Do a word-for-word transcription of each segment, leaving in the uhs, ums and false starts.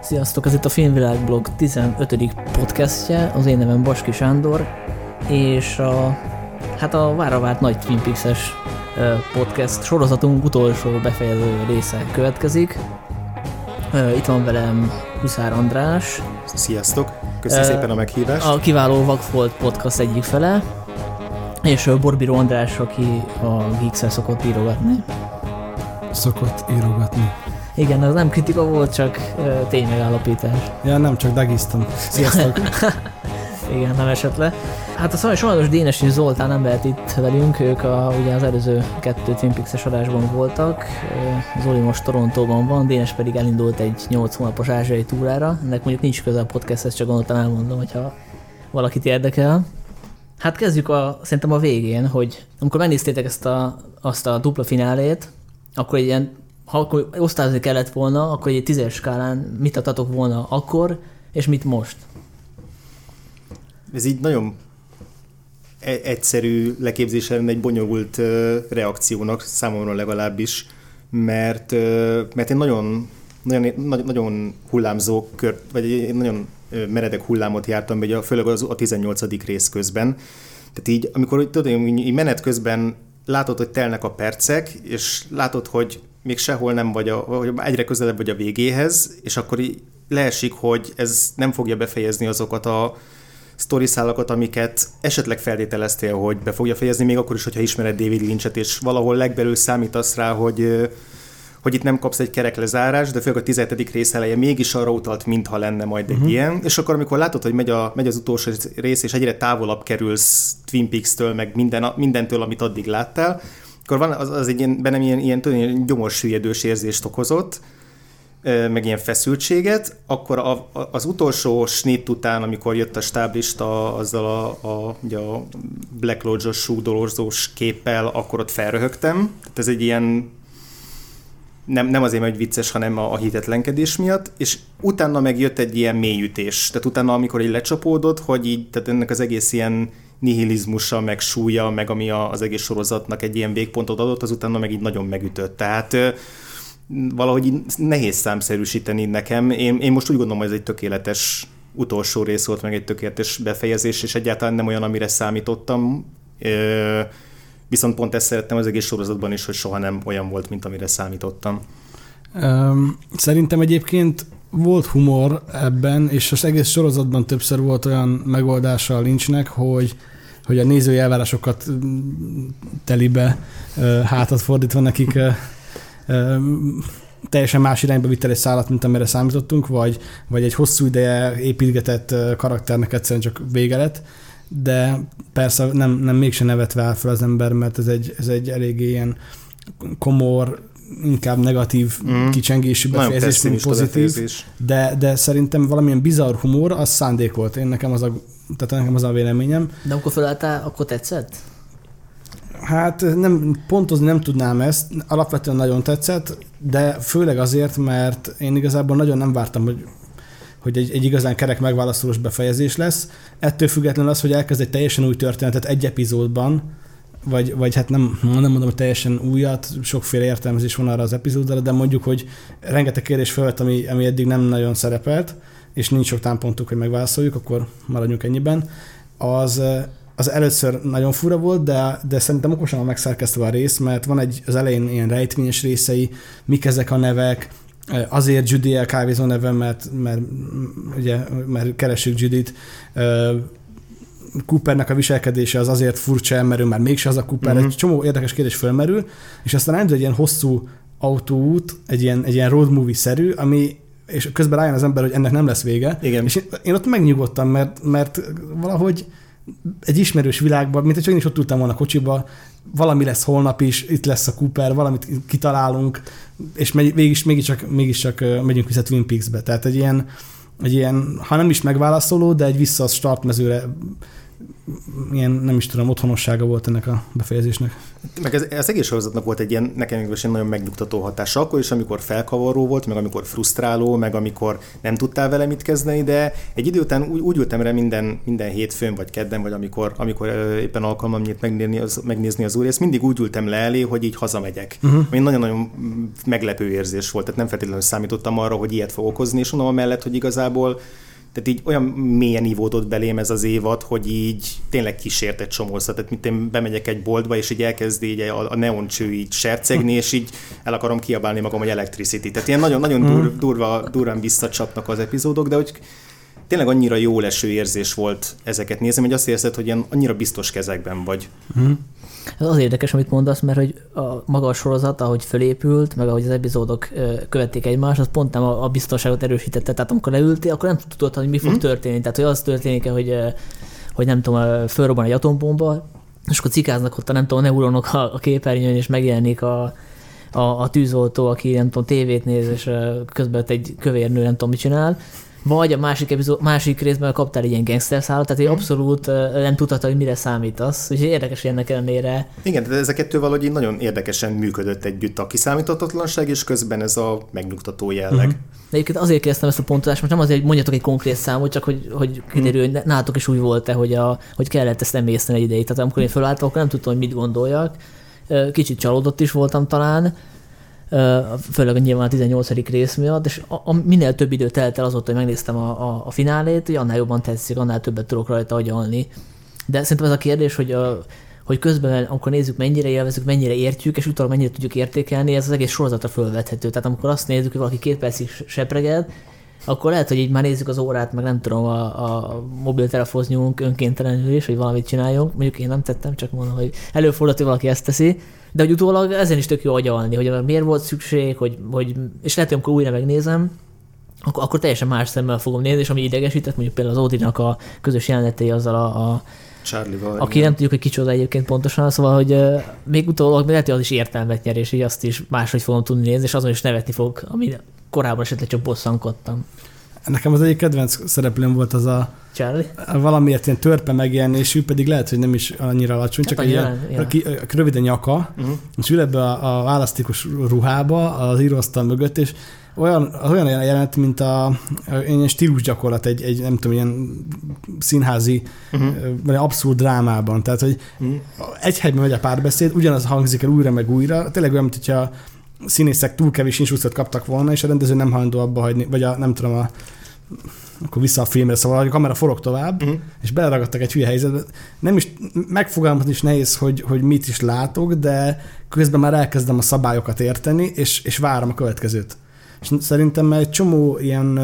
Sziasztok, ez itt a Filmvilágblog tizenötödik podcastje, az én nevem Baski Sándor, és a, hát a vára várt nagy Twin Peaks-es podcast sorozatunk utolsó befejező része következik. Itt van velem Huszár András. Sziasztok, köszönöm szépen a meghívást. A kiváló Vagfolt podcast egyik fele, és Borbíró András, aki a Geeks-el szokott írogatni. Szokott írogatni. Igen, az nem kritika volt, csak uh, ténymegállapítás. Ja, nem, csak dagiztam. Sziasztok! Igen, nem esett le. Hát a sajnos Dénes és Zoltán nem lehet itt velünk, ők a, ugye az előző kettő Twin Peaks-es adásban voltak. Zoli most Torontóban van, Dénes pedig elindult egy nyolc hónapos ázsiai túrára. Ennek mondjuk nincs köze a podcasthez, csak gondoltam elmondom, hogyha valakit érdekel. Hát kezdjük a, szerintem a végén, hogy amikor megnéztétek ezt a, azt a dupla finálét, akkor egy ilyen, ha akkor osztályozni kellett volna, akkor egy tízes skálán mit adtatok volna akkor, és mit most? Ez így nagyon egyszerű leképzésen egy bonyolult reakciónak, számomra legalábbis, mert, mert én nagyon, nagyon, nagyon hullámzó kört, vagy egy nagyon meredek hullámot jártam, vagy főleg az, a tizennyolcadik rész közben. Tehát így, amikor tudod, így menet közben látod, hogy telnek a percek, és látod, hogy még sehol nem vagy, a, hogy egyre közelebb vagy a végéhez, és akkor így leesik, hogy ez nem fogja befejezni azokat a sztoriszálakat, amiket esetleg feltételeztél, hogy be fogja fejezni, még akkor is, hogyha ismered David Lynchet, és valahol legbelül számítasz rá, hogy, hogy itt nem kapsz egy kerek lezárást, de főleg a tizenhetedik rész eleje mégis arra utalt, mintha lenne majd egy uh-huh. ilyen, és akkor amikor látod, hogy megy, a, megy az utolsó rész, és egyre távolabb kerülsz Twin Peaks-től, meg minden, mindentől, amit addig láttál, akkor van az, az egy ilyen, bennem ilyen, ilyen, tudom, ilyen gyomorsüllyedős érzést okozott, meg ilyen feszültséget, akkor a, a, az utolsó snitt után, amikor jött a stáblista azzal a, a, ugye a Black Lodge-os súgdolózós képpel, akkor ott felröhögtem. Tehát ez egy ilyen, nem, nem azért, hogy vicces, hanem a, a hitetlenkedés miatt, és utána meg jött egy ilyen mélyütés. Tehát utána, amikor így lecsapódott, hogy így, tehát ennek az egész ilyen nihilizmusa, meg súlya, meg ami a, az egész sorozatnak egy ilyen végpontot adott, az utána meg így nagyon megütött. Tehát valahogy így nehéz számszerűsíteni nekem. Én, én most úgy gondolom, hogy ez egy tökéletes utolsó rész volt, meg egy tökéletes befejezés, és egyáltalán nem olyan, amire számítottam. Viszont pont ezt szerettem az egész sorozatban is, hogy soha nem olyan volt, mint amire számítottam. Szerintem egyébként volt humor ebben, és az egész sorozatban többször volt olyan megoldása a Lynchnek, hogy hogy a nézői elvárásokat telibe hátat fordítva nekik teljesen más irányba vitt el egy szállat, mint amire számítottunk, vagy, vagy egy hosszú ideje építgetett karakternek egyszerűen csak vége lett, de persze nem, nem mégsem nevetve áll fel az ember, mert ez egy, ez egy eléggé ilyen komor, inkább negatív mm. kicsengésű befejezés, mint pozitív, de, de szerintem valamilyen bizarr humor, az szándék volt. Én nekem az a, tehát nekem az a véleményem. De amikor felálltál, akkor tetszett? Hát nem, pontozni nem tudnám ezt, alapvetően nagyon tetszett, de főleg azért, mert én igazából nagyon nem vártam, hogy, hogy egy, egy igazán kerek megválaszolós befejezés lesz. Ettől függetlenül az, hogy elkezd egy teljesen új történetet egy epizódban, vagy, vagy hát nem, nem mondom, hogy teljesen újat, sokféle értelmezés van arra az epizódra, de mondjuk, hogy rengeteg kérdés felvett, ami, ami eddig nem nagyon szerepelt, és nincs sok támpontuk, hogy megválaszoljuk, akkor maradjunk ennyiben. Az... Az először nagyon fura volt, de, de szerintem okosan van megszerkesztve a rész, mert van egy az elején ilyen rejtvényes részei, mik ezek a nevek, azért Judy el kávézó neve, mert, mert, ugye, mert keressük Judit. Coopernek a viselkedése az azért furcsa, mert ő már mégse az a Cooper, uh-huh. egy csomó érdekes kérdés fölmerül, és aztán elindul egy ilyen hosszú autóút, egy ilyen, egy ilyen road movie-szerű, ami és közben rájön az ember, hogy ennek nem lesz vége. Igen. És én, én ott megnyugodtam, mert, mert valahogy egy ismerős világban, mint hogy csak én is ott ültem volna a kocsiba, valami lesz holnap is, itt lesz a Cooper, valamit kitalálunk, és mégis, mégiscsak, mégiscsak megyünk vissza Twin Peaks-be. Tehát egy ilyen, egy ilyen, ha nem is megválaszoló, de egy vissza a startmezőre ilyen, nem is tudom, otthonossága volt ennek a befejezésnek. Meg ez, ez egész sorozatnak volt egy ilyen, nekem is egy nagyon megnyugtató hatása, akkor is, amikor felkavaró volt, meg amikor frusztráló, meg amikor nem tudtál vele mit kezdeni, de egy idő után úgy, úgy ültem rá minden, minden hétfőn, vagy kedden, vagy amikor, amikor éppen alkalmam nyílt megnézni az, megnézni az úr, ezt mindig úgy ültem le elé, hogy így hazamegyek. Uh-huh. Ami nagyon-nagyon meglepő érzés volt, tehát nem feltétlenül számítottam arra, hogy ilyet fog okozni, és mondom amellett, hogy igazából tehát így olyan mélyen ivódott belém ez az évad, hogy így tényleg kísért egy csomószat. Tehát mint én bemegyek egy boltba, és így elkezd így a, a neoncső így sercegni, és így el akarom kiabálni magam, hogy Electricity. Tehát ilyen nagyon-nagyon dur, durva, durván visszacsapnak az epizódok, de hogy tényleg annyira jó leső érzés volt ezeket nézni, hogy azt érzed, hogy ilyen annyira biztos kezekben vagy. Mm. Ez az érdekes, amit mondasz, mert hogy a maga a sorozat, ahogy fölépült, meg ahogy az epizódok követték egymást, az pont nem a, a biztonságot erősítette. Tehát amikor leültél, akkor nem tudtad, hogy mi fog mm. történni. Tehát, hogy az történik, hogy, hogy nem tudom, fölrobban egy atombomba, és akkor cikáznak ott a nem tudom, a neuronok a, a képernyőn, és megjelenik a, a, a tűzoltó, aki nem tudom, tévét néz, és közben egy kövérnő nem tudom, mit csinál. Vagy a másik, epizód, másik részben kaptál egy ilyen gangster szállat, tehát egy abszolút nem tudtad, hogy mire számítasz. Úgyhogy érdekes, hogy ennek ellenére. Igen, de ez a kettő valahogy nagyon érdekesen működött együtt, a kiszámíthatatlanság, és közben ez a megnyugtató jelleg. Uh-huh. De egyébként azért kérdeztem ezt a pontozást, most nem azért, hogy mondjatok egy konkrét számot, csak hogy, hogy kiderül, hogy nálatok is úgy volt-e, hogy, a, hogy kellett ezt emészteni egy ideig. Tehát amikor én fölálltam, akkor nem tudtam, hogy mit gondoljak. Kicsit csalódott is voltam talán. Főleg nyilván a tizennyolcadik rész miatt, és a, a, minél több idő telt el azóta, hogy megnéztem a, a, a finálét, hogy annál jobban tetszik, annál többet tudok rajta agyalni. De szerintem ez a kérdés, hogy, a, hogy közben, amikor nézzük, mennyire élvezzük, mennyire értjük, és utána mennyire tudjuk értékelni, ez az egész sorozatra fölvethető. Tehát amikor azt nézzük, hogy valaki két percig sepreged, akkor lehet, hogy így már nézzük az órát, meg nem tudom, a, a mobiltelefonhoz nyúlunk önkéntelenül is, hogy valamit csináljunk. Mondjuk én nem tettem, csak mondom, hogy előfordult, hogy valaki ezt teszi. De hogy utólag ezen is tök jó agyalni, hogy miért volt szükség, hogy, hogy, és lehet, hogy amikor újra megnézem, akkor, akkor teljesen más szemmel fogom nézni, és ami idegesített, mondjuk például az Audrey-nak a közös jelenetei azzal a, a Charlie-val. Aki nem tudjuk, hogy kicsoda egyébként pontosan, szóval, hogy uh, még utólag lehet, hogy az is értelmet nyer, és így azt is máshogy fogom tudni nézni, és azon is nevetni fog, ami korábban esetleg csak bosszankodtam. Nekem az egyik kedvenc szereplőm volt az a Charlie? Valamiért ilyen törpe megjelenésű, pedig lehet, hogy nem is annyira alacsony, hát csak egy ilyen, ja. rövid a nyaka, uh-huh. és ül ebbe a, a választékos ruhába az íróasztal mögött, és olyan, az olyan jelent, mint a, a ilyen stílusgyakorlat egy, egy, nem tudom, ilyen színházi, uh-huh. vagy abszurd drámában. Tehát, hogy uh-huh. egy helyben megy a párbeszéd, ugyanaz hangzik el újra meg újra, tényleg olyan, mint hogyha színészek túl kevés instrukciót kaptak volna, és a rendező nem hajlandó abba hagyni, vagy a, nem tudom, a, akkor vissza a filmre, szóval a kamera forog tovább, uh-huh. és beleragadtak egy hülye helyzetbe. Nem is, megfogalmazni is nehéz, hogy, hogy mit is látok, de közben már elkezdem a szabályokat érteni, és, és várom a következőt. És szerintem egy csomó ilyen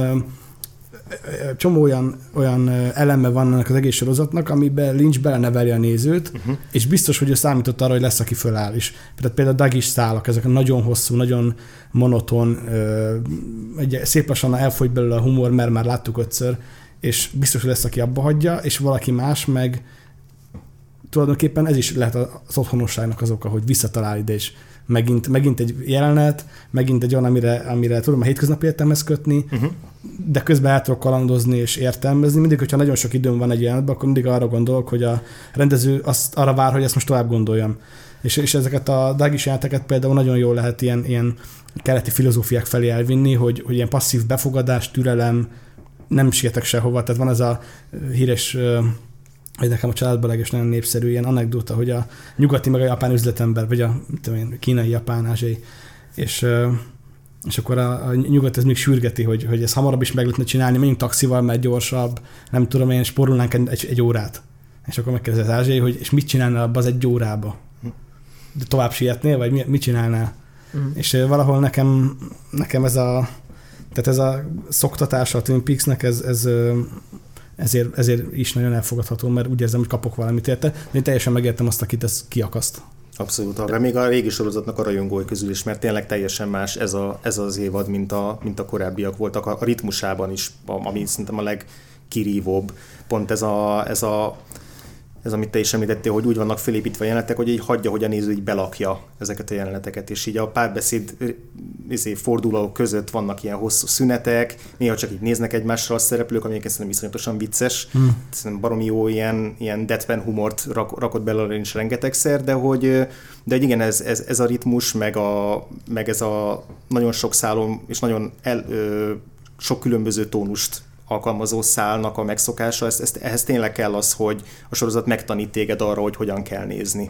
csomó olyan, olyan eleme van ennek az egész sorozatnak, amiben Lynch beleneveli a nézőt, uh-huh. és biztos, hogy ő számított arra, hogy lesz, aki föláll is. Például, például a Doug-is szálak, ezek nagyon hosszú, nagyon monoton, egy szép lassan elfogy belőle a humor, mert már láttuk ötször, és biztos, hogy lesz, aki abba hagyja, és valaki más meg tulajdonképpen ez is lehet az otthonosságnak az oka, hogy visszatalál ide, és megint, megint egy jelenet, megint egy olyan, amire, amire tudom a hétköznapi értelmez kötni, uh-huh. de közben el tudok kalandozni és értelmezni. Mindig, hogyha nagyon sok időm van egy jelenetben, akkor mindig arra gondolok, hogy a rendező azt arra vár, hogy ezt most tovább gondoljam. És, és ezeket a Doug-is jeleneteket például nagyon jól lehet ilyen, ilyen keleti filozófiák felé elvinni, hogy, hogy ilyen passzív befogadás, türelem, nem sietek sehova. Tehát van ez a híres, hogy nekem a családban leges nagyon népszerű ilyen anekdóta, hogy a nyugati meg a japán üzletember, vagy a én, kínai, japán, ázsiai, és, és akkor a, a nyugat ez még sürgeti, hogy, hogy ez hamarabb is meg lehetne csinálni, menjünk taxival, mert gyorsabb, nem tudom én, spórolnánk egy, egy órát. És akkor megkérdezi az ázsiai, hogy és mit csinálnál abba az egy órába? De tovább sietnél, vagy mit csinálnál? Mm. És valahol nekem, nekem ez a, tehát ez a szoktatása a Twin Peaksnek, ez, ez Ezért, ezért is nagyon elfogadható, mert úgy érzem, hogy kapok valamit érte, de én teljesen megértem azt, akit ez kiakaszt. Abszolút, de még a régi sorozatnak a rajongói közül is, mert tényleg teljesen más ez, a, ez az évad, mint a, mint a korábbiak voltak, a, a ritmusában is, ami szerintem a legkirívóbb. Pont ez a, ez a ez, amit te is említettél, hogy úgy vannak felépítve a jelenetek, hogy így hagyja, hogy a néző így belakja ezeket a jeleneteket, és így a párbeszéd fordulók között vannak ilyen hosszú szünetek, néha csak így néznek egymásra a szereplők, ami szerintem iszonyatosan vicces. Hmm. Szerintem baromi jó ilyen, ilyen deadpan humort rak, rakott belőle is rengetegszer, de hogy, de hogy igen, ez, ez, ez a ritmus, meg, a, meg ez a nagyon sok szálon, és nagyon el, ö, sok különböző tónust alkalmazó szálnak a megszokása, ezt, ezt, ehhez tényleg kell az, hogy a sorozat megtanít téged arra, hogy hogyan kell nézni.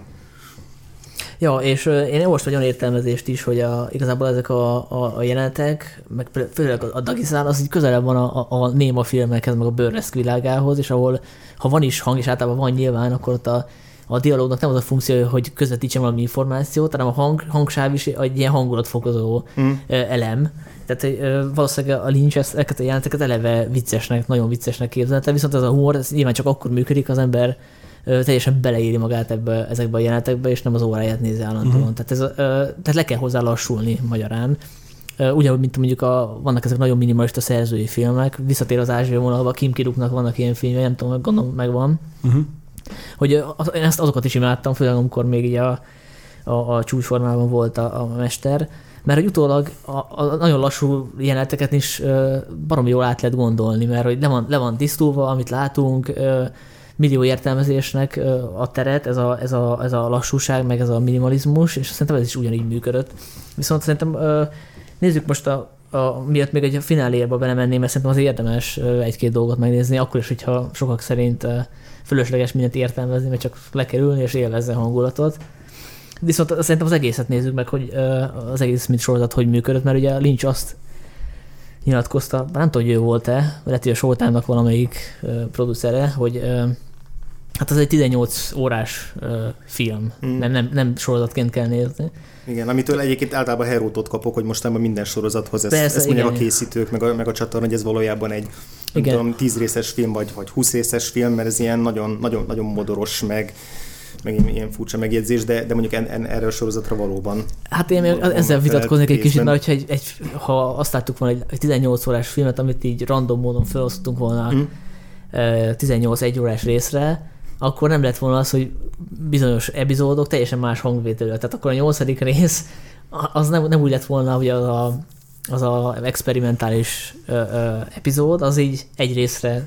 Ja, és én olvastam egy olyan értelmezést is, hogy a, igazából ezek a, a, a jelenetek, meg főleg a Dagestán, az így közelebb van a, a, a néma filmekhez, meg a burleszk világához, és ahol, ha van is hang, és általában van nyilván, akkor ott a, a dialógnak nem az a funkció, hogy közvetítsen valami információt, hanem a hang, hangsáv is egy ilyen hangulatfokozó mm. elem. Tehát valószínűleg a Lynch ezeket a jeleneteket eleve viccesnek, nagyon viccesnek képzelte, viszont ez a humor ez nyilván csak akkor működik, az ember teljesen beleéri magát ebbe, ezekbe a jelenetekbe, és nem az óráját nézi állandóan. Uh-huh. Tehát, ez, tehát le kell hozzá lassulni magyarán. Ugyanúgy, mint mondjuk a, vannak ezek nagyon minimalista szerzői filmek, visszatér az ázsiai vonalba, Kim Ki-duknak vannak ilyen filmje, nem tudom, gondolom megvan. Uh-huh. Hogy az, én ezt azokat is imádtam, főleg amikor még így a, a, a csúcsformában volt a, a mester, mert hogy utólag a, a nagyon lassú jeleneteket is uh, baromi jól át lehet gondolni, mert hogy le van, le van tisztulva, amit látunk, uh, millió értelmezésnek uh, a teret, ez a, ez, a, ez a lassúság, meg ez a minimalizmus, és szerintem ez is ugyanígy működött. Viszont szerintem uh, nézzük most a, a miatt még egy fináléba belemenném, mert szerintem az érdemes uh, egy-két dolgot megnézni, akkor is, hogyha sokak szerint uh, fölösleges mindent értelmezni, mert csak le kell ülni és élvezze a hangulatot. Viszont szerintem az egészet nézzük meg, hogy az egész mint sorozat hogy működött, mert ugye Lynch azt nyilatkozta, nem tudom, hogy ő volt-e, lehet, hogy a Showtime-nak valamelyik uh, producere, hogy uh, hát az egy tizennyolc órás uh, film, mm. nem, nem, nem sorozatként kell nézni. Igen, amitől egyébként általában herótot kapok, hogy mostanában minden sorozathoz ezt, Persze, ezt mondják a készítők, meg a, meg a csatorna, hogy ez valójában egy nem tudom, tíz részes film, vagy, vagy húsz részes film, mert ez ilyen nagyon, nagyon, nagyon modoros, meg meg ilyen furcsa megjegyzés, de, de mondjuk en, en, erre a sorozatra valóban. Hát én még ezzel vitatkoznék egy kicsit, mert egy, egy, ha azt láttuk volna egy, egy tizennyolc órás filmet, amit így random módon felosztunk volna mm. tizennyolc egy órás részre, akkor nem lett volna az, hogy bizonyos epizódok teljesen más hangvételű. Tehát akkor a nyolcadik rész az nem, nem úgy lett volna, hogy az a, az a experimentális ö, ö, epizód, az így egy részre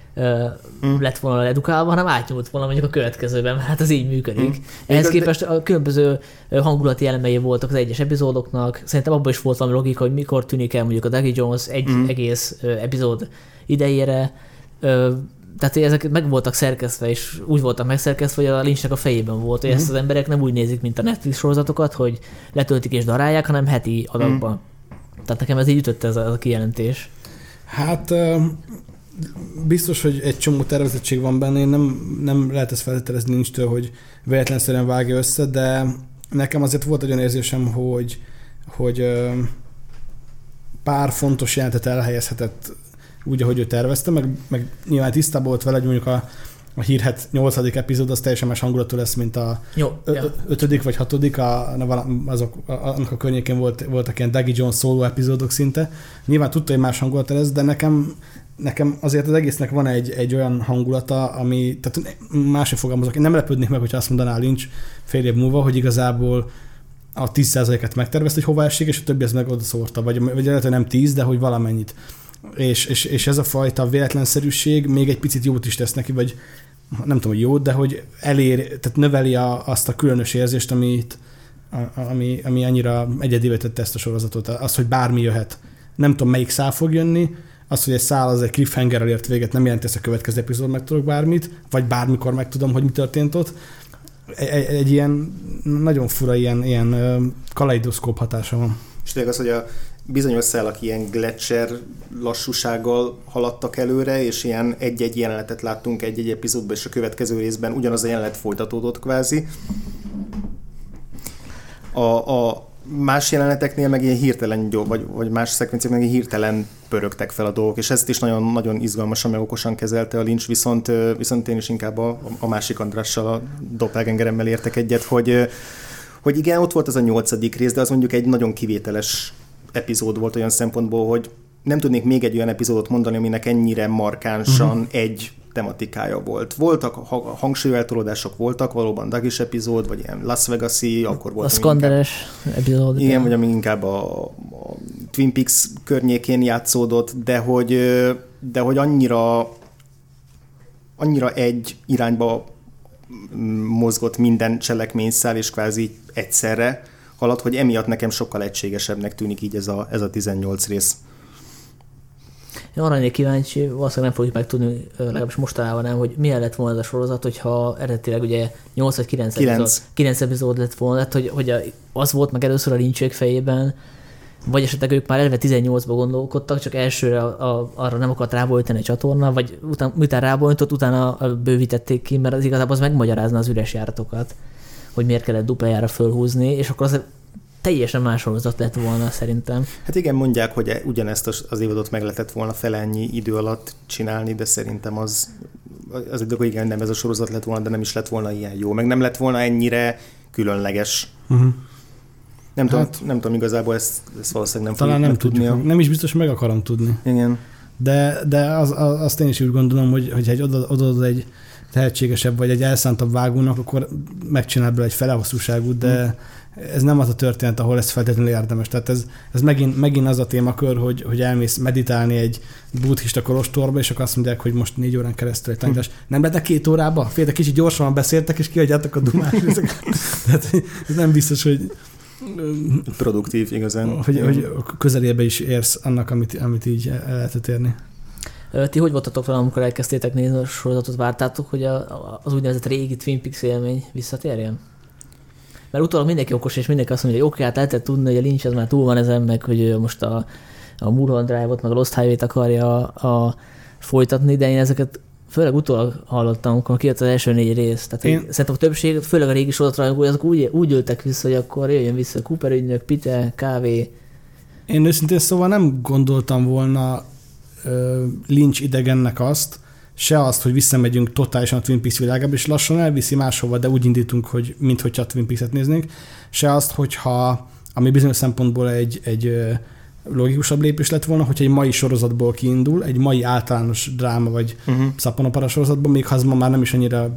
Mm. lett volna edukálva, hanem átnyúlt volna mondjuk a következőben, hát ez így működik. Mm. Ehhez képest a különböző hangulati elemei voltak az egyes epizódoknak, szerintem abban is volt valami logika, hogy mikor tűnik el mondjuk a Dougie Jones egy mm. egész epizód idejére, tehát ezek meg voltak szerkesztve, és úgy voltak megszerkesztve, hogy a Lynchnek a fejében volt, hogy mm. ezt az emberek nem úgy nézik, mint a Netflix sorozatokat, hogy letöltik és darálják, hanem heti adagban. Mm. Tehát nekem ez így ütött ez a, ez a kijelentés. Hát... biztos, hogy egy csomó tervezettség van benne, én nem, nem lehet ezt feltételezni Lynchtől, hogy véletlenszerűen vágja össze, de nekem azért volt egy olyan érzésem, hogy, hogy pár fontos jelentet elhelyezhetett úgy, ahogy ő tervezte, meg, meg nyilván tisztában volt vele, hogy mondjuk a, a hírhet nyolcadik epizód az teljesen más hangulatú lesz, mint a Jó, ö, ja. ötödik vagy hatodik, a, azok, annak a környékén volt, voltak ilyen Dougie Jones szóló epizódok szinte. Nyilván tudta, hogy más hangulat lesz, de nekem Nekem azért az egésznek van egy, egy olyan hangulata, ami, tehát máshogy fogalmazok, én nem lepődnék meg, hogyha azt mondaná Lynch fél év múlva, hogy igazából a tíz százalékot megtervezte, hogy hova esik, és a többi az meg oda szórta, vagy, vagy lehet, hogy nem tíz, de hogy valamennyit. És, és, és ez a fajta véletlenszerűség még egy picit jót is tesz neki, vagy nem tudom, hogy jót, de hogy elér, tehát növeli a, azt a különös érzést, amit, a, ami, ami annyira egyedivé tette ezt a sorozatot. Az, hogy bármi jöhet. Nem tudom, melyik szál fog jönni, az, hogy egy szál az egy cliffhangerrel ért véget, nem jelenti ezt a következő epizód, meg tudok bármit, vagy bármikor megtudom, hogy mi történt ott. Egy, egy ilyen nagyon fura ilyen, ilyen kaleidoszkóp hatása van. És tényleg az, hogy a bizonyos szálak ilyen gletscher lassúsággal haladtak előre, és ilyen egy-egy jelenetet láttunk egy-egy epizódban, és a következő részben ugyanaz a jelenet folytatódott kvázi. A, a más jeleneteknél meg ilyen hirtelen, vagy, vagy más szekvenciáknél meg hirtelen pörögtek fel a dolgok, és ezt is nagyon, nagyon izgalmasan, meg okosan kezelte a Lynch, viszont, viszont én is inkább a, a másik Andrással, a doppelgangeremmel értek egyet, hogy, hogy igen, ott volt az a nyolcadik rész, de az mondjuk egy nagyon kivételes epizód volt olyan szempontból, hogy nem tudnék még egy olyan epizódot mondani, aminek ennyire markánsan uh-huh. egy tematikája volt. Voltak hangsúlyeltolódások, voltak valóban Dagis epizód, vagy ilyen Las Vegas-i, akkor volt. A Skanderes epizód. Igen, vagy ami inkább a, a Twin Peaks környékén játszódott, de hogy, de hogy annyira, annyira egy irányba mozgott minden cselekményszál, és kvázi egyszerre haladt, hogy emiatt nekem sokkal egységesebbnek tűnik így ez a, ez a tizennyolc rész. Én arra lennék kíváncsi, valószínűleg nem fogjuk megtudni, legalábbis mostanában nem, hogy milyen lett volna ez a sorozat, hogyha eredetileg ugye nyolc vagy kilenc epizód, kilenc epizód lett volna, lett, hogy, hogy az volt meg először a Lynch-ék fejében, vagy esetleg ők már eleve tizennyolcba gondolkodtak, csak elsőre a, a, arra nem akart rábólítani a csatorna, vagy után, után rábólított, utána bővítették ki, mert az igazából az megmagyarázna az üres járatokat, hogy miért kellett duplájára fölhúzni, és akkor az teljesen más sorozat lett volna szerintem. Hát igen, mondják, hogy ugyanezt az évadot meg lehetett volna fele ennyi idő alatt csinálni, de szerintem az, az egy dolog, igen, nem ez a sorozat lett volna, de nem is lett volna ilyen jó, meg nem lett volna ennyire különleges. Uh-huh. Nem, hát, tudom, nem tudom, igazából ezt, ezt valószínűleg nem talán fogjuk nem tudjuk, tudni. Nem is biztos, meg akarom tudni. Igen. De, de az, az, azt én is úgy gondolom, hogy, hogy egy oda, oda egy tehetségesebb, vagy egy elszántabb vágónak, akkor megcsinál belőle egy felehosszúságút, de hmm. ez nem az a történet, ahol ez feltétlenül érdemes. Tehát ez, ez megint, megint az a témakör, hogy, hogy elmész meditálni egy buddhista kolostorba, és akkor azt mondják, hogy most négy órán keresztül egy tanítás. Hmm. Nem lehetne két órába? Fél, kicsit gyorsan beszéltek, és kiadjátok a dumát. Tehát ez nem biztos, hogy produktív igazán. Hogy, hogy közelébe is érsz annak, amit, amit így el lehetett érni. Ti hogy voltatok vele, amikor elkezdtétek nézni a sorozatot? Vártátok, hogy a, az úgynevezett régi Twin Peaks élmény visszatérjen? Mert utólag mindenki okos, és mindenki azt mondja, hogy oké, hát lehetett tudni, hogy a Lynch az már túl van ezen, meg hogy most a, a Mulholland Drive-ot, meg a Lost Highway-t akarja a, folytatni, de én ezeket főleg utólag hallottam, amikor kijött az első négy rész. Tehát én... szerintem a többség, főleg a régi sorozatrajongói, azok úgy, úgy ültek vissza, hogy akkor jöjjön vissza Cooper ügynök, Pite, kávé. Én őszintén szóval nem gondoltam volna uh, Lynch idegennek azt, se azt, hogy visszamegyünk totálisan a Twin Peaks világába, és lassan elviszi máshova, de úgy indítunk, hogy minthogyha a Twin Peaks-et néznénk, se azt, hogyha, ami bizonyos szempontból egy, egy logikusabb lépés lett volna, hogyha egy mai sorozatból kiindul, egy mai általános dráma vagy uh-huh. szappanopera sorozatból, még ha az ma már nem is annyira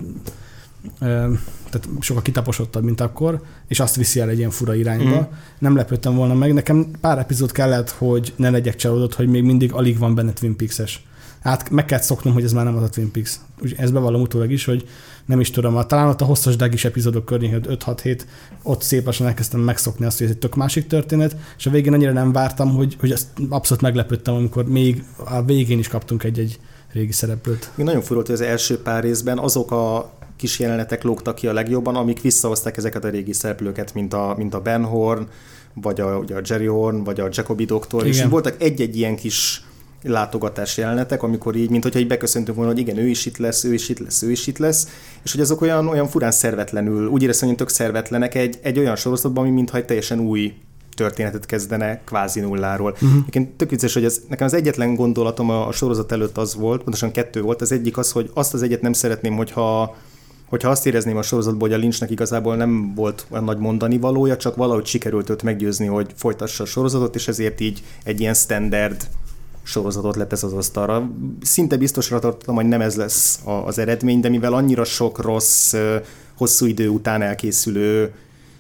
tehát sokkal kitaposottabb, mint akkor, és azt viszi el egy ilyen fura irányba. Uh-huh. Nem lepődtem volna meg. Nekem pár epizód kellett, hogy ne legyek csalódott, hogy még mindig alig van benne Twin Peaks-es. Hát meg kell szoknom, hogy ez már nem az a Twin Peaks. Úgy, ezt bevallom utólag is, hogy nem is tudom, talán ott a hosszas Dagis epizódok környékén öt hat hét, ott szép lassan elkezdtem megszokni azt, hogy ez egy tök másik történet, és a végén annyira nem vártam, hogy, hogy azt abszolút meglepődtem, amikor még a végén is kaptunk egy-egy régi szereplőt. Még nagyon furult, hogy az első pár részben azok a kis jelenetek lógtak ki a legjobban, amik visszahozták ezeket a régi szereplőket, mint a, mint a Ben Horn, vagy a, ugye a Jerry Horn, vagy a Jacobi doktor, igen. És voltak egy-egy ilyen kis látogatás jelenetek, amikor így, mint hogyha így beköszöntünk volna, hogy igen, ő is itt lesz, ő is itt lesz, ő is itt lesz, és hogy azok olyan, olyan furán szervetlenül, úgy éreztem, hogy tök szervetlenek egy, egy olyan sorozatban, ami mintha egy teljesen új történetet kezdene kvázi nulláról. Uh-huh. Egyébként tök vicces, hogy ez, nekem az egyetlen gondolatom a, a sorozat előtt az volt, pontosan kettő volt, az egyik az, hogy azt az egyet nem szeretném, hogyha hogyha azt érezném a sorozatból, hogy a Lynchnek igazából nem volt olyan nagy mondani valója, csak valahogy sikerült őt meggyőzni, hogy folytassa a sorozatot, és ezért így egy ilyen standard sorozatot letesz az asztalra. Szinte biztosra tartottam, hogy nem ez lesz az eredmény, de mivel annyira sok rossz, hosszú idő után elkészülő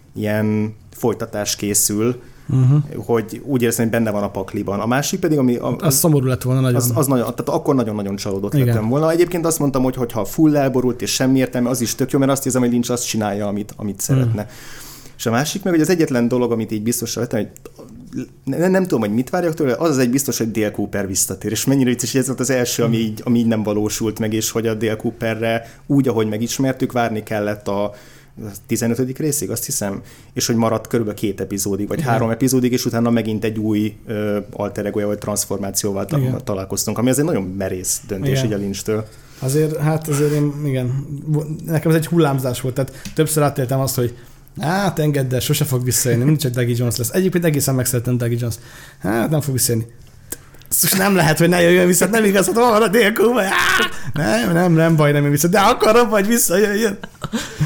ilyen folytatás készül, uh-huh. hogy úgy érzem, hogy benne van a pakliban. A másik pedig, ami... Az, az szomorú lett volna nagyon. Az, az nagyon, tehát akkor nagyon-nagyon csalódott igen. lettem volna. Egyébként azt mondtam, hogy ha full elborult és semmi értelme, az is tök jó, mert azt érzem, hogy Lynch azt csinálja, amit, amit szeretne. Uh-huh. És a másik meg, hogy az egyetlen dolog, amit így biztosra vettem, hogy nem, nem tudom, hogy mit várjak tőle, az az egy biztos, hogy Dale Cooper visszatér. És mennyire vicces, hogy ez volt az első, ami így, ami így nem valósult meg, és hogy a Dale Cooperre úgy, ahogy megismertük, várni kellett a tizenötödik részig, azt hiszem, és hogy maradt körülbelül két epizódig, vagy igen. három epizódig, és utána megint egy új uh, alter ego vagy transformációval igen. találkoztunk, ami az egy nagyon merész döntés így a Lynch-től. Azért, hát azért én, igen, nekem ez egy hullámzás volt, tehát többször átéltem azt, hogy hát engedd el, sose fog visszajönni, mindig csak Dougie Jones lesz. Egyébként egészen megszerettem Dougie Jones. Hát nem fog visszajönni. Szóval nem lehet, hogy ne jöjjön vissza, nem igaz, hogy van a Dale Cooper. Nem, nem, nem baj, nem jön vissza, de akarom, vagy visszajöjjön.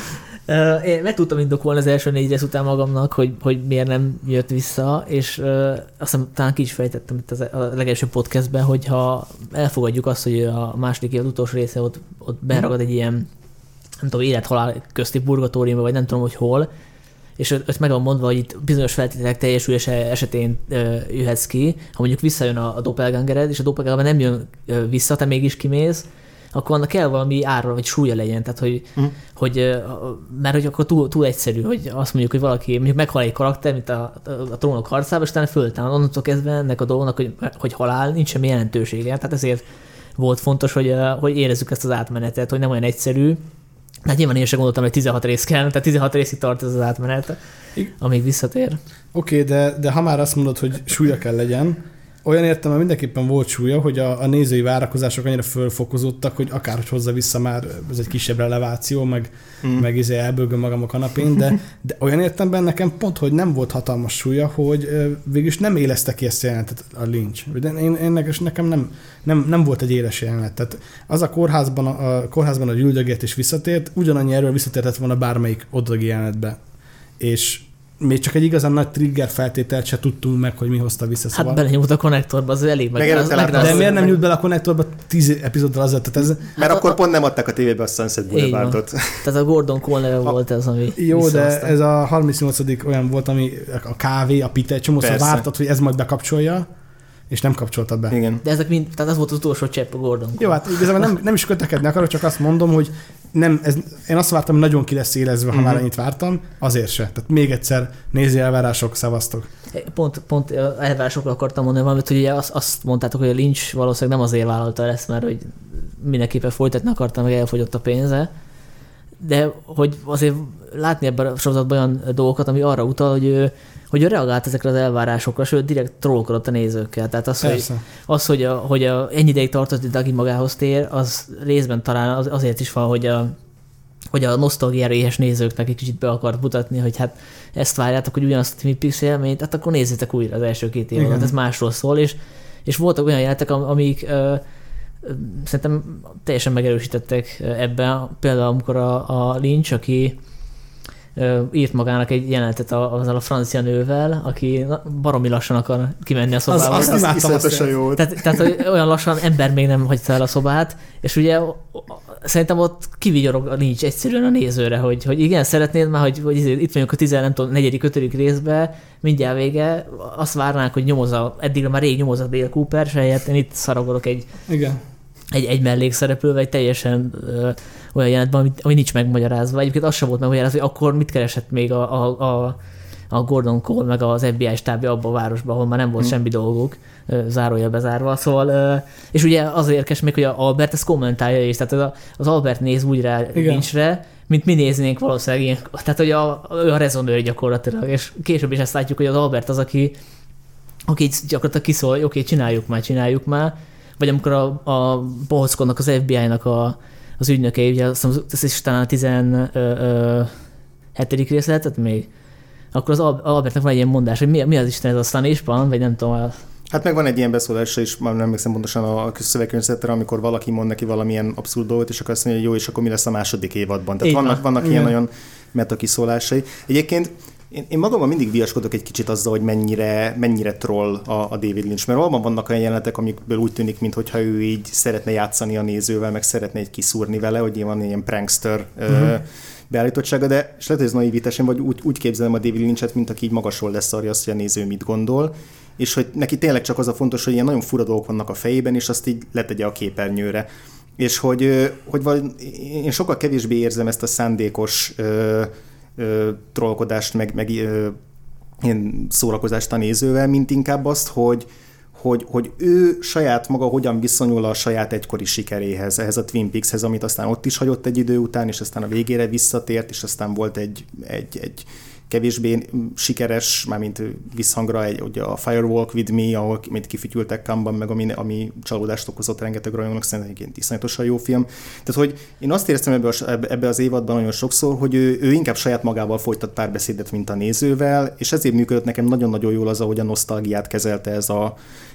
Uh, én meg tudtam indokolni az első négy rész után magamnak, hogy, hogy miért nem jött vissza, és uh, azt hiszem talán ki is fejtettem itt az, a legelső podcastben, hogy ha elfogadjuk azt, hogy a második évad utolsó része ott, ott beragad egy ilyen, nem tudom, élet-halál közti purgatóriumba, vagy nem tudom, hogy hol, és ott meg van mondva, hogy itt bizonyos feltételek teljesülése esetén uh, jöhetsz ki, ha mondjuk visszajön a, a doppelgangered, és a doppelganger nem jön uh, vissza, te mégis kimész, akkor annak kell valami ára, vagy súlya legyen, tehát hogy, mm. hogy mert hogy akkor túl, túl egyszerű, hogy azt mondjuk, hogy valaki mondjuk meghal egy karakter, mint a, a, a trónok harcában, és utána föltámad. Onnantól kezdve ennek a dolognak, hogy, hogy halál, nincs semmi jelentősége. Tehát ezért volt fontos, hogy, hogy érezzük ezt az átmenetet, hogy nem olyan egyszerű. Hát nyilván én sem gondoltam, hogy tizenhat rész kell, tehát tizenhat részig tart ez az átmenet, amíg visszatér. Oké, okay, de, de ha már azt mondod, hogy súlya kell legyen, olyan értem, mindenképpen volt súlya, hogy a, a nézői várakozások annyira fölfokozódtak, hogy akárhogy hozza vissza már, ez egy kisebb releváció, meg, mm. meg izé elbőgöm magam a kanapén, de, de olyan értemben nekem pont, hogy nem volt hatalmas súlya, hogy végülis nem éleszte ki ezt a jelenetet a Lynch. De én, én nekem nem, nem, nem volt egy éles jelenet. Tehát az a kórházban, a kórházban, a üldögélt és visszatért, ugyanannyi erről visszatérhetett volna bármelyik oddagi jelenetbe. És még csak egy igazán nagy trigger feltételt se tudtunk meg, hogy mi hozta vissza. Hát szóval... belenyúlt a konnektorba, az elég meg. Az, meg de miért nem nyújt bele a konnektorba tíz epizóddal azért? Tehát ez... Mert hát akkor a... pont nem adták a tévébe a Sunset Boulevardot. Tehát a Gordon Cole a... volt ez, ami jó, de ez a harmincnyolcadik olyan volt, ami a kávé, a pite, egy csomószor vártad, hogy ez majd bekapcsolja, és nem kapcsoltad be. Igen. De ezek mind, tehát ez volt az utolsó csepp a Gordon Cole. Jó, hát igazából nem, nem is kötekedni akarok, csak azt mondom, hogy nem, ez, én azt vártam, hogy nagyon ki lesz élezve, ha mm-hmm. már ennyit vártam, azért se. Tehát még egyszer nézi elvárások, szavaztok. Pont, pont elvárásokra akartam mondani valamit, hogy ugye azt, azt mondtátok, hogy a Lynch valószínűleg nem azért vállalta ezt, mert hogy mindenképpen folytatni akartam, meg elfogyott a pénze, de hogy azért látni ebben a sorozatban olyan dolgokat, ami arra utal, hogy hogy ő reagált ezekre az elvárásokra, sőt direkt trollkodott a nézőkkel. Tehát az, hogy, az, hogy, a, hogy a, ennyi ideig tartott, hogy Dougie magához tér, az részben talán az, azért is van, hogy a, hogy a nosztalgiára éhes nézőknek egy kicsit be akart mutatni, hogy hát ezt várjátok, hogy ugyanazt a Twin Peaks élményt, hát akkor nézzétek újra az első két évadot, ez másról szól, és, és voltak olyan jelenetek, amik ö, szerintem teljesen megerősítettek ebben. Például amikor a, a Lynch, aki írt magának egy jelenetet azzal a francia nővel, aki baromi lassan akar kimenni a szobába. Az, azt imádtam azt jó. Tehát, tehát olyan lassan ember még nem hagyta el a szobát, és ugye szerintem ott kivigyorog nincs egyszerűen a nézőre, hogy, hogy igen, szeretnéd már, hogy, hogy itt vagyunk a tizen, nem tudom, negyedik, ötödik részbe, mindjárt vége, azt várnánk, hogy nyomozza, eddig már rég nyomozza Dale Cooper, se helyett én itt szaragolok egy, igen. egy, egy mellékszereplővel, egy teljesen ö, olyan jelentben, ami, ami nincs megmagyarázva. Egyébként az sem volt megmagyarázva, hogy akkor mit keresett még a, a, a, a Gordon Cole, meg az ef bé i stábja abban a városban, ahol már nem volt hmm. semmi dolguk, zárója bezárva. Szóval, és ugye az érdekes még, hogy a Albert ezt kommentálja is, tehát az Albert néz úgy rá Lynchre, mint mi néznénk valószínűleg ilyen, tehát hogy a, ő a rezonőr gyakorlatilag, és később is ezt látjuk, hogy az Albert az, aki, aki gyakorlatilag kiszól, hogy oké, okay, csináljuk már, csináljuk már, vagy amikor a, a bohockodnak az ef bé i-nak a az ügynökei, ugye azt hiszem, ez is talán a tizenhetedik rész lehetett még, akkor az Albertnek van egy ilyen mondás, hogy mi, mi az Isten ez a Stanishban, vagy nem tudom. Hát meg van egy ilyen beszólása is, már nem emlékszem pontosan a szövegkönyvzettre, amikor valaki mond neki valamilyen abszurd dolgot, és akkor azt mondja, hogy jó, és akkor mi lesz a második évadban. Tehát vannak, vannak ilyen nagyon meta kiszólásai. Egyébként Én, én magamban mindig viaskodok egy kicsit azzal, hogy mennyire, mennyire troll a, a David Lynch, mert valóban vannak olyan jelenetek, amikből úgy tűnik, mintha ő így szeretne játszani a nézővel, meg szeretne egy kiszúrni vele, hogy van ilyen prankster uh-huh. beállítottsága, de és lehet, hogy ez naivitás, én vagy úgy, úgy képzelem a David Lynchet, mint aki így magasról leszarja azt, hogy a néző mit gondol, és hogy neki tényleg csak az a fontos, hogy ilyen nagyon fura dolgok vannak a fejében, és azt így letegye a képernyőre. És hogy, hogy vagy, én sokkal kevésbé érzem ezt a szándékos Ö, trollkodást, meg, meg ö, ilyen szórakozást a nézővel, mint inkább azt, hogy, hogy, hogy ő saját maga hogyan viszonyul a saját egykori sikeréhez, ehhez a Twin Peakshez, amit aztán ott is hagyott egy idő után, és aztán a végére visszatért, és aztán volt egy, egy, egy kevésbé sikeres, mármint visszhangra egy, ugye a Firewalk with Me, ahol mit kifütyültek Cannes-ban, meg ami, ami csalódást okozott rengeteg rajongónak, szerintem egy iszonyatosan jó film. Tehát, hogy én azt éreztem ebbe, a, ebbe az évadban nagyon sokszor, hogy ő, ő inkább saját magával folytat párbeszédet, mint a nézővel, és ezért működött nekem nagyon-nagyon jól az, ahogy a nosztalgiát kezelte ez a,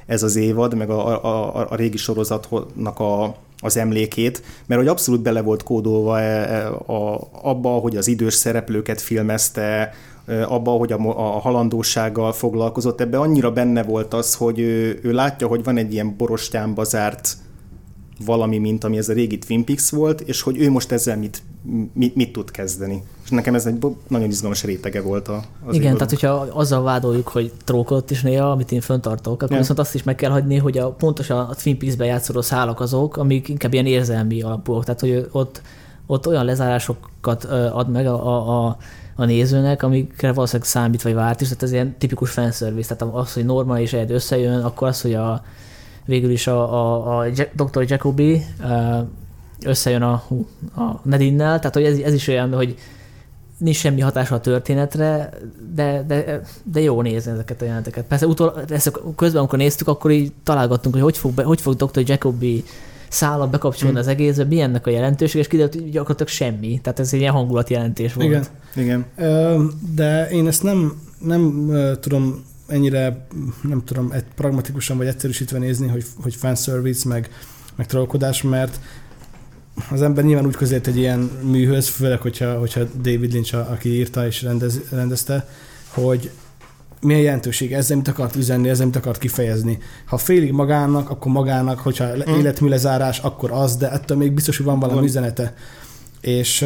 ez az évad, meg a, a, a régi sorozatnak a, az emlékét, mert hogy abszolút bele volt kódolva a, a, abba, hogy az idős szereplőket filmezte, abba, hogy a, a halandósággal foglalkozott, ebbe annyira benne volt az, hogy ő, ő látja, hogy van egy ilyen borostyánba zárt valami, mint ami ez a régi Twin Peaks volt, és hogy ő most ezzel mit, mit, mit tud kezdeni. És nekem ez egy nagyon izgalmas rétege volt az Igen, évadon. Tehát hogyha azzal vádoljuk, hogy trókolott is néha, amit én föntartok, akkor ja. viszont azt is meg kell hagyni, hogy a, pontosan a Twin Peaks-ben játszódó szálak azok, amik inkább ilyen érzelmi alapúak. Tehát, hogy ott, ott olyan lezárásokat ad meg a, a, a a nézőnek, amikre valószínűleg számít vagy várt is, tehát ez ilyen tipikus fanservice, tehát az, hogy Norma és Ed összejön, akkor az, hogy a, végül is a, a, a doktor Jacobi összejön a, a Nadinnel, tehát hogy ez, ez is olyan, hogy nincs semmi hatása a történetre, de, de, de jó nézni ezeket a jelenteket. Persze utol, közben, amikor néztük, akkor így találgattunk, hogy hogy fog, be, hogy fog doktor Jacobi szállat bekapcsolni hmm. az egészbe, mi ennek a jelentőség, és kiderült, hogy gyakorlatilag semmi. Tehát ez egy ilyen hangulatjelentés volt. Igen. Igen. De én ezt nem, nem tudom ennyire, nem tudom, egy pragmatikusan vagy egyszerűsítve nézni, hogy, hogy fanservice, meg, meg trollkodás, mert az ember nyilván úgy közélt egy ilyen műhöz, főleg, hogyha, hogyha David Lynch, aki írta és rendez, rendezte, hogy milyen jelentőség ezzel, mit akart üzenni, ezzel, mit akart kifejezni. Ha félig magának, akkor magának, hogyha mm. életmű lezárás, akkor az, de ettől még biztos, hogy van valami mm. üzenete. És,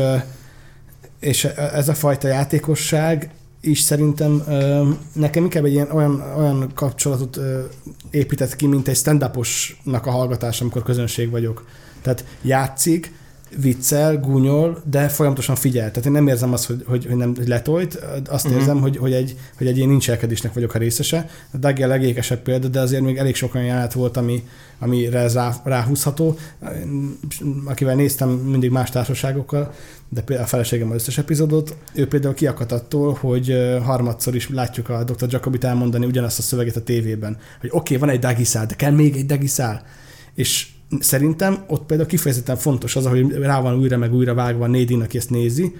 és ez a fajta játékosság is szerintem nekem inkább egy ilyen olyan, olyan kapcsolatot épített ki, mint egy stand-uposnak a hallgatás, amikor közönség vagyok. Tehát játszik, viccel, gúnyol, de folyamatosan figyel. Tehát én nem érzem azt, hogy, hogy, hogy nem letolt, azt uh-huh. érzem, hogy, hogy, egy, hogy egy ilyen nincselkedésnek vagyok a részese. A Dougie a legékesebb példa, de azért még elég sok olyan jelenet volt, ami, amire ez rá, ráhúzható. Akivel néztem mindig más társaságokkal, de például a feleségem az összes epizódot, ő például kiakadt attól, hogy harmadszor is látjuk a doktor Jacobit elmondani ugyanazt a szöveget a tévében, hogy oké, okay, van egy Dougie szál, de kell még egy Dougie szál. És szerintem ott például kifejezetten fontos az, hogy rá van újra meg újra vágva a Nadine, aki ezt nézi,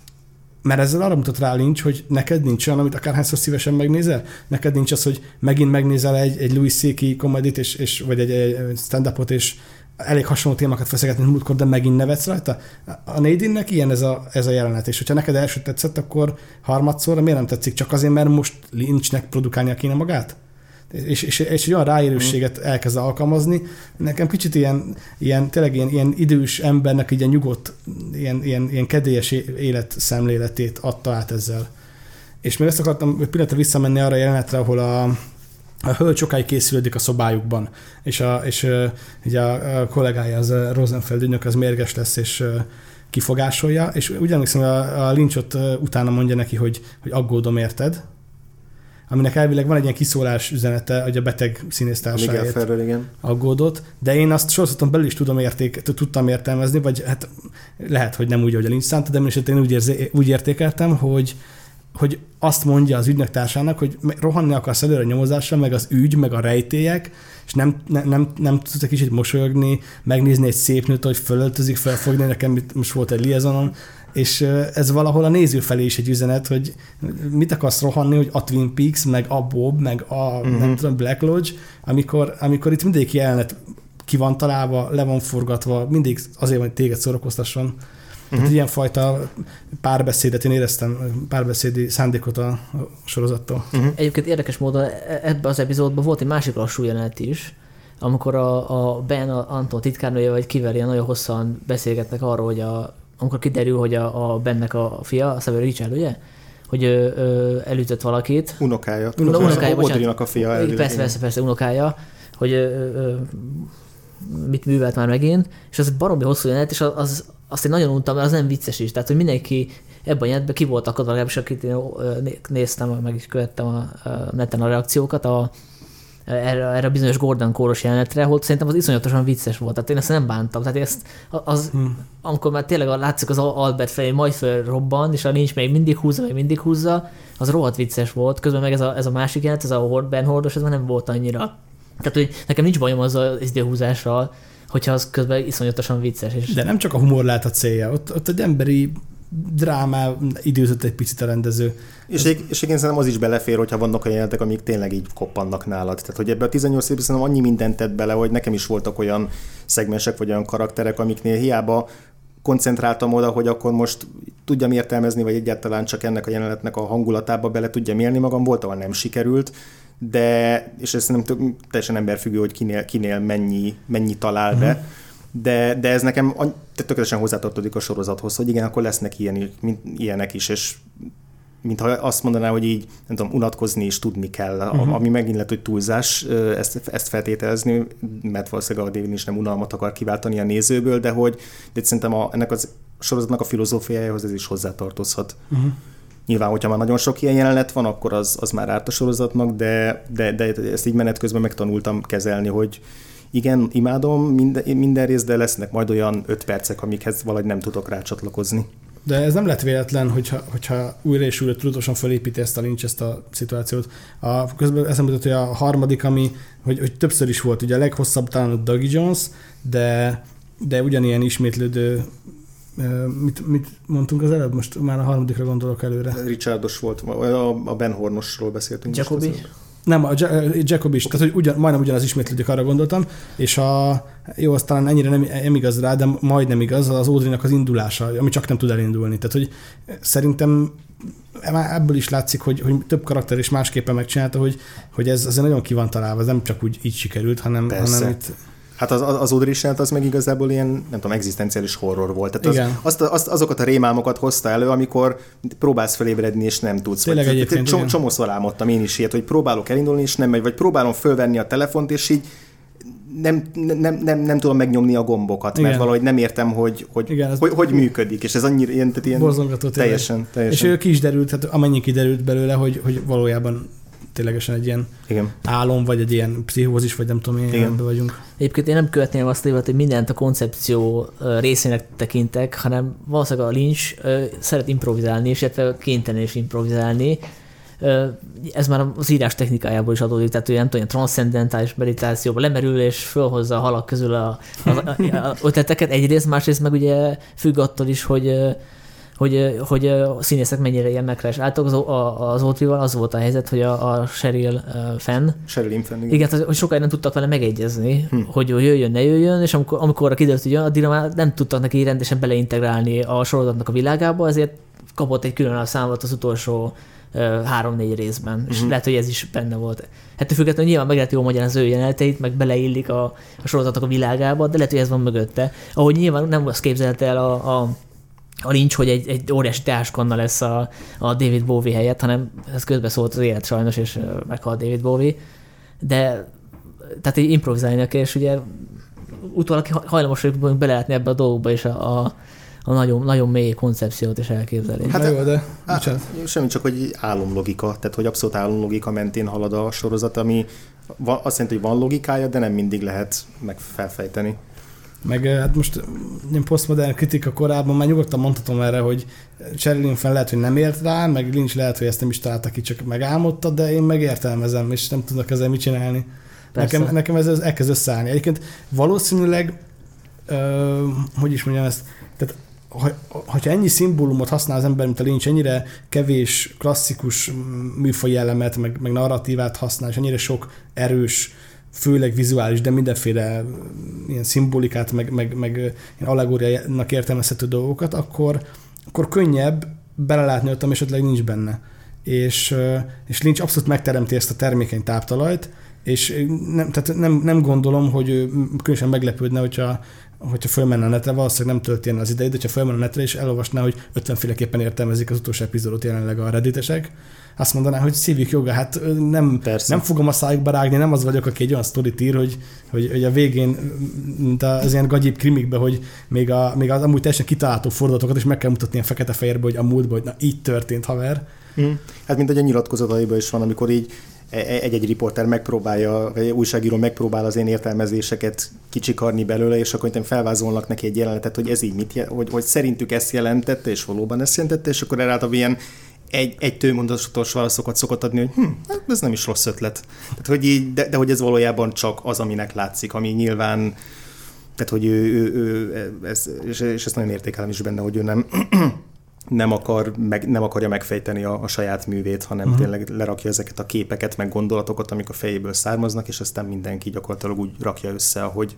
mert ezzel arra mutat rá Lynch, hogy neked nincs olyan, amit akárhányszor szívesen megnézel, neked nincs az, hogy megint megnézel egy, egy Louis C K komedit, és, és, vagy egy, egy stand-upot, és elég hasonló témákat feszegetni múltkor, de megint nevetsz rajta. A Nadine-nek ilyen ez a, ez a jelenet, és hogyha neked első tetszett, akkor harmadszorra miért nem tetszik? Csak azért, mert most Lynchnek produkálnia kéne magát? És, és, és egy olyan ráérősséget elkezd alkalmazni. Nekem kicsit ilyen, ilyen tényleg ilyen, ilyen idős embernek ilyen nyugodt, ilyen, ilyen, ilyen kedélyes életszemléletét adta át ezzel. És még ezt akartam pillanatra visszamenni arra a jelenetre, ahol a, a hölgy sokáig készülődik a szobájukban, és, a, és ugye a, a kollégája, az a Rosenfeld ügynök, az mérges lesz, és kifogásolja, és ugyanis a, a Lynchot utána mondja neki, hogy, hogy aggódom, érted? Aminek elvileg van egy ilyen kiszólás üzenete, hogy a beteg színésztársáért aggódott, de én azt sorozaton belül is tudom érték, tudtam értelmezni, vagy hát lehet, hogy nem úgy, hogy a Lynch szánta, de én úgy, érzé, úgy értékeltem, hogy, hogy azt mondja az ügynöktársának, hogy rohanni akarsz előre a nyomozásra, meg az ügy, meg a rejtélyek, és nem, nem, nem, nem tudsz egy kicsit mosolyogni, megnézni egy szép nőt, hogy fölöltözik, felfogni, nekem most volt egy liaisonom, és ez valahol a néző felé is egy üzenet, hogy mit akarsz rohanni, hogy a Twin Peaks, meg a Bob, meg a uh-huh. nem tudom, Black Lodge, amikor, amikor itt mindegyik jelenet ki van találva, le van forgatva, mindig azért, hogy téged szórakoztasson. Uh-huh. Tehát ilyenfajta párbeszédet, én éreztem párbeszédi szándékot a sorozattól. Uh-huh. Egyébként érdekes módon ebben az epizódban volt egy másik lassú jelenet is, amikor a, a Ben, a Anton titkárnője, vagy kivel ilyen nagyon hosszan beszélgetnek arról, hogy a amikor kiderül, hogy a, a Bennek a fia, a Samuel Richard, ugye? Hogy ö, ö, elütött valakit. Unokája. Un, unokája, bocsánat. A fia elütött. Persze, persze, persze, unokája, hogy ö, ö, mit művelt már megint, és az baromi hosszú jelenet, és az, az, azt én nagyon untam, mert az nem vicces is. Tehát, hogy mindenki ebben a jelenetben ki volt akadva, legalábbis akit én néztem, meg is követtem a, a neten a reakciókat, a erre, erre a bizonyos Gordon kóros jelenetre, hogy szerintem az iszonyatosan vicces volt. Tehát én ezt nem bántam. Tehát ezt, az, hmm. amikor már tényleg látszik az Albert felé, majd felrobban, és a nincs még mindig húzza, még mindig húzza, az rohadt vicces volt. Közben meg ez a, ez a másik jelenet, ez a Ben Hordos, ez már nem volt annyira. Tehát, hogy nekem nincs bajom azzal az időhúzással, hogyha az közben iszonyatosan vicces. És... De nem csak a humor lehet a célja, ott, ott egy emberi drámá időzött egy picit a rendező. És, ég, és igen, szerintem az is belefér, hogyha vannak olyan jelenetek, amik tényleg így koppannak nálad. Tehát, hogy ebbe a tizennyolc évben szerintem annyi mindent tett bele, hogy nekem is voltak olyan szegmensek, vagy olyan karakterek, amiknél hiába koncentráltam oda, hogy akkor most tudjam értelmezni, vagy egyáltalán csak ennek a jelenetnek a hangulatába bele tudjam élni magam, volt, ahol nem sikerült, de, és ez szerintem teljesen emberfüggő, hogy kinél, kinél mennyi, mennyi talál be, uh-huh. de, de ez nekem tökéletesen hozzátartozik a sorozathoz, hogy igen, akkor lesznek ilyen, ilyenek is, és mintha azt mondaná, hogy így, nem tudom, unatkozni is tudni kell, uh-huh. ami megint lehet, hogy túlzás ezt, ezt feltételezni, mert valószínűleg a David is nem unalmat akar kiváltani a nézőből, de hogy de szerintem a, ennek az sorozatnak a filozófiájához ez is hozzátartozhat. Uh-huh. Nyilván, hogyha már nagyon sok ilyen jelenet van, akkor az, az már árt a sorozatnak, de, de, de ezt így menet közben megtanultam kezelni, hogy igen, imádom minden, minden részt, de lesznek majd olyan öt percek, amikhez valahogy nem tudok rácsatlakozni. De ez nem lett véletlen, hogyha, hogyha újra és újra tudatosan felépíti ezt a Lynch, ezt a szituációt. A, közben eszembe jutott, hogy a harmadik, ami, hogy, hogy többször is volt, ugye a leghosszabb talán a Dougie Jones, de, de ugyanilyen ismétlődő, mit, mit mondtunk az előbb? Most már a harmadikra gondolok előre. Richardos volt, a Ben Hornosról beszéltünk. Jacobi? Nem, a Jacob is, tehát hogy ugyan, majdnem ugyanaz ismétlődik, arra gondoltam, és a, jó, az talán ennyire nem, nem igaz rá, de majdnem igaz, az Audrey-nak az indulása, ami csak nem tud elindulni. Tehát, hogy szerintem ebből is látszik, hogy, hogy több karakter is másképpen megcsinálta, hogy, hogy ez azért nagyon ki van találva, ez nem csak úgy így sikerült, hanem, hanem itt... Hát az, az Audrey jelent az meg igazából ilyen, nem tudom, egzisztenciális horror volt. Tehát az, azt, azt, azokat a rémálmokat hozta elő, amikor próbálsz felébredni, és nem tudsz. Tényleg vagy, egyébként, csomó, csomószor álmodtam én is ilyet, hogy próbálok elindulni, és nem megy, vagy próbálom fölvenni a telefont, és így nem, nem, nem, nem tudom megnyomni a gombokat, igen. Mert valahogy nem értem, hogy hogy, igen, hogy, hogy működik, és ez annyira ilyen, tehát ilyen borzongató, teljesen, teljesen. És ő ki is derült, hát amennyi kiderült belőle, hogy, hogy valójában ténylegesen egy ilyen igen. álom, vagy egy ilyen pszichózis, vagy nem tudom, én ebben vagyunk. Egyébként én nem követném azt évet, hogy mindent a koncepció részének tekintek, hanem valószínűleg a Lynch szeret improvizálni, és illetve kénytelen is improvizálni. Ez már az írás technikájából is adódik, tehát olyan, olyan transzcendentális meditációba lemerül, és fölhozza a halak közül a, a, a, a ötleteket egyrészt, másrészt meg ugye függ attól is, hogy hogy, hogy a színészek mennyire érnek rá, és általában az Audrey-val az volt a helyzet, hogy a, a Sheryl Fenn, Sheryl Fenn, igen, igen, hogy sokáig nem tudtak vele megegyezni, hm. hogy jöjjön, ne jöjjön, és amikor, amikor kiderült, hogy jön, addigra már nem tudtak neki rendesen beleintegrálni a sorozatnak a világába, ezért kapott egy külön számot az utolsó három-négy részben, és uh-huh. lehet, hogy ez is benne volt. Hát függetlenül nyilván meg lehet jól magyarázni az ő jeleneteit, meg beleillik a, a sorozatnak a világába, de lehet, hogy ez van mögötte. Ahogy nyilván nem azt képzelte el a, a a Lynch, hogy egy, egy óriási teáskanna lesz a, a David Bowie helyett, hanem ez közben szólt az élet sajnos, és meghalt David Bowie. De tehát így improvizálni kell, és ugye utólag hajlamos vagyok belelátni ebbe a dolgokba, és a, a, a nagyon, nagyon mély koncepciót is elképzelni. Hát jó, de á, semmi, csak hogy álomlogika, tehát hogy abszolút álomlogika mentén halad a sorozat, ami azt jelenti, hogy van logikája, de nem mindig lehet meg felfejteni. Meg hát most ilyen posztmodern kritika korában már nyugodtan mondhatom erre, hogy Sheryl Fenn lehet, hogy nem ért rá, meg Lynch lehet, hogy ezt nem is találta ki, csak megálmodta, de én megértelmezem, és nem tudok ezzel mit csinálni. Nekem, nekem ez, ez elkezd összeállni. Egyébként valószínűleg, ö, hogy is mondjam ezt, tehát ha, hogyha ennyi szimbólumot használ az ember, mint a Lynch, ennyire kevés klasszikus műfaji elemet, meg, meg narratívát használ, és ennyire sok erős, főleg vizuális, de mindenféle ilyen szimbolikát, meg, meg, meg ilyen allegóriának értelmezhető dolgokat, akkor, akkor könnyebb belelátni ott, ami esetleg nincs benne. És, és Lynch abszolút megteremti ezt a termékeny táptalajt, és nem, tehát nem, nem gondolom, hogy különösen meglepődne, hogyha, hogyha fölmenne a netre, valószínűleg nem tölti az idejét, de hogyha fölmenne a netre, és elolvasná, hogy ötvenféleképpen értelmezik az utolsó epizódot jelenleg a redditesek, azt mondaná, hogy szívjuk joga, hát nem, nem fogom a szájukba rágni, nem az vagyok, aki egy olyan sztorit ír, hogy, hogy, hogy a végén, mint az ilyen gagyibb krimikbe, hogy még, a, még az amúgy teljesen kitalálható fordulatokat is meg kell mutatni ilyen fekete-fehérbe, hogy a múltban, hogy na így történt, haver. Mm. Hát mint egy a nyilatkozataiban is van, amikor így egy-egy riporter megpróbálja, vagy egy újságíró megpróbál az én értelmezéseket kicsikarni belőle, és akkor felvázolnak neki egy jelenetet, hogy ez így mit jelent, hogy, hogy szerintük ezt jelentette, és valóban ezt jelentette, és akkor erre ilyen egy, egy tőmondatos válaszokat szokott adni, hogy hm, ez nem is rossz ötlet. Tehát, hogy így, de, de hogy ez valójában csak az, aminek látszik, ami nyilván, tehát hogy ő, ő, ő ez, és, és ezt nagyon értékelem is benne, hogy ő nem nem, akar, meg, nem akarja megfejteni a, a saját művét, hanem uh-huh. tényleg lerakja ezeket a képeket, meg gondolatokat, amik a fejéből származnak, és aztán mindenki gyakorlatilag úgy rakja össze, ahogy.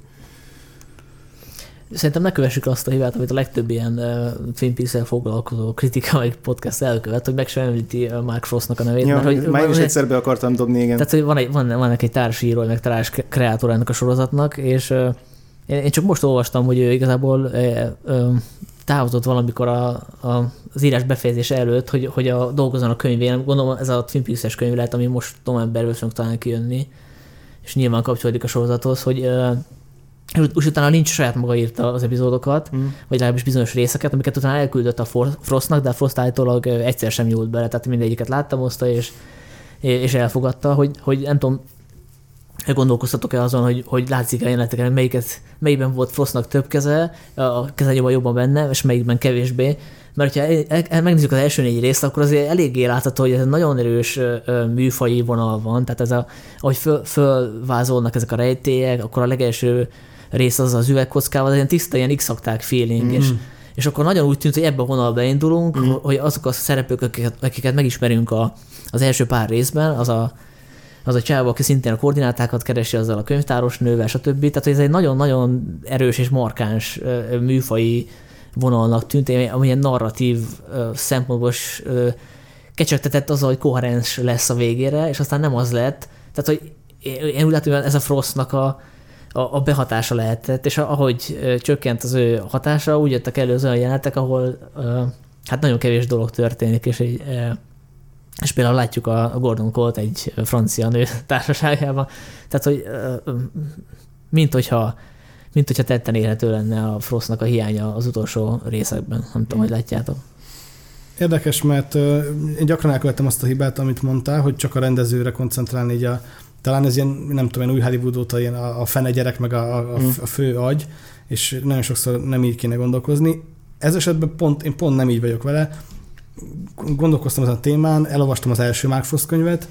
Szerintem ne kövessük azt a hibát, amit a legtöbb ilyen uh, Twin Peaks-el foglalkozó kritika vagy podcast elkövet, hogy meg sem említi uh, Mark Frostnak a nevét. Ja, mert, hogy már én is egyszer be akartam dobni, igen. Tehát, hogy van, egy, van, van egy társíró, meg társ kreátor ennek a sorozatnak, és uh, én csak most olvastam, hogy ő igazából uh, uh, távozott valamikor a, a, az írás befejezése előtt, hogy, hogy a dolgozzon a könyvén. Gondolom ez a Twin Peaks-es könyv lehet, ami most novemberben fognak talán kijönni, és nyilván kapcsolódik a sorozathoz, hogy uh, és utána nincs saját maga írta az epizódokat, mm. vagy legalábbis bizonyos részeket, amiket utána elküldött a Frostnak, de a Frost állítólag egyszer sem nyúlt bele, tehát mindegyiket láttam, oszta, és, és elfogadta, hogy, hogy nem tudom, gondolkoztatok-e azon, hogy, hogy látszik a jeleneteken, melyiket, melyikben volt Frostnak több keze, a keze jobban jobban benne, és melyikben kevésbé. Mert ha el, el, megnézzük az első négy részt, akkor azért eléggé látható, hogy ez egy nagyon erős ö, műfaji vonal van, tehát ez a, ahogy föl, fölvázolnak ezek a rejtélyek, akkor a legelső rész az az üvegkockával, az ilyen tiszta, ilyen x-akták feeling, mm. és, és akkor nagyon úgy tűnt, hogy ebbe a vonalba indulunk, mm. hogy azok a szereplők, akiket, akiket megismerünk a, az első pár részben, az a, az a csávó, aki szintén a koordinátákat keresi azzal a könyvtáros nővel, stb. Tehát ez egy nagyon-nagyon erős és markáns műfai vonalnak tűnt, amilyen narratív szempontból kecsegtetett azzal, hogy koherens lesz a végére, és aztán nem az lett. Tehát, hogy én úgy látom, hogy ez a Frostnak a A, a behatása lehetett, és ahogy ö, csökkent az ő hatása, úgy jöttek elő az olyan jelenetek, ahol ö, hát nagyon kevés dolog történik, és, egy, ö, és például látjuk a, a Gordon Colt egy francia nő társaságában, tehát, hogy ö, mint hogyha mint hogyha tetten érhető lenne a Frostnak a hiánya az utolsó részekben. Nem tudom, hogy látjátok. Érdekes, mert ö, én gyakran elkövettem azt a hibát, amit mondtál, hogy csak a rendezőre koncentrálni így a talán ez ilyen, nem tudom, én új Hollywood óta ilyen a, a fene gyerek, meg a, a, a fő agy, és nagyon sokszor nem így kéne gondolkozni. Ez esetben pont, én pont nem így vagyok vele. Gondolkoztam ezen a témán, elolvastam az első Mark Frost könyvet,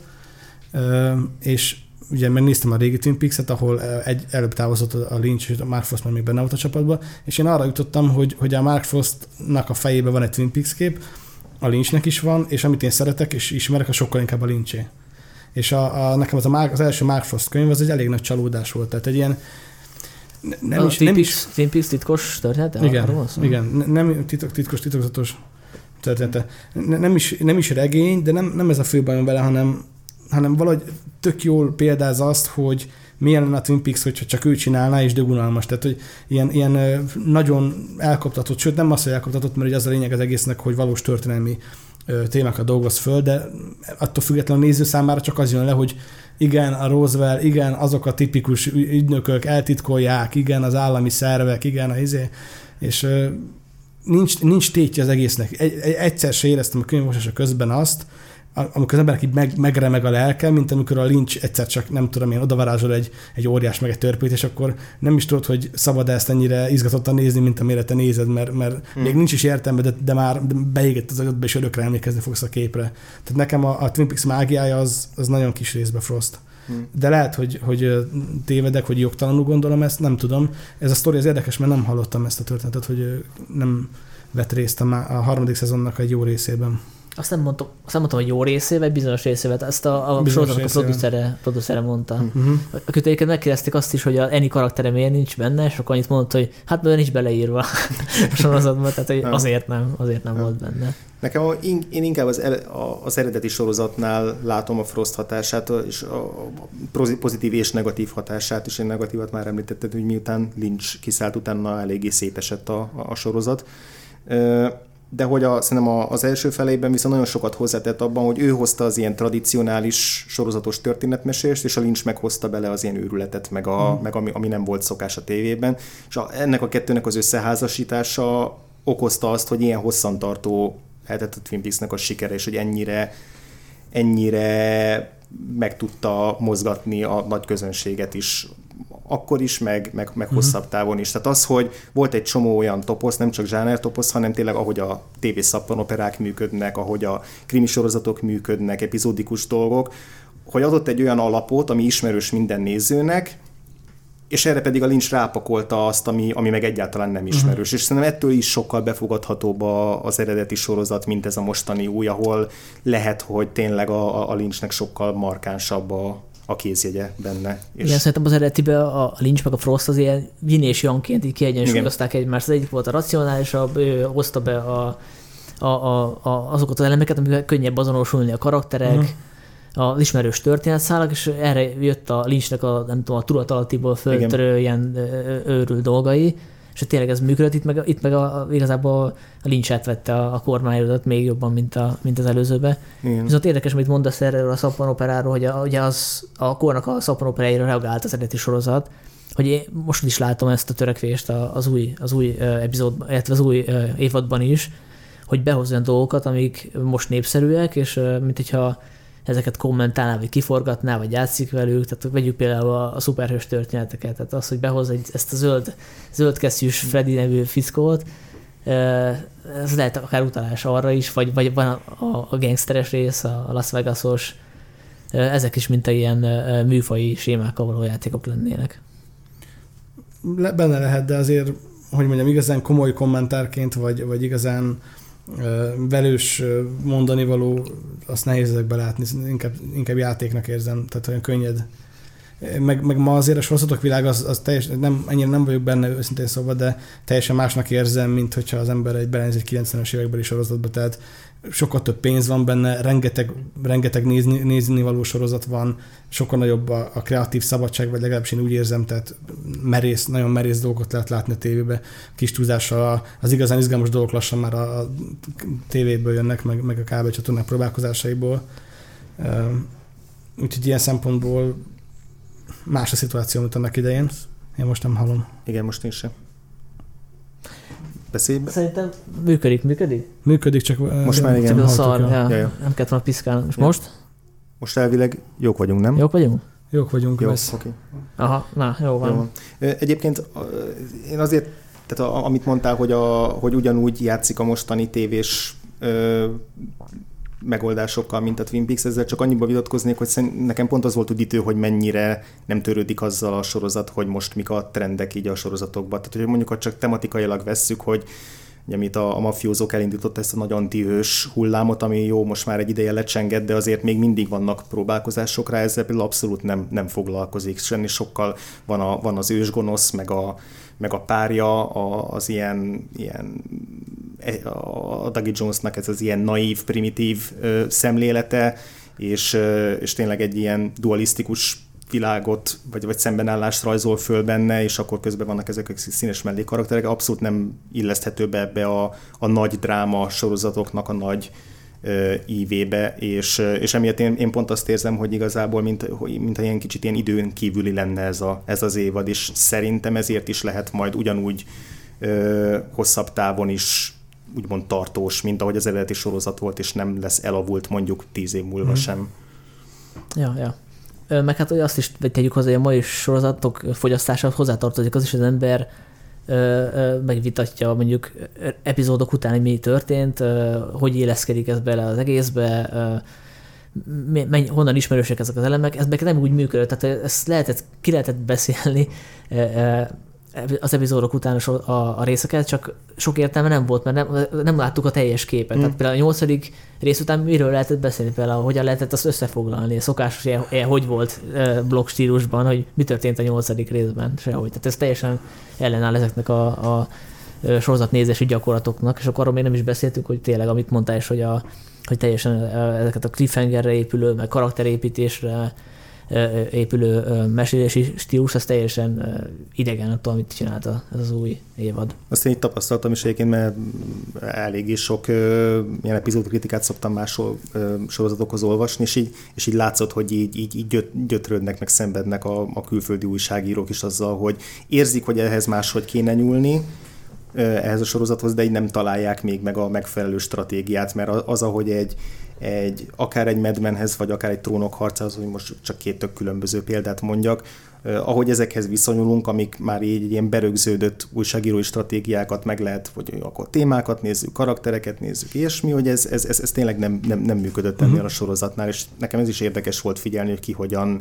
és ugye megnéztem a régi Twin Peaks-et, ahol egy, előbb távozott a Lynch, és a Mark Frost már még benne volt a csapatban, és én arra jutottam, hogy, hogy a Mark Frostnak a fejében van egy Twin Peaks kép, a Lynchnek is van, és amit én szeretek és ismerek, a sokkal inkább a Lynché. És a, a, nekem az, a Mark, az első Mark Frost könyv az egy elég nagy csalódás volt. Tehát egy ilyen... Nem a is, nem is, Twin Peaks titkos története? Igen, igen, nem titok, titkos, titokzatos története. Nem is, nem is regény, de nem, nem ez a fő bajom vele, hanem, hanem valahogy tök jól példáz azt, hogy milyen lenne a Twin Peaks, hogyha csak ő csinálná, és dögunalmas. Tehát, hogy ilyen, ilyen nagyon elkoptatott, sőt nem az, hogy elkoptatott, mert az a lényeg az egésznek, hogy valós történelmi témákat dolgoz föl, de attól függetlenül a néző számára csak az jön le, hogy igen, a Roswell, igen, azok a tipikus ügynökök eltitkolják, igen, az állami szervek, igen, a izé, és nincs, nincs tétje az egésznek. Egy, egyszer se éreztem a könyvolvasása közben azt, amikor az emberek így meg, megremeg a lelke, mint amikor a Lynch egyszer csak, nem tudom én, odavarázsol egy, egy óriás meg egy törpét, és akkor nem is tudod, hogy szabad ezt ennyire izgatottan nézni, mint amire te nézed, mert, mert hmm. még nincs is értelme, de, de már beégett az agyadba, és örökre emlékezni fogsz a képre. Tehát nekem a, a Twin Peaks mágiája az, az nagyon kis részbe Frost. Hmm. De lehet, hogy, hogy tévedek, hogy jogtalanul gondolom ezt, nem tudom. Ez a sztori az érdekes, mert nem hallottam ezt a történetet, hogy nem vett részt a, a harmadik szezonnak egy jó részében. Azt nem mondtam, azt nem mondtam, hogy jó részével, vagy bizonyos részével. Ezt a, a sorozatnak a producere, producere mondta. Uh-huh. Akit egyébként megkérdezték azt is, hogy a Annie karaktere miért nincs benne, és akkor annyit mondta, hogy hát mert nincs beleírva a sorozatban, tehát hogy azért nem, azért nem volt benne. Nekem a, én inkább az, el, az eredeti sorozatnál látom a Frost hatását, és a pozitív és negatív hatását, és én negatívat már említetted, hogy miután Lynch kiszállt, utána eléggé szétesett a, a, a sorozat. De hogy a, szerintem az első felében viszont nagyon sokat hozzátett abban, hogy ő hozta az ilyen tradicionális sorozatos történetmesést, és a Lynch meghozta bele az ilyen őrületet, meg, a, mm. meg ami, ami nem volt szokás a tévében. És a, ennek a kettőnek az összeházasítása okozta azt, hogy ilyen hosszantartó lehetett a Twin Peaksnek a sikere, és hogy ennyire, ennyire meg tudta mozgatni a nagy közönséget is, akkor is, meg, meg, meg hosszabb távon is. Tehát az, hogy volt egy csomó olyan toposz, nem csak zsáner toposz, hanem tényleg ahogy a tévé szappanoperák működnek, ahogy a krimi sorozatok működnek, epizódikus dolgok, hogy adott egy olyan alapot, ami ismerős minden nézőnek, és erre pedig a Lynch rápakolta azt, ami, ami meg egyáltalán nem ismerős. Uh-huh. És szerintem ettől is sokkal befogadhatóbb a, az eredeti sorozat, mint ez a mostani új, ahol lehet, hogy tényleg a, a Lynchnek sokkal markánsabb a, a kézjegye benne. És igen, szerintem az eredetiben a Lynch meg a Frost az ilyen yin és yang-ként így kiegyensúlyozták egymást. Az egyik volt a racionálisabb, ő hozta be a, a, a, a, azokat az elemeket, amikkel könnyebb azonosulni a karakterek, uh-huh. az ismerős történetszálak, és erre jött a Lynchnek a, nem tudom, a tudatalattiból föltörő ilyen őrült dolgai, és tényleg ez működött, itt meg, itt meg a, igazából a Lynch átvette a, a kormányodat még jobban, mint, a, mint az előzőben. Igen. Viszont érdekes, amit mondasz erről a szappanoperáról, hogy a, ugye az, a kornak a szappanoperáira reagált az eredeti sorozat, hogy én most is látom ezt a törekvést az új, az új epizódban, illetve az új évadban is, hogy behoz olyan dolgokat, amik most népszerűek, és mint hogyha ezeket kommentálná, vagy kiforgatná, vagy játszik velük, tehát vegyük például a, a szuperhős történeteket, tehát az, hogy behoz egy, ezt a zöld, zöld kesztyűs Freddy nevű fickót, ez lehet akár utalás arra is, vagy, vagy van a, a, a gangsteres rész, a Las Vegasos, ezek is mint ilyen műfaji sémákkal való játékok lennének. Le, benne lehet, de azért, hogy mondjam, igazán komoly kommentárként, vagy, vagy igazán velős mondani való, azt nehéz ezekbe látni, inkább, inkább játéknak érzem, tehát olyan könnyed. Meg, meg ma azért a sorozatok világ, az, az teljesen, nem, ennyire nem vagyok benne őszintén szóval, de teljesen másnak érzem, mint hogyha az ember egy belenéz egy kilencvenes évekbeli sorozatba, tehát sokkal több pénz van benne, rengeteg, rengeteg nézni, nézni való sorozat van, sokkal nagyobb a, a kreatív szabadság, vagy legalábbis én úgy érzem, tehát merész, nagyon merész dolgokat lehet látni a tévébe, kis túlzással, az igazán izgalmas dolgok lassan már a, a tévéből jönnek, meg, meg a kábelcsatornák próbálkozásaiból. Úgyhogy ilyen szempontból más a szituáció, mint annak idején. Én most nem hallom. Igen, most én sem. Beszélj be. Szerintem működik, működik? Működik, csak most már igen. Csak a szar, ja. Ja, ja. Nem kellett volna piszkálni. És ja. most? Most elvileg jók vagyunk, nem? Jók vagyunk? Jók vagyunk, jó, vesz. Okay. Aha, na, jó van. Jó van. Egyébként én azért, tehát a, amit mondtál, hogy, a, hogy ugyanúgy játszik a mostani tévés ö, megoldásokkal, mint a Twin Peaks, ezzel csak annyiba vitatkoznék, hogy nekem pont az volt üdítő, hogy mennyire nem törődik azzal a sorozat, hogy most mik a trendek így a sorozatokban. Tehát, hogy mondjuk, hogy csak tematikailag vesszük, hogy amit a, a mafiózók elindított ezt a nagy antihős hullámot, ami jó, most már egy ideje lecsengett, de azért még mindig vannak próbálkozások rá, ezzel például abszolút nem, nem foglalkozik. Senni sokkal van, a, van az ősgonosz, meg a, meg a párja, a, az ilyen, ilyen a Dougie Jonesnak ez az ilyen naív, primitív ö, szemlélete, és, ö, és tényleg egy ilyen dualisztikus világot, vagy, vagy szembenállást rajzol föl benne, és akkor közben vannak ezek a színes mellékkarakterek, abszolút nem illeszthető be ebbe a, a nagy dráma sorozatoknak a nagy ö, ívébe, és, és emiatt én, én pont azt érzem, hogy igazából mint, mint ilyen kicsit ilyen időn kívüli lenne ez, a, ez az évad, és szerintem ezért is lehet majd ugyanúgy ö, hosszabb távon is úgymond tartós, mint ahogy az eredeti sorozat volt, és nem lesz elavult mondjuk tíz év múlva mm. sem. Ja, ja. Meg hát azt is tegyük hozzá, hogy a mai sorozatok fogyasztásához hozzátartozik az is, hogy az ember ö, ö, megvitatja mondjuk epizódok után, hogy mi történt, ö, hogy éleszkedik ez bele az egészbe, ö, menny, honnan ismerősek ezek az elemek, ez meg nem úgy működött, tehát ezt lehetett, ki lehetett beszélni ö, ö, az epizódok után a, a, a részeket, csak sok értelme nem volt, mert nem, nem láttuk a teljes képet. Mm. Tehát például a nyolcadik rész után miről lehetett beszélni, például hogyan lehetett azt összefoglalni, a szokásos ilyen, ilyen hogy volt blog stílusban, hogy mi történt a nyolcadik részben, sehogy. Tehát ez teljesen ellenáll ezeknek a, a sorozatnézési gyakorlatoknak, és akkor arról még nem is beszéltünk, hogy tényleg, amit mondtál is, hogy, a, hogy teljesen ezeket a cliffhangerre épülő, meg karakterépítésre épülő mesélési stílus, az teljesen idegen attól, amit csinált ez az új évad. Azt én itt tapasztaltam is egyébként, mert eléggé sok ö, ilyen epizódkritikát szoktam más ö, sorozatokhoz olvasni, és így, és így látszott, hogy így, így, így gyöt, gyötrődnek, meg szenvednek a, a külföldi újságírók is azzal, hogy érzik, hogy ehhez máshogy kéne nyúlni, ehhez a sorozathoz, de így nem találják még meg a megfelelő stratégiát, mert az, ahogy egy, egy akár egy Mad Menhez, vagy akár egy Trónok harcához, hogy most csak két tök különböző példát mondjak, ahogy ezekhez viszonyulunk, amik már így ilyen berögződött újságírói stratégiákat meg lehet, hogy akkor témákat nézzük, karaktereket nézzük, ilyesmi, hogy ez, ez, ez, ez tényleg nem, nem, nem működött ennél uh-huh. a sorozatnál, és nekem ez is érdekes volt figyelni, hogy ki hogyan,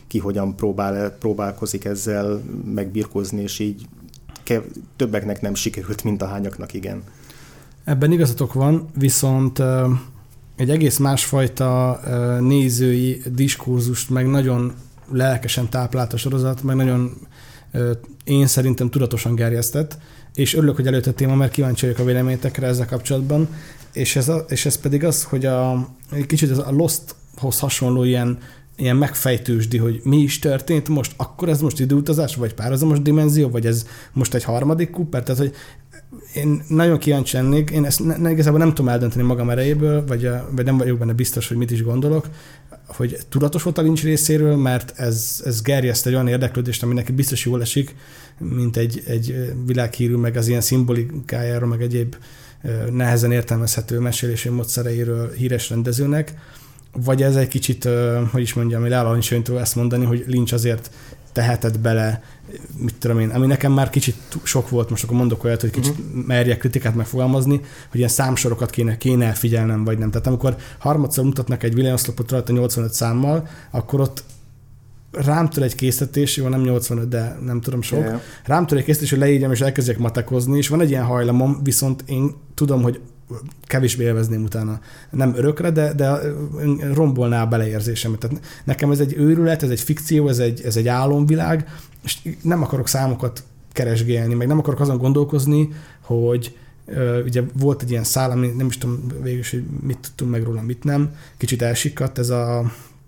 ki hogyan próbál, próbálkozik ezzel megbirkózni, és így kev- többeknek nem sikerült, mint a hányaknak igen. Ebben igazatok van, viszont egy egész másfajta nézői diskurzust, meg nagyon lelkesen táplált a sorozat, meg nagyon én szerintem tudatosan gerjesztett, és örülök, hogy előtt a téma, mert kíváncsi vagyok a véleményetekre ezzel kapcsolatban, és ez, a, és ez pedig az, hogy a, egy kicsit ez a Losthoz hasonló ilyen, ilyen megfejtősdi, hogy mi is történt most, akkor ez most időutazás, vagy párhuzamos dimenzió, vagy ez most egy harmadik Cooper, tehát hogy én nagyon kíváncsi lennék, én ezt ne, ne, igazából nem tudom eldönteni magam erejéből, vagy, vagy nem vagyok benne biztos, hogy mit is gondolok, hogy tudatos volt a Lynch részéről, mert ez, ez gerjeszt egy olyan érdeklődést, ami neki biztos jól esik, mint egy, egy világhírű, meg az ilyen szimbolikájáról, meg egyéb nehezen értelmezhető mesélési módszereiről híres rendezőnek, vagy ez egy kicsit, hogy is mondjam, leállani ezt mondani, hogy Lynch azért tehetett bele, mit tudom én, ami nekem már kicsit sok volt, most akkor mondok olyat, hogy kicsit uh-huh. merjek kritikát megfogalmazni, hogy ilyen számsorokat kéne, kéne elfigyelnem, vagy nem. Tehát amikor harmadszor mutatnak egy villanyoszlopot rajta nyolcvanöt számmal, akkor ott rám tör egy készítés, jó, nem nyolcvanöt, de nem tudom sok, yeah. rám tör egy készítés, hogy leírjam és elkezdjek matekozni, és van egy ilyen hajlamom, viszont én tudom, hogy kevésbé élvezném utána. Nem örökre, de, de rombolná a beleérzésemet. Tehát nekem ez egy őrület, ez egy fikció, ez egy, ez egy álomvilág, és nem akarok számokat keresgélni, meg nem akarok azon gondolkozni, hogy uh, ugye volt egy ilyen szál, ami nem is tudom végül, hogy mit tudtunk meg róla, mit nem. Kicsit elsikadt, ez a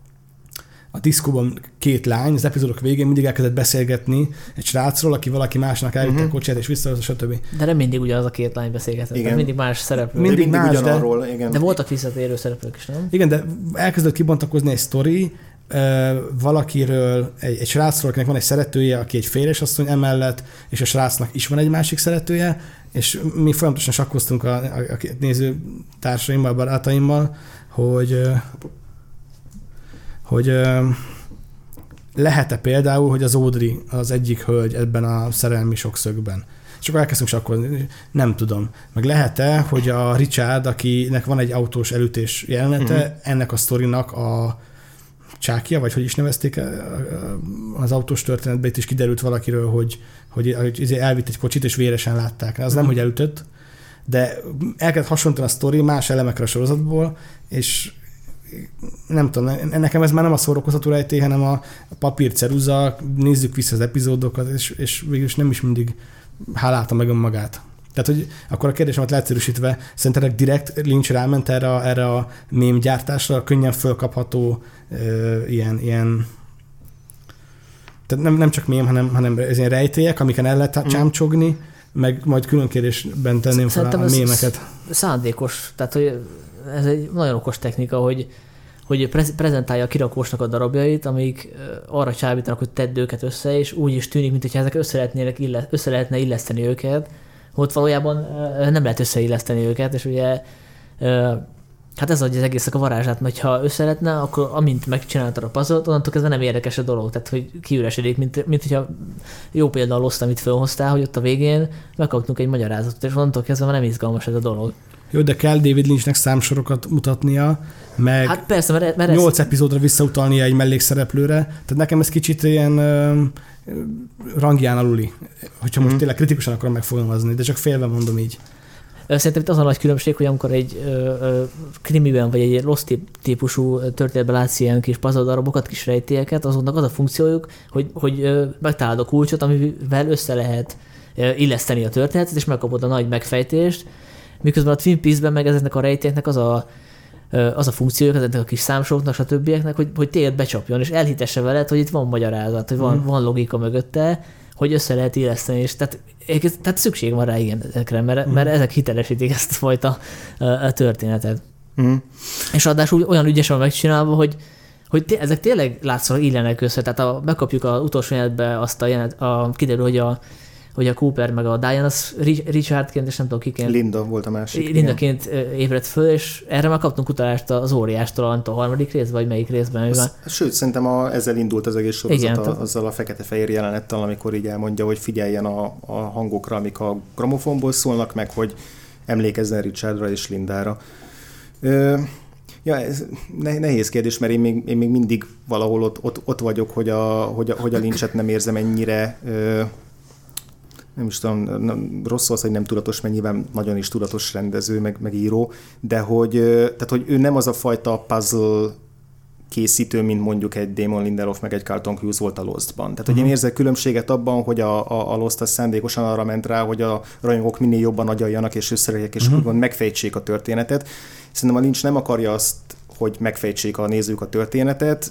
a diszkóban két lány, az epizódok végén mindig elkezdett beszélgetni egy srácról, aki valaki másnak elvitte uh-huh. a kocsiját, és visszahozta, stb. De nem mindig ugyanaz a két lány beszélgetett, igen. mindig más szereplő. Mindig, mindig más, ugyanarról, de, igen. De voltak visszatérő szereplők is, nem? Igen, de elkezdett kibontakozni egy sztori, valakiről, egy, egy srácról, akinek van egy szeretője, aki egy férjes asszony emellett, és a srácnak is van egy másik szeretője, és mi folyamatosan sakkoztunk a, a, a néző társaimmal, barátaimmal, hogy hogy lehet-e például, hogy az Audrey az egyik hölgy ebben a szerelmi sokszögben. És akkor elkezdünk sakkozni, nem tudom. Meg lehet-e, hogy a Richard, akinek van egy autós elütés jelenete, uh-huh. ennek a sztorinak a csákja, vagy hogy is nevezték az autós történetben, itt is kiderült valakiről, hogy, hogy elvitt egy kocsit, és véresen látták. Az uh-huh. nem, hogy elütött, de elkezdett hasonlítani a sztori más elemekre a sorozatból, és nem tudom, nekem ez már nem a szórakoztató rejtély, hanem a papír ceruza, nézzük vissza az epizódokat, és, és végülis nem is mindig hálálta meg önmagát. Tehát, hogy akkor a kérdésemet leegyszerűsítve, szerintetek direkt Lynch ráment erre a, erre a mém gyártásra, könnyen fölkapható ö, ilyen, ilyen tehát nem, nem csak mém, hanem, hanem ez ilyen rejtélyek, amiken el lehet mm. csámcsogni, meg majd külön kérdésben tenném fel a mémeket. Szándékos, tehát, hogy ez egy nagyon okos technika, hogy, hogy prezentálja a kirakósnak a darabjait, amik arra csábítanak, hogy tedd őket össze, és úgy is tűnik, mintha ezek össze, lehetnének, össze lehetne illeszteni őket, ott valójában nem lehet összeilleszteni őket, és ugye hát ez adja az egésznek a varázsát, mert ha össze lehetne, akkor amint megcsináltad a puzzle-t, onnantól kezdve nem érdekes a dolog, tehát hogy kiüresedik, mint, mint hogyha jó példa a Lost, amit felhoztál, hogy ott a végén megkaptunk egy magyarázatot, és onnantól kezdve már nem izgalmas ez a dolog. Jó, de kell David Lynchnek számsorokat mutatnia, meg hát persze, mert, mert nyolc ez... epizódra visszautalnia egy mellékszereplőre. Tehát nekem ez kicsit ilyen uh, rangján aluli, hogyha most mm. tényleg kritikusan akarom megfogalmazni, de csak félve mondom így. Szerintem itt az a nagy különbség, hogy amikor egy ö, ö, krimiben vagy egy Lost típusú történetben látsz ilyen kis puzzle darabokat, kis rejtélyeket, azoknak az a funkciójuk, hogy, hogy ö, megtalálod a kulcsot, amivel össze lehet ö, illeszteni a történetet, és megkapod a nagy megfejtést, miközben a Twin Peaks-ben meg ezeknek a rejtélyeknek az a, az a funkciójuk, ezeknek a kis számsoroknak, stb., hogy, hogy téged becsapjon, és elhitesse veled, hogy itt van magyarázat, hogy van, mm. van logika mögötte, hogy össze lehet illeszteni, és tehát, tehát szükség van rá ilyen ezekre, mert, mm. mert ezek hitelesítik ezt a fajta a történetet. Mm. És ráadásul olyan ügyesen megcsinálva, hogy, hogy té- ezek tényleg látszólag illenek össze, tehát a, megkapjuk az utolsó jelenetbe azt a jelenet, a, kiderül, hogy a hogy a Cooper meg a Diane az Richardként, és nem tudom kiként. Linda volt a másik. Lindaként ébredt föl, és erre már kaptunk utalást az óriástól, a harmadik rész, vagy melyik részben. Az, sőt, szerintem a, ezzel indult az egész sorozat, igen, a, azzal a fekete-fehér jelenettel, amikor így elmondja, hogy figyeljen a, a hangokra, amik a gramofonból szólnak, meg hogy emlékezzen Richardra és Lindára. Ö, Ja, ez nehéz kérdés, mert én még, én még mindig valahol ott, ott, ott vagyok, hogy a, hogy, a, hogy a Lynchet nem érzem ennyire, ö, nem is tudom, nem, rossz az, hogy nem tudatos, mert nyilván nagyon is tudatos rendező, meg, meg író, de hogy, tehát, hogy ő nem az a fajta puzzle készítő, mint mondjuk egy Damon Lindelof, meg egy Carlton Cuse volt a Lostban. Tehát, uh-huh. hogy én érzek különbséget abban, hogy a, a, a Lost az szándékosan arra ment rá, hogy a rajongók minél jobban agyaljanak és összeregjenek, és uh-huh. úgymond megfejtsék a történetet. Szerintem a Lynch nem akarja azt, hogy megfejtsék a nézők a történetet,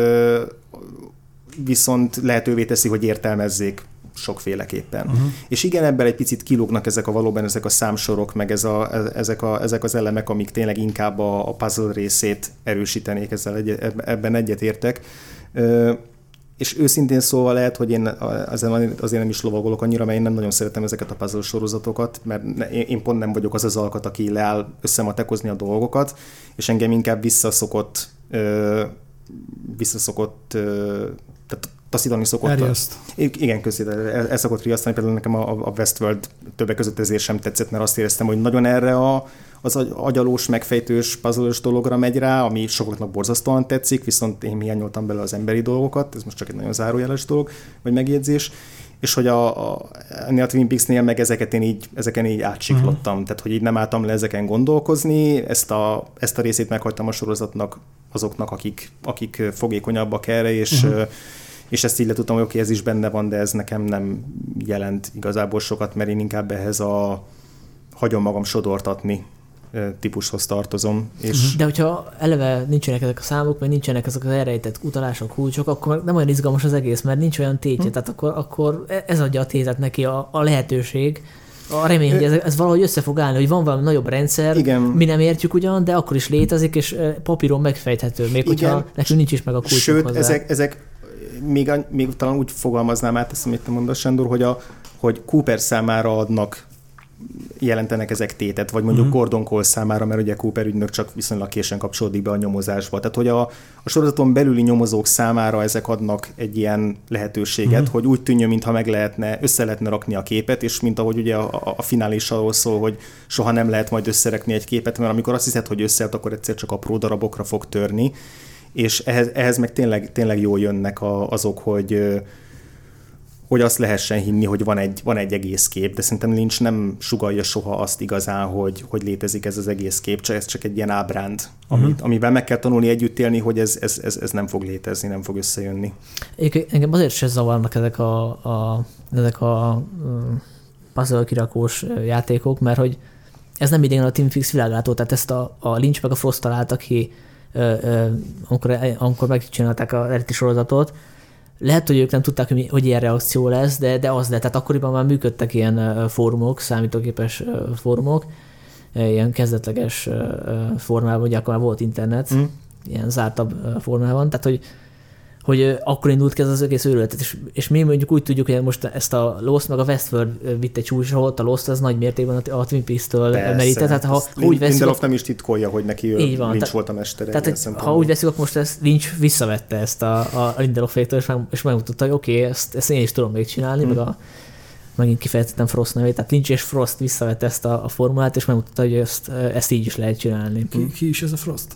viszont lehetővé teszi, hogy értelmezzék sokféleképpen. Uh-huh. És igen, ebben egy picit kilógnak ezek a valóban ezek a számsorok, meg ez a, ezek, a, ezek az elemek, amik tényleg inkább a, a puzzle részét erősítenék, ezzel egy, ebben egyetértek. És őszintén szólva lehet, hogy én azért nem is lovagolok annyira, mert én nem nagyon szeretem ezeket a puzzle sorozatokat, mert én pont nem vagyok az az alkat, aki leáll összematekozni a dolgokat, és engem inkább visszaszokott visszaszokott tehát taszítani szokott. Elriaszt. Igen, közé, el szokott riasztani, például nekem a, a Westworld többek között ezért sem tetszett, mert azt éreztem, hogy nagyon erre a, az agyalós, megfejtős, puzzle-ös dologra megy rá, ami sokaknak borzasztóan tetszik, viszont én hiányoltam bele az emberi dolgokat, ez most csak egy nagyon zárójeles dolog, vagy megjegyzés, és hogy a, a, ennél a Twin Peaks-nél meg ezeket én így, ezeken így átsiklottam, uh-huh. tehát hogy így nem álltam le ezeken gondolkozni, ezt a, ezt a részét meghagytam a sorozatnak azoknak, akik, akik fogékonyabbak erre, és uh-huh. és ezt így le tudtam, hogy oké, ez is benne van, de ez nekem nem jelent igazából sokat, mert én inkább ehhez a hagyom magam sodortatni típushoz tartozom. És... De hogyha eleve nincsenek ezek a számok, mert nincsenek ezek az elrejtett utalások, kulcsok, akkor nem olyan izgalmas az egész, mert nincs olyan tétje, hm. tehát akkor, akkor ez adja a tétet neki a, a lehetőség, a remény, hogy ez, ez valahogy össze fog állni, hogy van valami nagyobb rendszer, igen. mi nem értjük ugyan, de akkor is létezik, és papíron megfejthető, még igen. hogyha nekünk nincs is meg a kulcsok Sőt, hozzá. ezek, ezek még, még talán úgy fogalmaznám át ezt, amit te mondasz, Sándor, hogy, a, hogy Cooper számára adnak, jelentenek ezek tétet, vagy mondjuk uh-huh. Gordon Cole számára, mert ugye Cooper ügynök csak viszonylag későn kapcsolódik be a nyomozásba. Tehát, hogy a, a sorozaton belüli nyomozók számára ezek adnak egy ilyen lehetőséget, uh-huh. hogy úgy tűnjön, mintha meg lehetne, össze lehetne rakni a képet, és mint ahogy ugye a, a, a finális arról szól, hogy soha nem lehet majd összerakni egy képet, mert amikor azt hiszed, hogy összeállt, akkor egyszer csak apró darabokra fog törni, és ehhez, ehhez meg tényleg, tényleg jól jönnek a, azok, hogy hogy azt lehessen hinni, hogy van egy, van egy egész kép, de szerintem Lynch nem sugallja soha azt igazán, hogy, hogy létezik ez az egész kép, csak ez csak egy ilyen ábránd, uh-huh. amit, amivel meg kell tanulni együtt élni, hogy ez, ez, ez, ez nem fog létezni, nem fog összejönni. Engem azért se zavarnak ezek a, a, ezek a puzzle kirakós játékok, mert hogy ez nem idén a Twin Peaks világától, tehát ezt a, a Lynch meg a Frost találtak ki, amikor, amikor megcsinálták az eredeti sorozatot. Lehet, hogy ők nem tudták, hogy, hogy ilyen reakció lesz, de, de az lett. Tehát akkoriban már működtek ilyen fórumok, számítógépes fórumok, ilyen kezdetleges formában, ugye akkor már volt internet, mm. ilyen zártabb formában, tehát hogy, hogy akkor indult ki ez az egész őrületet, és, és mi mondjuk úgy tudjuk, hogy most ezt a Lost meg a Westworld vitte csúcsra, ott a Lost az nagy mértékben a Twin Peaks-től merített. Tehát ha úgy veszük, Lindelof nem is titkolja, hogy neki ő van, Lynch volt a mestere. Tehát ha úgy veszük, akkor most ezt Lynch visszavette ezt a, a Lindelof-éktől, és, meg, és megmutatta, hogy oké, okay, ezt, ezt én is tudom még csinálni, mm. meg a megint kifejtettem Frost nevét, tehát Lynch és Frost visszavette ezt a, a formulát, és megmutatta, hogy ezt, ezt így is lehet csinálni. Ki, ki is ez a Frost?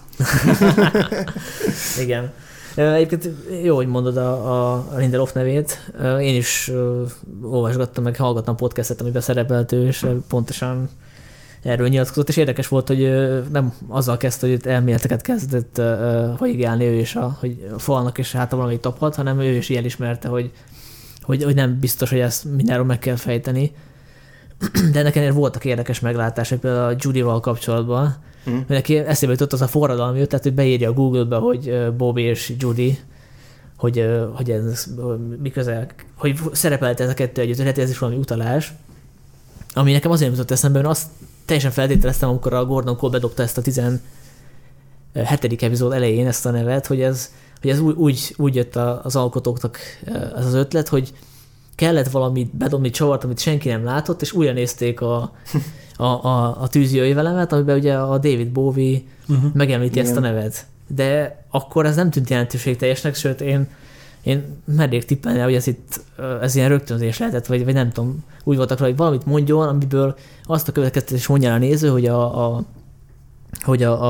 Igen. Egyébként jó, hogy mondod a, a Lindelof nevét. Én is olvasgattam, meg hallgattam podcastet, amiben szerepelt ő, és pontosan erről nyilatkozott, és érdekes volt, hogy nem azzal kezdte, hogy elméleteket kezdett haigálni ő is, a, hogy a falnak és hát valami taphat, hanem ő is ilyen ismerte, hogy, hogy, hogy nem biztos, hogy ezt mindenről meg kell fejteni. De ennek ennél voltak érdekes meglátások, például a Judy-val kapcsolatban, Mm. neki eszébe jutott az a forradalmi, tehát hogy beírja a Google-be, hogy Bobby és Judy, hogy, hogy ez mi közel, hogy szerepelt ez a kettő együtt, lehet, ez is valami utalás, ami nekem azért jutott eszembe, mert azt teljesen feltételeztem, amikor a Gordon Cole bedobta ezt a tizenhetedik epizód elején ezt a nevet, hogy ez, hogy ez úgy, úgy, úgy jött az alkotóknak ez az ötlet, hogy kellett valamit bedobni, csavart, amit senki nem látott, és újra nézték a a, a, a tűzjöjj velemet, amiben ugye a David Bowie uh-huh. megemlíti Igen. ezt a nevet. De akkor ez nem tűnt jelentőségteljesnek, sőt én, én mernék tippelni, hogy ez itt ez ilyen rögtönzés lehetett, vagy, vagy nem tudom, úgy voltak rá, hogy valamit mondjon, amiből azt a következtetés mondja a néző, hogy a, a, hogy a, a,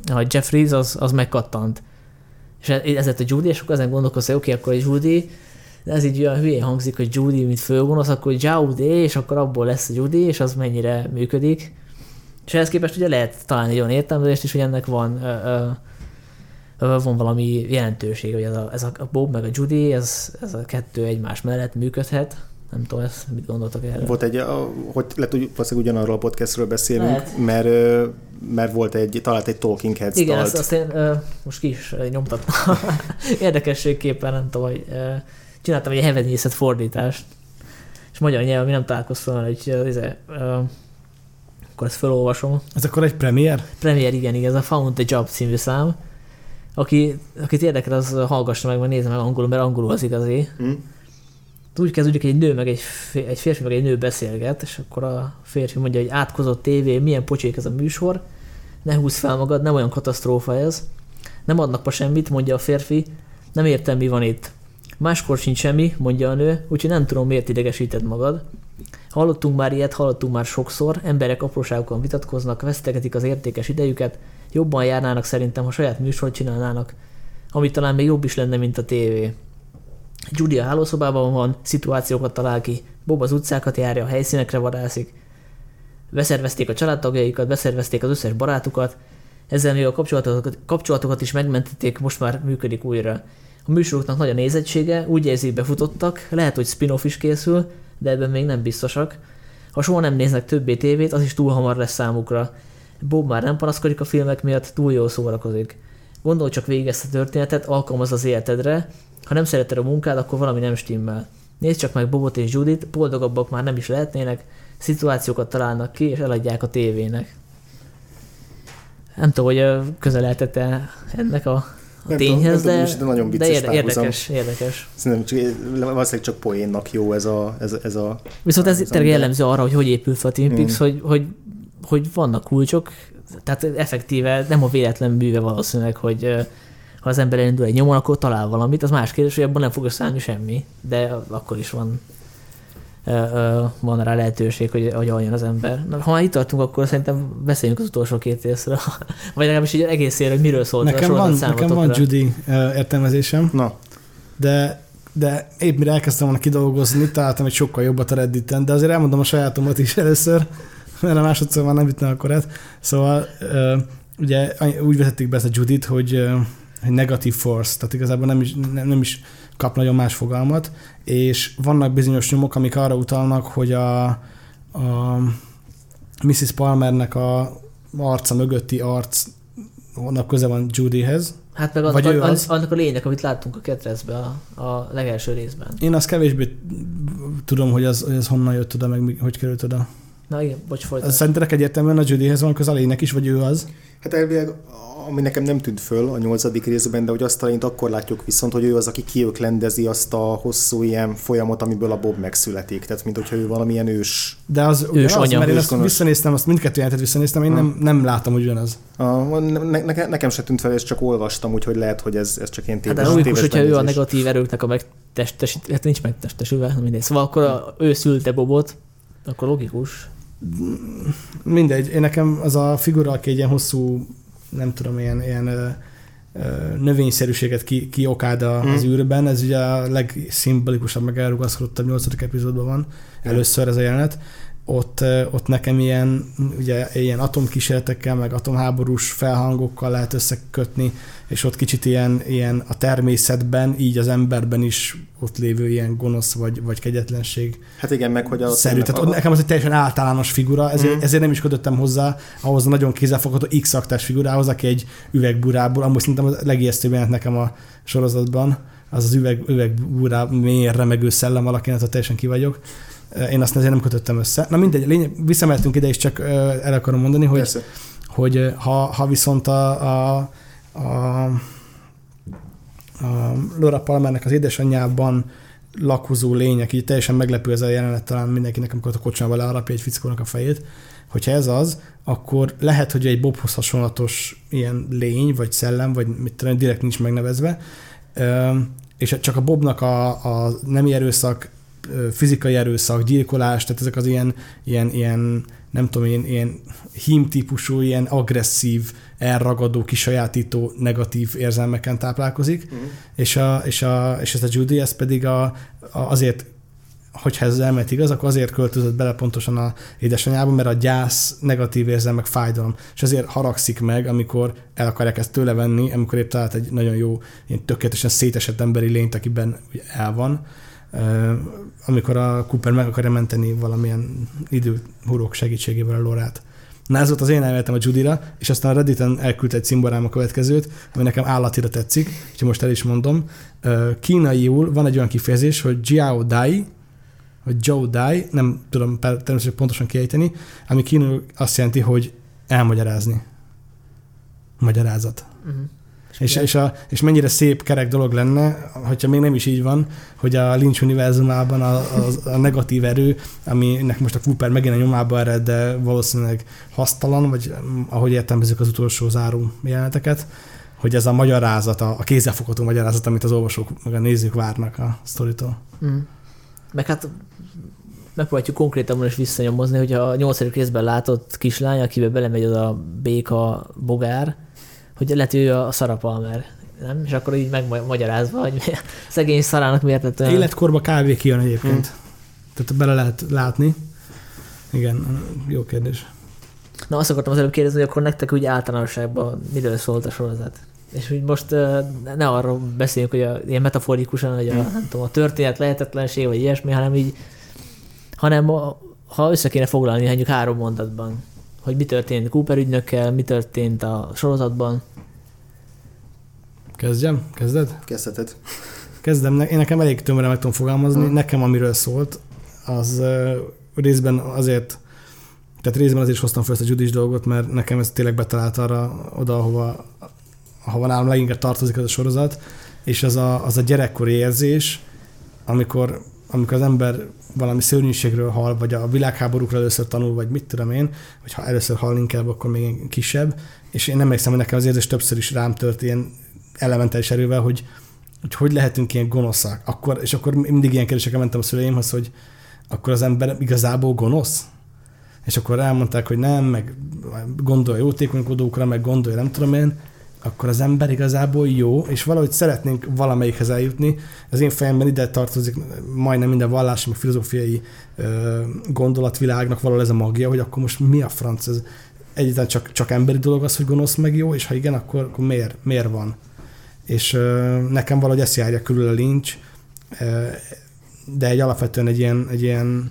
a Jeffries, az, az megkattant. És ez lett a Judy, és akkor ezen gondolkoztam, hogy oké, okay, akkor a Judy, de ez így olyan hülyén hangzik, hogy Judy, mint főgonosz, akkor Judy, és akkor abból lesz a Judy, és az mennyire működik. És ehhez képest ugye lehet találni egy olyan értelmezést is, hogy ennek van, ö, ö, van valami jelentőség, hogy ez a, ez a Bob meg a Judy, ez, ez a kettő egymás mellett működhet. Nem tudom, ezt mit gondoltak erre. Volt egy, hogy lehet, hogy valószínűleg ugyanarról a podcastről beszélünk, mert, mert volt egy, talált egy Talking Heads igen, dalt. azt, azt én uh, most ki is nyomtattam. Érdekességképpen nem tudom, hogy uh, csináltam egy hevenyészet fordítást, és magyar nyelven mi nem találkoztam, hogy uh, uh, akkor ezt felolvasom. Ez akkor egy premier? Premier, igen, igen, ez a Found the Job című szám. Aki, akit érdekel, az hallgassa meg, vagy nézze meg angolul, mert angolul az igazi. Mm. Úgy kezdődik, hogy egy nő meg egy, egy férfi meg egy nő beszélget, és akkor a férfi mondja, hogy átkozott tévé, milyen pocsék ez a műsor, ne húzz fel magad, nem olyan katasztrófa ez. Nem adnak ma semmit, mondja a férfi, nem értem, mi van itt. Máskor sincs semmi, mondja a nő, úgyhogy nem tudom, miért idegesíted magad. Hallottunk már ilyet, hallottunk már sokszor, emberek apróságokon vitatkoznak, vesztegetik az értékes idejüket, jobban járnának szerintem, ha saját műsort csinálnának, ami talán még jobb is lenne, mint a tévé. Judy a hálószobában van, szituációkat talál ki, Bob az utcákat járja, a helyszínekre vadászik. Beszervezték a családtagjaikat, beszervezték az összes barátukat, ezzel még a kapcsolatokat, kapcsolatokat is megmentették, most már működik újra. A műsoroknak nagy a nézettsége, úgy érzik, befutottak, lehet, hogy spin-off is készül, de ebben még nem biztosak. Ha soha nem néznek többé tévét, az is túl hamar lesz számukra. Bob már nem panaszkodik a filmek miatt, túl jól szórakozik. Gondolj csak végig ezt a történetet, alkalmazd az életedre, ha nem szereted a munkád, akkor valami nem stimmel. Nézd csak meg Bobot és Judit, boldogabbak már nem is lehetnének, szituációkat találnak ki, és eladják a tévének. Nem tudom, hogy közel lehetett-e ennek a, a tényhez, tudom, de, de, nagyon vicces de érdekes, érdekes. Szerintem csak, valószínűleg csak poénnak jó ez a... Ez, ez a Viszont ez tényleg jellemző arra, hogy hogy épül fel a Twin Peaks, hmm. hogy, hogy, hogy vannak kulcsok, tehát effektíve nem a véletlen műve valószínűleg, hogy ha az ember elindul egy nyomon, akkor talál valamit, az más kérdés, hogy abban nem fog összeállni semmi, de akkor is van, van rá lehetőség, hogy, hogy aljan az ember. Na, ha már itt tartunk, akkor szerintem beszéljünk az utolsó két részről, vagy legalábbis egy egész ér, hogy miről szólt nekem a van, nekem van Judy értelmezésem, Na. de, de épp mire elkezdtem volna kidolgozni, találtam egy sokkal jobbat a Redditen, de azért elmondom a sajátomat is először, mert a másodszor már nem ütne akkor ezt. Szóval ugye úgy vezették be ezt a Judit, hogy egy negatív force, tehát igazából nem is, nem, nem is kap nagyon más fogalmat, és vannak bizonyos nyomok, amik arra utalnak, hogy a, a missziz Palmernek a arca mögötti arc, annak köze van Judyhez. Hát meg annak, a, az, annak a lénynek, amit láttunk a ketrecben a, a legelső részben. Én azt kevésbé tudom, hogy az, hogy az honnan jött oda, meg hogy került oda. Na igen, bocs, folytasd. Szerintetek egyértelműen a Judyhez van köze a lénynek is, vagy ő az? Hát elvileg, ami nekem nem tűnt föl a nyolcadik részben, de hogy azt talán akkor látjuk viszont, hogy ő az, aki kiöklendezi azt a hosszú ilyen folyamot, amiből a Bob megszületik. Tehát, mint hogyha ő valamilyen ős... De az ős ugyanaz, mert én azt visszanéztem, azt mindkettő jelentet visszanéztem, én nem, nem látom, hogy ugyanaz. A, ne, ne, nekem se tűnt fel, és csak olvastam, úgyhogy lehet, hogy ez, ez csak ilyen téves. Hát de logikus, hogyha ő a negatív erőknek a megtestesít, hát nincs megtestesülve, mindegy. Szóval akkor a, ő szülte Bobot, akkor logikus. Mindegy, én nekem az a figura, aki egy ilyen hosszú, nem tudom, ilyen, ilyen ö, ö, növényszerűséget ki, kiokád az mm. űrben, ez ugye a legszimbolikusabb, meg elrugaszkodottabb nyolcadik epizódban van, először ez a jelenet. Ott, ott nekem ilyen, ugye, ilyen atomkísérletekkel, meg atomháborús felhangokkal lehet összekötni, és ott kicsit ilyen, ilyen a természetben, így az emberben is ott lévő ilyen gonosz vagy, vagy kegyetlenség. Hát igen, meg hogy a... Szerű. Tehát a... nekem az egy teljesen általános figura, ezért, mm. ezért nem is kötöttem hozzá ahhoz a nagyon kézzelfogható X-aktás figurához, aki egy üvegburából, amúgy szerintem a legijesztőbb jelent nekem a sorozatban, az az üveg, üvegburá mélyén remegő szellem valakinek, tehát teljesen ki vagyok. Én azt ezért nem kötöttem össze. Na mindegy, lényeg, visszamehetünk ide, és csak el akarom mondani, hogy, hogy ha, ha viszont a, a, a, a Laura Palmernek az édesanyjában lakozó lények, így teljesen meglepő ez a jelenet talán mindenkinek, amikor a kocsmába leharapja egy fickónak a fejét, hogyha ez az, akkor lehet, hogy egy Bobhoz hasonlatos ilyen lény, vagy szellem, vagy mit tudom, direkt nincs megnevezve, és csak a Bobnak a, a nemi erőszak fizikai erőszak, gyilkolás, tehát ezek az ilyen, ilyen, ilyen nem tudom, ilyen, ilyen hím-típusú, ilyen agresszív, elragadó, kisajátító, negatív érzelmeken táplálkozik, uh-huh. és, a, és, a, és ez a Judy, ez pedig a, a, azért, hogyha ez az elmélet igaz, akkor azért költözött bele pontosan a édesanyába, mert a gyász, negatív érzelmek, fájdalom. És azért haragszik meg, amikor el akarják ezt tőle venni, amikor épp talált egy nagyon jó, ilyen tökéletesen szétesett emberi lényt, akiben el van, amikor a Cooper meg akarja menteni valamilyen időhurok segítségével a Laurát. Na ez volt az én elméletem a Judyra, és aztán a Redditen elküldte egy cimborám a következőt, ami nekem állatira tetszik, és most el is mondom. Kínaiul van egy olyan kifejezés, hogy Jiao Dai, vagy Zhou Dai, nem tudom természetesen pontosan kiejteni, ami kínaiul azt jelenti, hogy elmagyarázni. Magyarázat. Uh-huh. És, és, a, és mennyire szép, kerek dolog lenne, hogyha még nem is így van, hogy a Lynch univerzumában a, a, a negatív erő, aminek most a Cooper megint a nyomába ered, de valószínűleg hasztalan, vagy ahogy értelmezzük az utolsó záró jeleneteket, hogy ez a magyarázat, a, a kézzelfogható magyarázat, amit az olvasók, meg a nézők várnak a sztoritól. Mm. Meg hát megpróbáljuk konkrétan is visszanyomozni, hogy a nyolcadik részben látott kislány, akivel belemegy az a béka bogár, hogy lehet, hogy ő a szarapalmer, nem? És akkor így megmagyarázva, hogy szegény szarának miért lett olyan... Életkorba kávé kijön egyébként. Hmm. Tehát bele lehet látni. Igen, jó kérdés. Na azt akartam az előbb kérdezni, hogy akkor nektek úgy általánosságban miről szólt a sorozat? És úgy most ne arról beszéljünk, hogy a, ilyen metaforikusan, hogy a, nem tudom, a történet lehetetlenség, vagy ilyesmi, hanem így, hanem a, ha össze kéne foglalni mondjuk három mondatban, hogy mi történt Cooper ügynökkel, mi történt a sorozatban. Kezdjem? Kezded? Kezdheted. Kezdem. Én nekem elég tömören meg tudom fogalmazni. Hmm. Nekem amiről szólt, az uh, részben azért, tehát részben azért is hoztam fel ezt a Judy-s dolgot, mert nekem ez tényleg betalált arra oda, ahova, ahova nálam leginkább tartozik ez a sorozat, és az a, az a gyerekkori érzés, amikor, amikor az ember valami szörnyűségről hall, vagy a világháborúkra először tanul, vagy mit tudom én, vagy ha először hall inkább, akkor még kisebb, és én nem emlékszem, hogy nekem az érzés többször is rám tört ilyen elementális erővel, hogy hogy, hogy lehetünk ilyen gonoszak. Akkor, és akkor mindig ilyen kérdésekkel mentem a szüleimhez, hogy akkor az ember igazából gonosz? És akkor elmondták, hogy nem, meg gondolja jótékonykodókra, meg gondolja nem tudom én, akkor az ember igazából jó, és valahogy szeretnénk valamelyikhez eljutni. Az én fejemben ide tartozik majdnem minden vallási, meg filozófiai ö, gondolatvilágnak valahol ez a magja, hogy akkor most mi a franc? Ez egyáltalán csak, csak emberi dolog az, hogy gonosz meg jó, és ha igen, akkor, akkor miért, miért van? És ö, nekem valahogy ezt járja körül a Lynch, ö, de egy alapvetően egy ilyen, egy ilyen,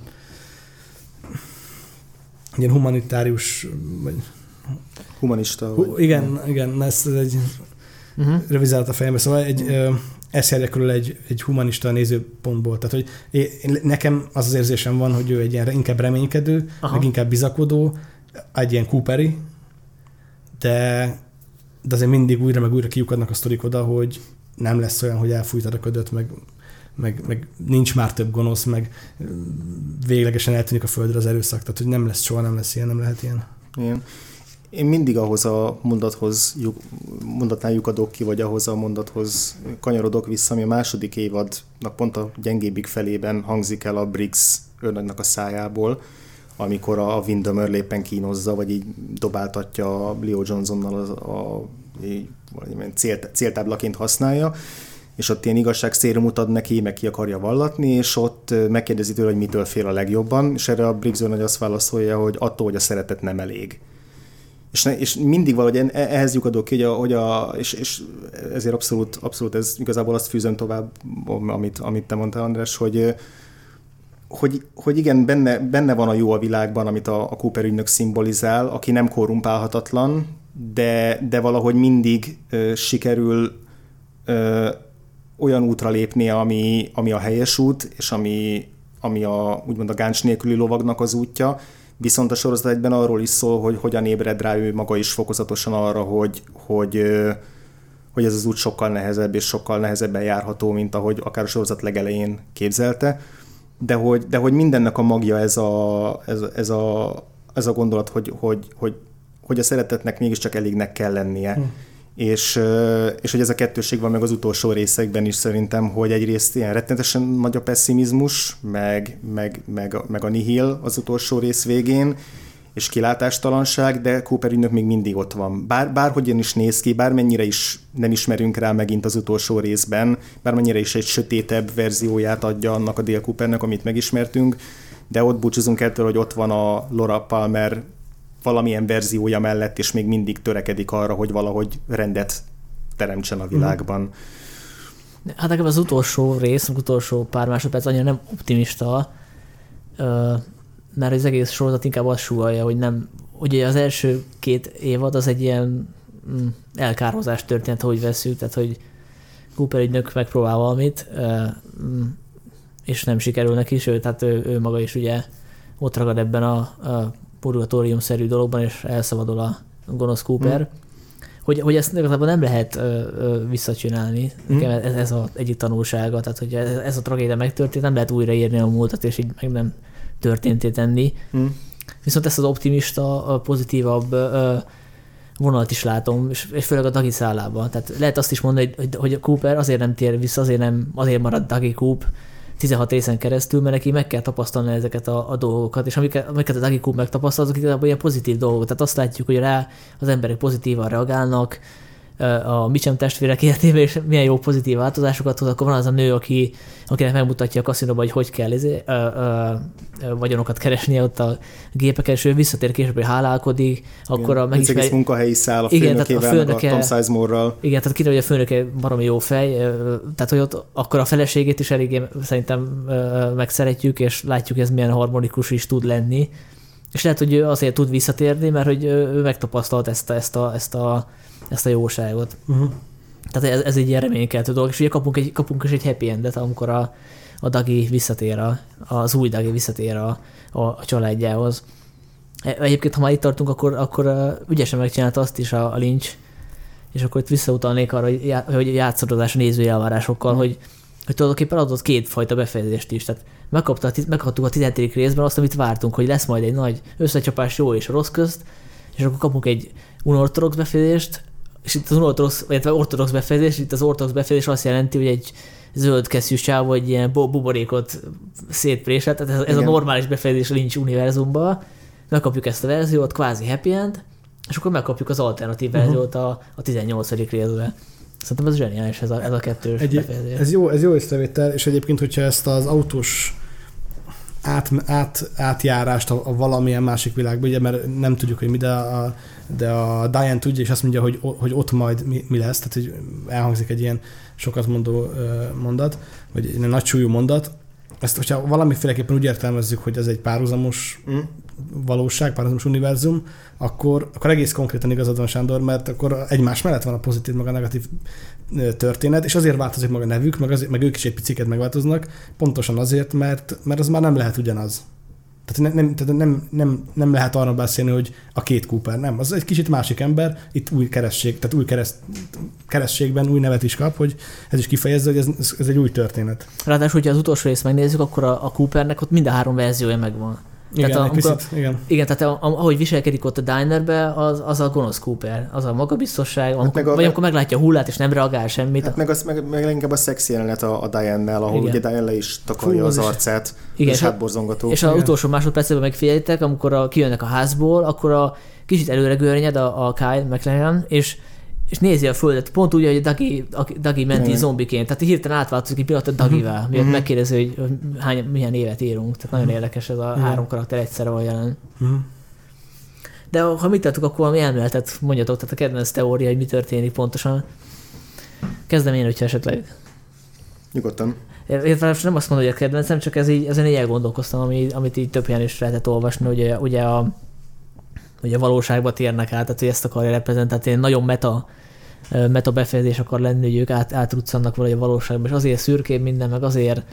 egy ilyen humanitárius, vagy humanista. Hu, igen, igen, ez egy uh-huh. revizált a fejembe, szóval egy, ö, ezt járja körül egy, egy humanista nézőpontból. Tehát, hogy én, nekem az az érzésem van, hogy ő egy ilyen inkább reménykedő, aha. meg inkább bizakodó, egy ilyen Cooperi, de, de azért mindig újra meg újra kiukadnak a sztorik oda, hogy nem lesz olyan, hogy elfújtad a ködöt, meg, meg, meg nincs már több gonosz, meg véglegesen eltűnik a földre az erőszak, tehát hogy nem lesz, soha nem lesz ilyen, nem lehet ilyen. Igen. Én mindig ahhoz a mondathoz, mondatnál lyukadok ki, vagy ahhoz a mondathoz kanyarodok vissza, ami a második évadnak pont a gyengébbik felében hangzik el a Briggs őrnagynak a szájából, amikor a Windermere éppen kínozza, vagy így dobáltatja a Leo Johnsonnal a, a, a célt, céltáblaként használja, és ott ilyen igazságszérumot ad neki, meg ki akarja vallatni, és ott megkérdezi tőle, hogy mitől fél a legjobban, és erre a Briggs őrnagy azt válaszolja, hogy attól, hogy a szeretet nem elég. És, ne, és mindig valahogy ehhez lyukadok ki, hogy, a, hogy a, és, és ezért abszolút, abszolút ez igazából azt fűzöm tovább, amit, amit te mondtál, András, hogy, hogy, hogy igen, benne, benne van a jó a világban, amit a, a Cooper ügynök szimbolizál, aki nem korrumpálhatatlan, de, de valahogy mindig ö, sikerül ö, olyan útra lépnie, ami, ami a helyes út, és ami, ami a, úgymond a gáncs nélküli lovagnak az útja. Viszont a sorozat egyben arról is szól, hogy hogyan ébred rá ő maga is fokozatosan arra, hogy, hogy, hogy ez az út sokkal nehezebb és sokkal nehezebben járható, mint ahogy akár a sorozat legelején képzelte. De hogy, de hogy mindennek a magja ez a, ez, ez a, ez a gondolat, hogy, hogy, hogy, hogy a szeretetnek mégiscsak elégnek kell lennie. Hm. És, és hogy ez a kettősség van meg az utolsó részekben is szerintem, hogy egyrészt ilyen rettenetesen nagy a pessimizmus, meg, meg, meg, a, meg a nihil az utolsó rész végén, és kilátástalanság, de Cooper ügynök még mindig ott van. Bár, bárhogyan is néz ki, bármennyire is nem ismerünk rá megint az utolsó részben, bármennyire is egy sötétebb verzióját adja annak a Dale Coopernek, amit megismertünk, de ott búcsúzunk ettől, hogy ott van a Laura Palmer valamilyen verziója mellett, és még mindig törekedik arra, hogy valahogy rendet teremtsen a világban. Hát nekem az utolsó rész, az utolsó pár másodperc annyira nem optimista, mert az egész sorozat inkább azt súgolja, hogy nem, ugye az első két évad az egy ilyen elkárhozás történet, hogy vesszük, tehát hogy Cooper ügynök megpróbál valamit, és nem sikerül neki, sőt, tehát ő, ő maga is ugye ott ragad ebben a, a purgatórium-szerű dologban, és elszabadul a gonosz Cooper. Mm. Hogy, hogy ezt igazából nem lehet ö, ö, visszacsinálni. Mm. Ez, ez az egyik tanulsága, tehát hogy ez, ez a tragédia megtörtént, nem lehet újraírni a múltat, és így meg nem történté tenni. Mm. Viszont ezt az optimista, a pozitívabb ö, vonalat is látom, és, és főleg a Dougie szállában. Tehát lehet azt is mondani, hogy, hogy a Cooper azért nem tér vissza, azért, nem, azért marad Dougie Coop tizenhat részen keresztül, mert neki meg kell tapasztalni ezeket a, a dolgokat, és amiket, amiket a Dougie Coop megtapasztal, azok igazából ilyen pozitív dolgok. Tehát azt látjuk, hogy rá az emberek pozitívan reagálnak, a Mitchum testvérek életében, és milyen jó pozitív változásokat hoz, akkor van az a nő, aki, akinek megmutatja a kaszinóban, hogy hogy kell ezé, ö, ö, ö, vagyonokat keresnie ott a gépeken, és ő visszatér később, hogy hálálkodik, akkor a megismeri... egész munkahelyi szál a főnökével, a, főnöke, a Tom Sizemore-ral. Igen, tehát kiderül, hogy a főnöke baromi jó fej, tehát hogy ott akkor a feleségét is eléggé szerintem megszeretjük, és látjuk, ez milyen harmonikus is tud lenni. És lehet, hogy ő azért tud visszatérni, mert hogy ő megtapasztalt ezt a, ezt a, ezt a ezt a jóságot. Uh-huh. Tehát ez, ez egy ilyen reménykeltő dolog, és ugye kapunk, egy, kapunk is egy happy endet, amikor a, a Dougie visszatér, a, az új Dougie visszatér a, a, a családjához. Egyébként, ha már itt tartunk, akkor, akkor ügyesen megcsinálta azt is a, a Lynch, és akkor itt visszautalnék arra, hogy, já, hogy játszadozás a nézői elvárásokkal, uh-huh. hogy, hogy tulajdonképpen adott kétfajta befejezést is. Tehát megkapta, megkaptuk a tizedik részben azt, amit vártunk, hogy lesz majd egy nagy összecsapás jó és rossz közt, és akkor kapunk egy unorthodox befejezést, és itt az unorthodox, illetve ortodox befejezés, itt az ortodox befejezés azt jelenti, hogy egy zöld kesztyűs csáv, vagy ilyen buborékot szétprésel, tehát ez, ez a normális befejezés a Lynch univerzumban. Megkapjuk ezt a verziót, kvázi happy end, és akkor megkapjuk az alternatív uh-huh. verziót a, a tizennyolcadik részben. Szerintem ez zseniális, ez a, ez a kettős egy, befejezés. Ez jó, ez jó észrevétel, és egyébként, hogyha ezt az autós át, át, átjárást a, a valamilyen másik világba, ugye, mert nem tudjuk, hogy mi, de a, de a Diane tudja, és azt mondja, hogy, hogy ott majd mi, mi lesz, tehát hogy elhangzik egy ilyen sokat mondó mondat, vagy egy nagy súlyú mondat. Ezt, hogyha valamiféleképpen úgy értelmezzük, hogy ez egy párhuzamos mm. valóság, párhuzamos univerzum, akkor, akkor egész konkrétan igazad van, Sándor, mert akkor egymás mellett van a pozitív, meg a negatív történet, és azért változik meg a nevük, meg, azért, meg ők is egy piciket megváltoznak, pontosan azért, mert, mert az már nem lehet ugyanaz. Tehát, nem, tehát nem, nem, nem lehet arra beszélni, hogy a két Cooper, nem. Az egy kicsit másik ember, itt új keresztség, tehát új kereszt, keresztségben új nevet is kap, hogy ez is kifejezze, hogy ez, ez egy új történet. Ráadásul, hogyha az utolsó részt megnézzük, akkor a, a Coopernek ott mind a három verziója megvan. Igen, tehát amikor, picit, igen. igen, tehát ahogy viselkedik ott a dinerbe, az, az a gonosz Cooper, az a magabiztosság, amikor, meg a, vagy amikor meglátja a hullát, és nem reagál semmit. Hát meg, az, meg, meg leginkább a szex jelenet a, a Diane-nel, ahol igen. ugye Diane le is takarja Fú, az, az arcát, igen, és hátborzongató. És az utolsó másodpercben megfigyeltek, amikor a, kijönnek a házból, akkor a kicsit előre görnyed a, a Kyle MacLachlan, és és nézi a földet, pont úgy, hogy Dougie, Dougie menti mm. zombiként. Tehát hirtelen átváltozik egy pillanat a Dougie-vel, mm-hmm. miatt megkérdezi, hogy hány, milyen évet írunk. Tehát nagyon érdekes, ez a mm. három karakter egyszerre van jelen. Mm. De ha mit tettük, akkor valami elméletet mondjatok, tehát a kedvenc teória, hogy mi történik pontosan. Kezdem én, hogyha esetleg. Nyugodtan. Én nem azt mondom, hogy a kedvencem, csak ez így, ezen így elgondolkoztam, ami, amit így több helyen is lehetett olvasni, ugye, ugye a hogy a valóságba térnek át, tehát hogy ezt akarja reprezentálni, tehát nagyon meta, meta befejezés akar lenni, hogy ők át, átruccannak valahogy a valóságba, és azért szürkébb minden, meg azért,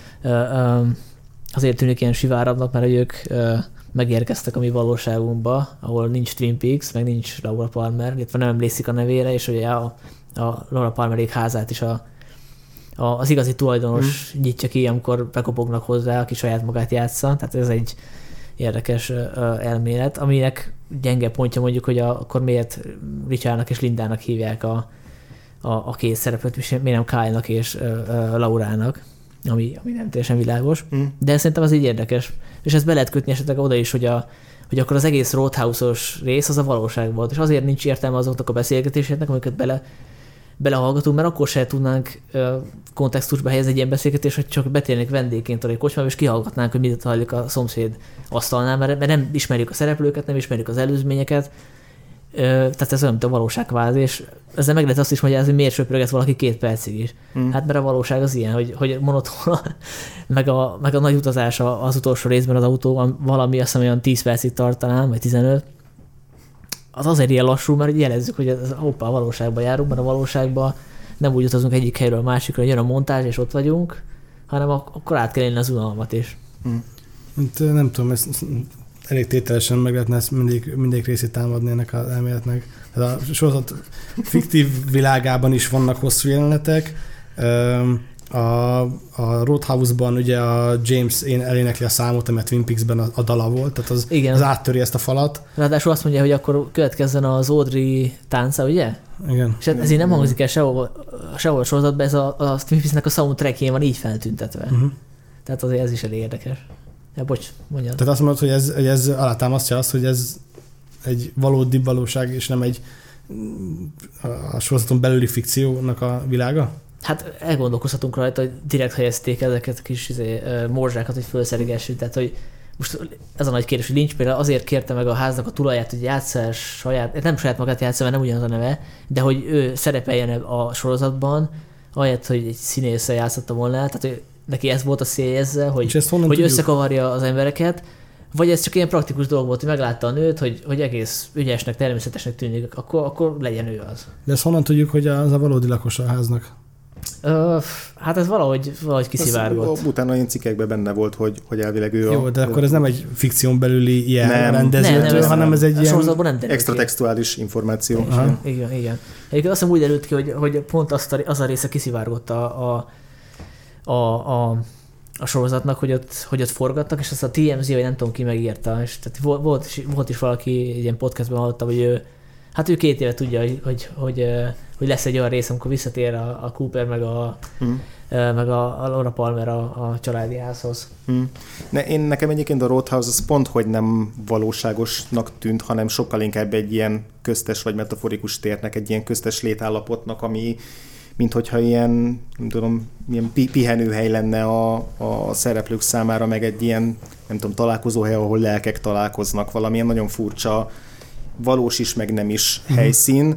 azért tűnik ilyen sivárabbnak, mert hogy ők megérkeztek a mi valóságunkba, ahol nincs Twin Peaks, meg nincs Laura Palmer, illetve nem emlékszik a nevére, és ugye a, a Laura Palmerék házát is a, a, az igazi tulajdonos mm. nyitja ki, amikor bekopognak hozzá, aki saját magát játsza, tehát ez egy érdekes uh, elmélet, aminek gyenge pontja mondjuk, hogy a, akkor miért Richardnak és Lindának hívják a, a, a két szereplőt, és miért nem Kyle-nak és uh, uh, Laurának, ami, ami nem teljesen világos. Mm. De szerintem az így érdekes. És ezt be lehet kötni esetleg oda is, hogy, a, hogy akkor az egész Roadhouse-os rész az a valóság volt, és azért nincs értelme azoknak a beszélgetéseknek, amiket bele belehallgatunk, mert akkor se tudnánk uh, kontextusba helyezni egy ilyen beszélgetést, hogy csak betérnék vendégként a kocsmába, és kihallgatnánk, hogy mit hajlik a szomszéd asztalnál, mert, mert nem ismerjük a szereplőket, nem ismerjük az előzményeket, uh, tehát ez olyan, mint a valóság kvázi, és ezzel meg lehet azt is magyarázni, hogy miért söpröget valaki két percig is. Mm. Hát mert a valóság az ilyen, hogy, hogy monoton, meg a, meg a nagy utazás az utolsó részben az autó, valami azt hiszem olyan tíz percig tartanám, vagy tizenöt, az azért ilyen lassú, mert jelezzük, hogy ez, hoppá, a valóságban járunk, mert a valóságban nem úgy utazunk egyik helyről a másikra, hogy jön a montázs, és ott vagyunk, hanem akkor át kell élni az unalmat is. Hmm. Nem tudom, ezt elég tételesen meg lehetne ezt mindig, mindig részét támadni ennek az elméletnek. A sorozat fiktív világában is vannak hosszú jelenetek. A, a Roadhouse-ban ugye a James én elénekli a számot, amit Twin Peaks-ben a, a dala volt, tehát az, az áttöri ezt a falat. Ráadásul azt mondja, hogy akkor következzen az Audrey tánca, ugye? Igen. És ez így nem hangzik el sehol, sehol a sorozatban, ez a, a Twin Peaks-nek a soundtrackjén van így feltüntetve. Uh-huh. Tehát azért ez is elég érdekes. Ja, bocs, mondjad. Tehát azt mondod, hogy ez, hogy ez alátámasztja azt, hogy ez egy valódi valóság, és nem egy a sorozaton belüli fikciónak a világa? Hát elgondolkozhatunk rajta, hogy direkt helyezték ezeket a kis izé, morzsákat, hogy felszerigessük. Tehát, hogy most ez a nagy kérdés, hogy Lynch például azért kérte meg a háznak a tulaját, hogy játssza saját, nem saját magát játssza, mert nem ugyanaz a neve, de hogy ő szerepeljen a sorozatban, ahelyett, hogy egy színésszel játszotta volna. Tehát, hogy neki ez volt a célja ezzel, hogy, hogy összekavarja az embereket, vagy ez csak ilyen praktikus dolog volt, hogy meglátta a nőt, hogy, hogy egész ügyesnek, természetesnek tűnik, akkor, akkor legyen ő az. De ezt honnan tudjuk, hogy az a valódi lakos a háznak? Uh, hát ez valahogy, valahogy kiszivárgott. Ez, utána ilyen cikkekben benne volt, hogy, hogy elvileg ő Jó, a... de akkor ez nem egy fikción belüli ilyen nem, rendezőtől, nem, nem, hanem ez egy ilyen... nem extra textuális információ. Igen, igen, igen. Egyébként azt hiszem úgy derült ki, hogy, hogy pont azt a, az a része kiszivárgott a, a, a, a, a sorozatnak, hogy ott, hogy ott forgattak, és azt a té em zé, vagy nem tudom ki megírta, és tehát volt, volt, is, volt is valaki egy ilyen podcastban hallotta, hogy ő, hát ő két éve tudja, hogy, hogy, hogy, hogy lesz egy olyan rész, amikor visszatér a, a Cooper, meg a, mm. meg a, a Laura Palmer a, a családi házhoz. Mm. Ne, én nekem egyébként a Roadhouse az pont, hogy nem valóságosnak tűnt, hanem sokkal inkább egy ilyen köztes vagy metaforikus térnek, egy ilyen köztes létállapotnak, ami mint hogyha ilyen, nem tudom, ilyen pihenőhely lenne a, a szereplők számára, meg egy ilyen, nem tudom, találkozóhely, ahol lelkek találkoznak, valamilyen nagyon furcsa, valós is, meg nem is uh-huh. helyszín,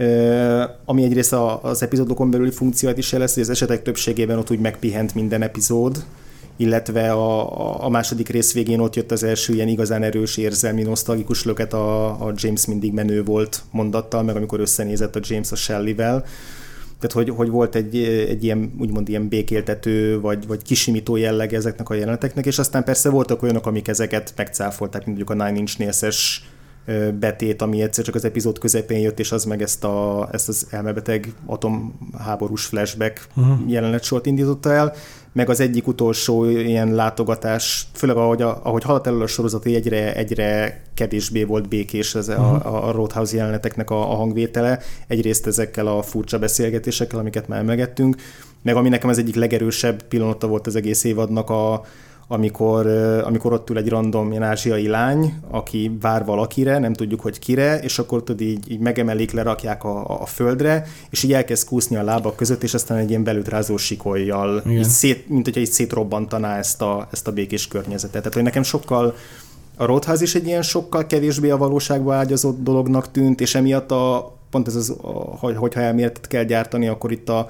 uh, ami egyrészt a, az epizódokon belüli funkciót is jelez, hogy az esetek többségében ott úgy megpihent minden epizód, illetve a, a második rész végén ott jött az első ilyen igazán erős érzelmi, nosztalgikus löket a, a James mindig menő volt mondattal, meg amikor összenézett a James a Shelley-vel. Tehát, hogy, hogy volt egy, egy ilyen, úgymond ilyen békéltető, vagy, vagy kisimító jelleg ezeknek a jeleneteknek, és aztán persze voltak olyanok, amik ezeket megcáfolták, mint mondjuk a Nine Inch Nails-es betét, ami egyszer csak az epizód közepén jött, és az meg ezt, a, ezt az elmebeteg atomháborús flashback uh-huh. jelenetsort indította el, meg az egyik utolsó ilyen látogatás, főleg ahogy, a, ahogy haladt elő a sorozat, egyre, egyre kevésbé volt békés ez uh-huh. a, a Roadhouse jeleneteknek a, a hangvétele, egyrészt ezekkel a furcsa beszélgetésekkel, amiket már emlegettünk, meg ami nekem az egyik legerősebb pillanata volt az egész évadnak a amikor, amikor ott ül egy random ilyen ázsiai lány, aki vár valakire, nem tudjuk, hogy kire, és akkor tudod, így, így megemelik, lerakják a, a földre, és így elkezd kúszni a lábak között, és aztán egy ilyen belütrázó sikolyjal, így szét, mint hogyha így szétrobbantaná ezt a, ezt a békés környezetet. Tehát, hogy nekem sokkal, a Roadhouse is egy ilyen sokkal kevésbé a valóságba ágyazott dolognak tűnt, és emiatt a, pont ez az, a, hogyha elméletet kell gyártani, akkor itt a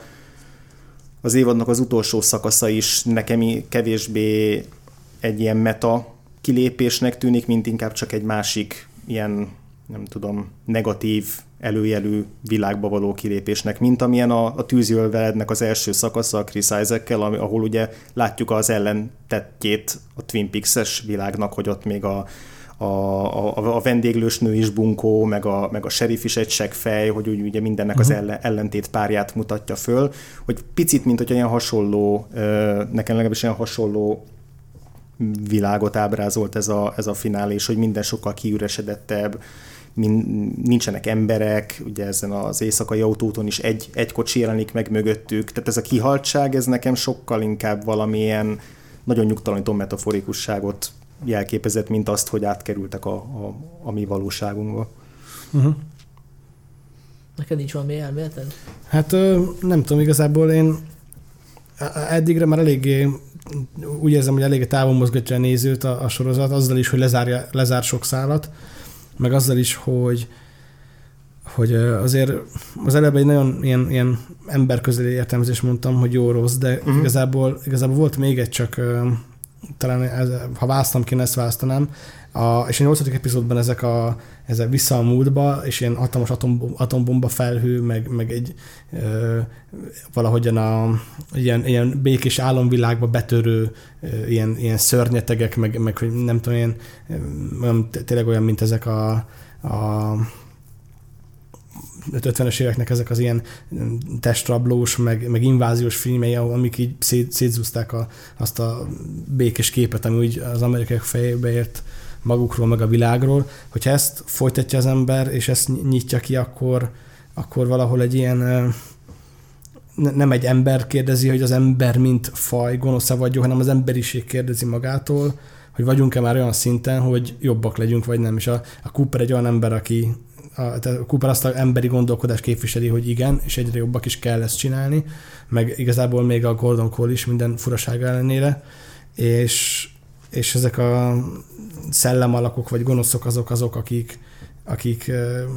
az évadnak az utolsó szakasza is nekem kevésbé egy ilyen meta kilépésnek tűnik, mint inkább csak egy másik ilyen, nem tudom, negatív előjelű világba való kilépésnek, mint amilyen a, a Tűzjöl velednek az első szakasza a Chris Isaackel, ahol ugye látjuk az ellentettjét a Twin Peaks-es világnak, hogy ott még a A, a, a vendéglős nő is bunkó, meg a, meg a sheriff is egy seggfej, hogy úgy ugye mindennek uh-huh. az ellen, ellentét párját mutatja föl, hogy picit, mint hogy olyan hasonló, nekem legalábbis olyan hasonló világot ábrázolt ez a, ez a finálé, és hogy minden sokkal kiüresedettebb, nincsenek emberek, ugye ezen az éjszakai autóton is egy, egy kocsi jelenik meg mögöttük, tehát ez a kihaltság, ez nekem sokkal inkább valamilyen nagyon nyugtalanító metaforikusságot jelképezett, mint azt, hogy átkerültek a, a, a mi valóságunkba. Uh-huh. Neked nincs valami elméleted? Hát nem tudom, igazából én eddigre már eléggé úgy érzem, hogy eléggé távol mozgatja a nézőt a, a sorozat, azzal is, hogy lezárja, lezár sok szálat, meg azzal is, hogy, hogy azért az előbb egy nagyon ilyen, ilyen emberközeli értelmezést mondtam, hogy jó-rossz, de uh-huh. igazából, igazából volt még egy, csak talán ez, ha választam kéne, ezt választanám, a, és a nyolcadik epizódban ezek a, ezek vissza a múltba, és ilyen hatalmas atom, atombomba felhő, meg, meg egy ö, valahogyan a ilyen, ilyen békés álomvilágba betörő ö, ilyen, ilyen szörnyetegek, meg, meg hogy nem tudom, ilyen, olyan, tényleg olyan, mint ezek a, a ötvenes éveknek ezek az ilyen testrablós, meg, meg inváziós filmei, amik így szét, szétzúzták a, azt a békés képet, ami úgy az amerikaiak fejébe ért magukról, meg a világról. Hogyha ezt folytatja az ember, és ezt nyitja ki, akkor, akkor valahol egy ilyen, nem egy ember kérdezi, hogy az ember mint faj gonosz vagy jó, hanem az emberiség kérdezi magától, hogy vagyunk-e már olyan szinten, hogy jobbak legyünk, vagy nem. És a, a Cooper egy olyan ember, aki a, a Cooper azt az emberi gondolkodást képviseli, hogy igen, és egyre jobbak is kell ezt csinálni, meg igazából még a Gordon Cole is minden furasága ellenére, és, és ezek a szellemalakok, vagy gonoszok azok azok, akik, akik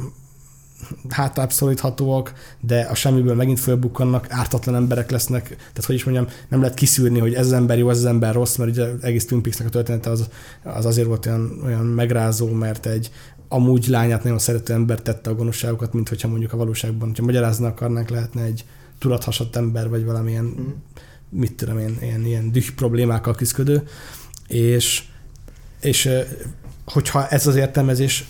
hátrább szoríthatóak, de a semmiből megint fölbukkannak, ártatlan emberek lesznek, tehát hogy is mondjam, nem lehet kiszűrni, hogy ez az ember jó, ez az ember rossz, mert ugye egész Twin Peaksnek a története az, az azért volt olyan, olyan megrázó, mert egy amúgy lányát nagyon szerető ember tette a gonoszságokat, mint hogyha mondjuk a valóságban, hogyha magyarázni akarnánk, lehetne egy tudathasadt ember, vagy valamilyen, mm. mit tudom én, ilyen, ilyen düh problémákkal küzdködő, és, és hogyha ez az értelmezés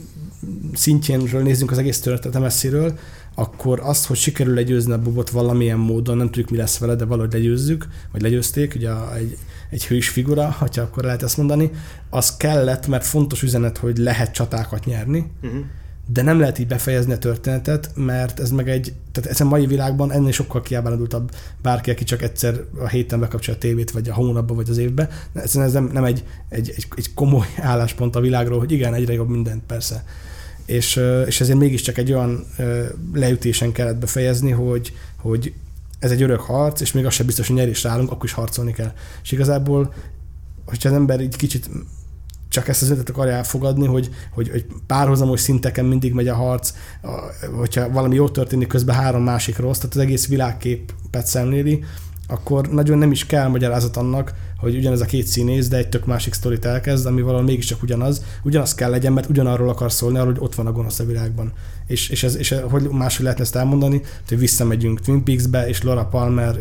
szintjénről nézzünk az egész történetet messziről, akkor azt, hogy sikerül legyőzni a Bobot valamilyen módon, nem tudjuk, mi lesz vele, de valahogy legyőzzük, vagy legyőzték, ugye egy, egy hős figura, hogyha akkor lehet ezt mondani, az kellett, mert fontos üzenet, hogy lehet csatákat nyerni, uh-huh. de nem lehet így befejezni a történetet, mert ez meg egy, tehát ez a mai világban ennél sokkal kiábrándultabb bárki, aki csak egyszer a héten bekapcsol a tévét, vagy a hónapban, vagy az évben. Ez nem, nem egy, egy, egy, egy komoly álláspont a világról, hogy igen, egyre jobb mindent, persze. És, és ezért mégiscsak egy olyan leütésen kellett befejezni, hogy, hogy ez egy örök harc, és még az sem biztos, hogy nyerésre állunk, akkor is harcolni kell. És igazából, hogyha az ember így kicsit csak ezt az ötletet akarja elfogadni, hogy, hogy, hogy párhuzamos szinteken mindig megy a harc, hogyha valami jó történik, közben három másik rossz, tehát az egész világképet szemléli, akkor nagyon nem is kell magyarázat annak, hogy ugyanez a két színész, de egy tök másik sztorit elkezd, ami valahol mégiscsak ugyanaz, ugyanaz kell legyen, mert ugyanarról akar szólni, arról, hogy ott van a gonosz a világban. És, és, ez, és hogy máshogy lehetne ezt elmondani, hogy visszamegyünk Twin Peaksbe, és Laura Palmer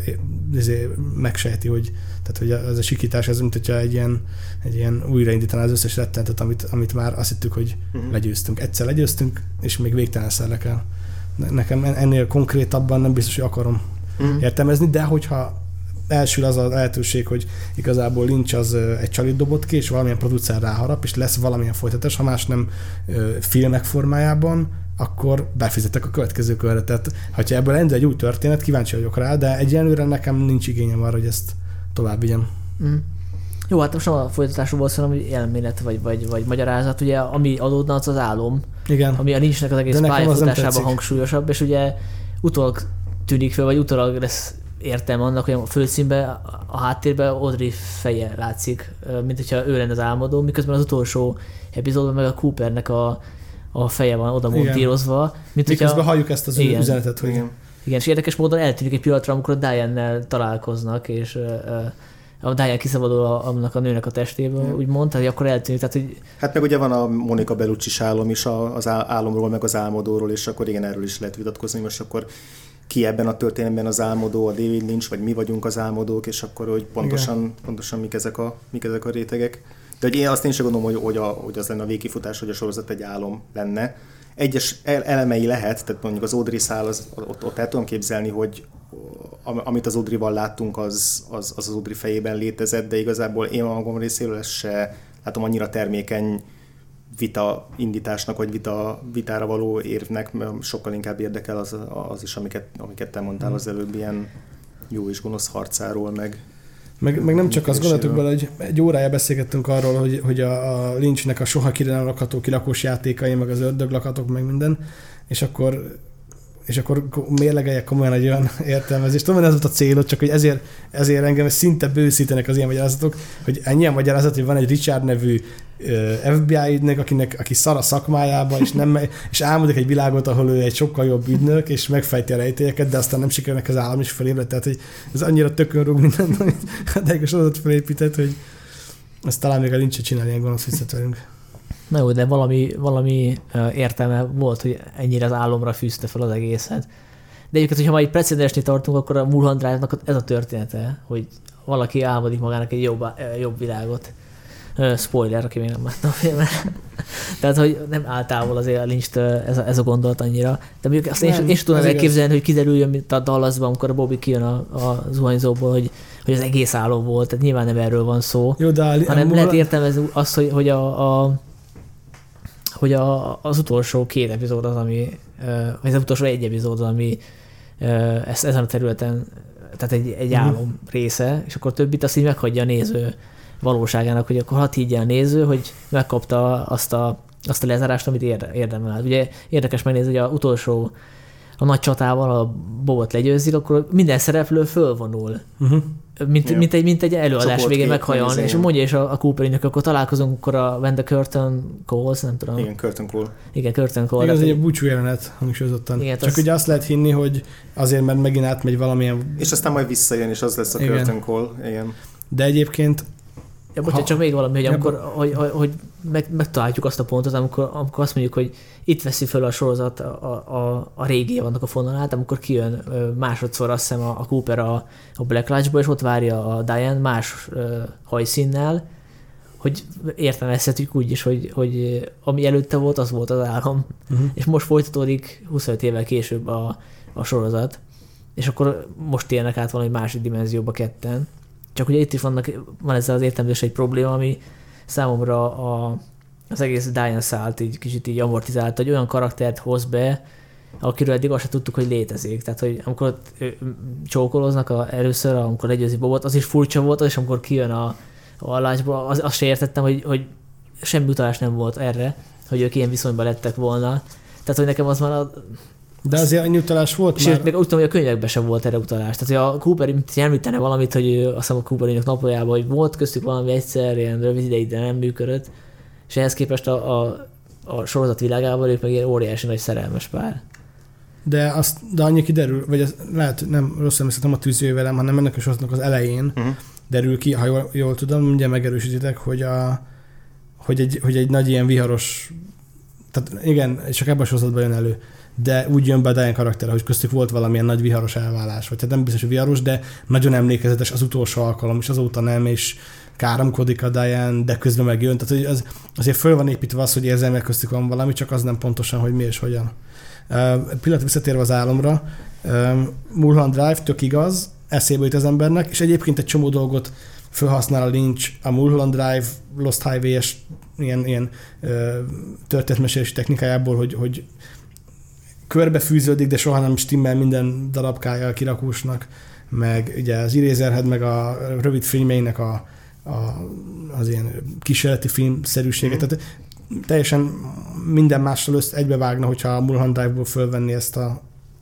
megsejti, hogy, tehát, hogy ez a sikítás, ez mint hogyha egy ilyen, egy ilyen újraindítaná az összes rettenetet, amit, amit már azt hittük, hogy uh-huh. legyőztünk. Egyszer legyőztünk, és még végtelen szerre kell. Nekem ennél konkrétabban nem biztos, hogy akarom uh-huh. értelmezni, de hogyha elsül az a lehetőség, hogy igazából Lynch az egy csalit dobott ki, és valamilyen producer ráharap, és lesz valamilyen folytatás, ha más nem filmek formájában, akkor befizetek a következő körre. Tehát, ha ebből indul egy új történet, kíváncsi vagyok rá, de egyelőre nekem nincs igényem arra, hogy ezt tovább vigyem. Mm. Jó, hát most nem a folytatásról volt szó, hogy elmélet vagy, vagy, vagy magyarázat, ugye ami adódna, az az álom, igen. ami a Lynchnek az egész pályafutásában hangsúlyosabb, és ugye utólag tűnik fel, vagy utólag lesz értelme annak, hogy a főszínben, a háttérben Audrey feje látszik, mint hogyha ő lenne az álmodó, miközben az utolsó epizódban meg a Coopernek a, a feje van oda montírozva. Miközben hogyha, halljuk ezt az igen, üzenetet, hogy... Igen. igen, és érdekes módon eltűnik egy pillanatra, amikor a Diane-nel találkoznak, és a Diane kiszabadul a, annak a nőnek a testéből, mm. úgymond, tehát akkor eltűnik. Tehát, hogy... Hát meg ugye van a Monica Bellucci-s álom is, az álomról, meg az álmodóról, és akkor igen, erről is lehet vitatkozni, most akkor ki ebben a történetben az álmodó, a David Lynch, vagy mi vagyunk az álmodók, és akkor hogy pontosan, pontosan mik, ezek a, mik ezek a rétegek. De hogy én azt én sem gondolom, hogy, hogy, a, hogy az lenne a végkifutás, hogy a sorozat egy álom lenne. Egyes elemei lehet, tehát mondjuk az Audrey szál, az, ott, ott el tudom képzelni, hogy amit az Audrey-val láttunk, az az, az az Audrey fejében létezett, de igazából én a magam részéről ezt se látom annyira termékeny vita indításnak, vagy vita, vitára való érvnek, mert sokkal inkább érdekel az, az is, amiket, amiket te mondtál az előbb, ilyen jó és gonosz harcáról, meg... Meg, meg nem csak azt gondoltuk bele, hogy egy órája beszélgettünk arról, hogy, hogy a, a Lynchnek a soha ki nem lakható kilakós játékai, meg az ördöglakatok, meg minden, és akkor és akkor mérlegeljek komolyan egy olyan értelmezést. Tudom, hogy ez volt a célod, csak hogy ezért, ezért engem szinte bőszítenek az ilyen magyarázatok, hogy ennyi a magyarázat, hogy van egy Richard nevű ef bé i ügynök, akinek, aki szar a szakmájába, és, nem, és álmodik egy világot, ahol ő egy sokkal jobb ügynök, és megfejti a rejtélyeket, de aztán nem sikerülnek az állam is felébredt. Tehát, hogy ez annyira tökön rúg mindent, amit a Deigos sorozat felépített, hogy ezt talán még a Lynch csinálni ilyen gonosz visszat velünk. Na jó, de valami, valami értelme volt, hogy ennyire az álomra fűzte fel az egészet. De egyébként, hogyha már egy precedensnél tartunk, akkor a Mulholland Drive-nak ez a története, hogy valaki álmodik magának egy jobb, jobb világot. Spoiler, aki még nem látta a filmet. Tehát, hogy nem áll távol azért a Lynch-től ez a, ez a gondolat annyira. De mondjuk azt nem, én, én sem tudom elképzelni, hogy kiderüljön, mint a Dallasban, amikor a Bobby kijön a, a zuhanyzóból, hogy, hogy az egész álom volt. Tehát nyilván nem erről van szó. Jó, de a, hanem a lehet értelmezni azt, hogy, hogy a, a hogy a, az utolsó két epizód az, ami, vagy az utolsó egy epizód az, ami ezt, ezen a területen, tehát egy, egy álom része, és akkor többit azt így meghagyja a néző valóságának, hogy akkor hadd higgye a néző, hogy megkapta azt a, azt a lezárást, amit érdemel. Ugye érdekes megnézni, hogy az utolsó, a nagy csatával, a Bobot legyőzik, akkor minden szereplő fölvonul. Uh-huh. Mint, yeah. mint, egy, mint egy előadás Csoport végén meghajolni, és mondja is a, a Cooper-nek, akkor találkozunk, akkor a When the Curtain Calls, nem tudom. Igen, Curtain Call. Igen, Curtain Call. Igen, ez egy búcsú jelenet, hangsúlyozottan. Igen, csak az... ugye azt lehet hinni, hogy azért, mert megint átmegy valamilyen... És aztán majd visszajön, és az lesz a igen. Curtain Call. Igen. De egyébként... Ja, bocsánat, ha... csak még valami, hogy, amikor, hogy, hogy, hogy meg, megtaláljuk azt a pontot, amikor, amikor azt mondjuk, hogy itt veszi föl a sorozat a, a, a régi vannak a fonalát, amikor kijön másodszor azt hiszem a, a Cooper a, a Black Lodge-ba, és ott várja a Diane más uh, hajszínnel, hogy értelmezhetjük úgy is, hogy, hogy ami előtte volt, az volt az álom. Uh-huh. És most folytatódik huszonöt évvel később a, a sorozat, és akkor most élnek át valami másik dimenzióba ketten. Csak ugye itt is vannak, van ezzel az értelmezés egy probléma, ami számomra a, az egész Diane szállt így kicsit így amortizált, hogy olyan karaktert hoz be, akiről eddig azt se tudtuk, hogy létezik. Tehát, hogy amikor ott csókoloznak a, először, amikor legyőzi Bobot, az is furcsa volt, és amikor kijön a, a lodge-ból, az, azt se értettem, hogy, hogy semmi utalás nem volt erre, hogy ők ilyen viszonyban lettek volna. Tehát, hogy nekem az már a... De azért annyi utalás volt Sőt, már... még úgy tudom, hogy a könyvekben sem volt erre utalás. Tehát, hogy a Cooper említene valamit, hogy azt hiszem a Cooperinak naplójában, hogy volt köztük valami egyszer, ilyen rövid ideig, de nem működött. És ehhez képest a, a, a sorozat világában ők meg ilyen óriási nagy szerelmes pár. De, azt, de annyi kiderül, vagy ez, lehet, nem rossz emlékszem a tűzői velem, hanem ennek a sorozatnak az elején uh-huh. derül ki, ha jól, jól tudom, ugye megerősítitek, hogy, a, hogy, egy, hogy egy nagy ilyen viharos, tehát igen, csak ebben a sorozatban jön elő, de úgy jön be a Diane karakter, hogy köztük volt valamilyen nagy viharos elválás, vagy hát nem biztos, hogy viharos, de nagyon emlékezetes az utolsó alkalom, és azóta nem, és káromkodik a Diane, de közben megjön. Tehát az, azért föl van építve az, hogy érzelmek köztük van valami, csak az nem pontosan, hogy mi és hogyan. Uh, pillanat visszatérve az álomra, uh, Mulholland Drive tök igaz, eszébe jut az embernek, és egyébként egy csomó dolgot felhasznál a Lynch, a Mulholland Drive, Lost Highway-es ilyen, ilyen uh, történetmesélési technikájából, hogy, hogy körbefűződik, de soha nem stimmel minden darabkája a kirakósnak, meg ugye az Eraserhead, meg a rövid filmjeinek a, a, az ilyen kísérleti filmszerűséget. Mm. Tehát teljesen minden mással össze egybevágna, hogyha a Mulholland Drive-ból fölvenni ezt a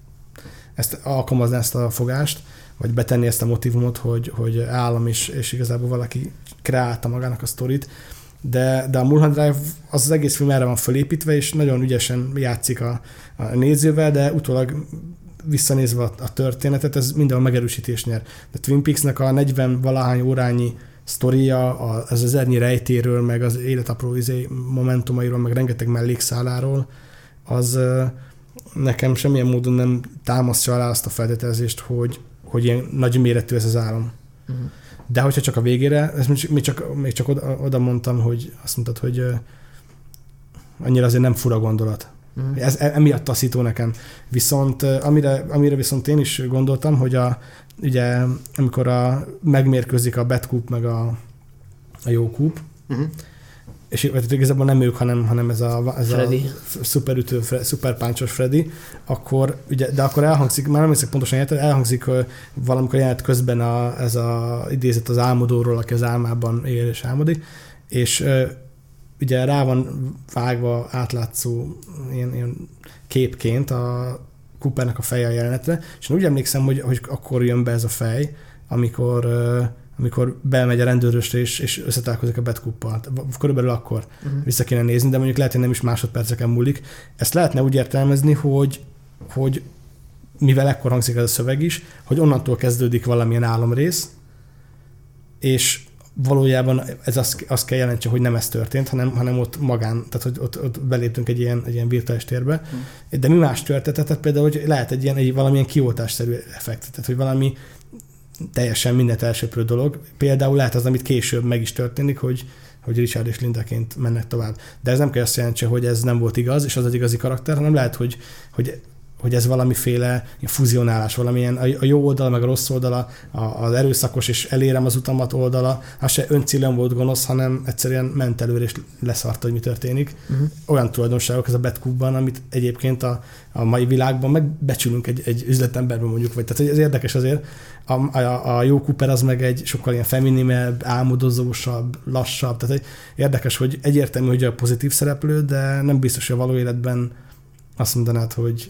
ezt alkalmazni ezt a fogást, vagy betenni ezt a motivumot, hogy, hogy állam is, és igazából valaki kreálta magának a sztorit. De, de a Mulholland Drive az, az egész film erre van fölépítve, és nagyon ügyesen játszik a, a nézővel, de utólag visszanézve a, a történetet, ez mindenhol megerősítés nyer. De Twin Peaksnek a negyven-valahány órányi sztoria, az ezernyi rejtéről, meg az életapró izé momentumairól, meg rengeteg mellékszáláról, az nekem semmilyen módon nem támasztja alá azt a feltételezést, hogy, hogy ilyen nagy méretű ez az állam. Uh-huh. De hogyha csak a végére, ezt még csak, még csak oda, oda mondtam, hogy azt mondtad, hogy annyira azért nem fura gondolat. Uh-huh. Ez emiatt taszító nekem. Viszont amire, amire viszont én is gondoltam, hogy a, ugye, amikor a, megmérkőzik a bad coop meg a, a jó coop, uh-huh. és igazából nem ők, hanem, hanem ez a, ez a szuperütő, szuperpáncsos Freddy, akkor, ugye, de akkor elhangzik, már nem hiszek pontosan jelent, elhangzik valamikor jelent közben a, ez a idézet az álmodóról, aki az álmában él és álmodik, és ugye rá van vágva átlátszó ilyen, ilyen képként a Coopernek a feje a jelenetre, és én úgy emlékszem, hogy, hogy akkor jön be ez a fej, amikor, amikor bemegy a rendőrösre, és, és összetalálkozik a Bad Cooppal. Körülbelül akkor uh-huh. vissza kéne nézni, de mondjuk lehet, hogy nem is másodperceken múlik. Ezt lehetne úgy értelmezni, hogy, hogy mivel ekkor hangzik ez a szöveg is, hogy onnantól kezdődik valamilyen álomrész, és valójában ez azt, azt kell jelentse, hogy nem ez történt, hanem, hanem ott magán, tehát hogy ott, ott beléptünk egy ilyen, egy ilyen virtuális térbe. Hmm. De mi más történt? Tehát például, hogy lehet egy ilyen egy valamilyen kioltásszerű effekt, tehát hogy valami teljesen mindent elsöprő dolog. Például lehet az, amit később meg is történik, hogy, hogy Richard és Lindaként mennek tovább. De ez nem kell azt jelentse, hogy ez nem volt igaz, és az egy igazi karakter, hanem lehet, hogy, hogy hogy ez valamiféle fuzionálás, valamilyen a jó oldala, meg a rossz oldala, az erőszakos és elérem az utamat oldala, az se öncélon volt gonosz, hanem egyszerűen ment előre és leszarta, hogy mi történik. Uh-huh. Olyan tulajdonságok ez a Bad Coop-ban, amit egyébként a, a mai világban megbecsülünk egy, egy üzletemberben mondjuk, vagy tehát ez érdekes azért. A, a, a jó Cooper az meg egy sokkal ilyen feminimebb, álmodozósabb, lassabb, tehát érdekes, hogy egyértelmű, hogy a pozitív szereplő, de nem biztos, hogy a való életben azt mondanád, hogy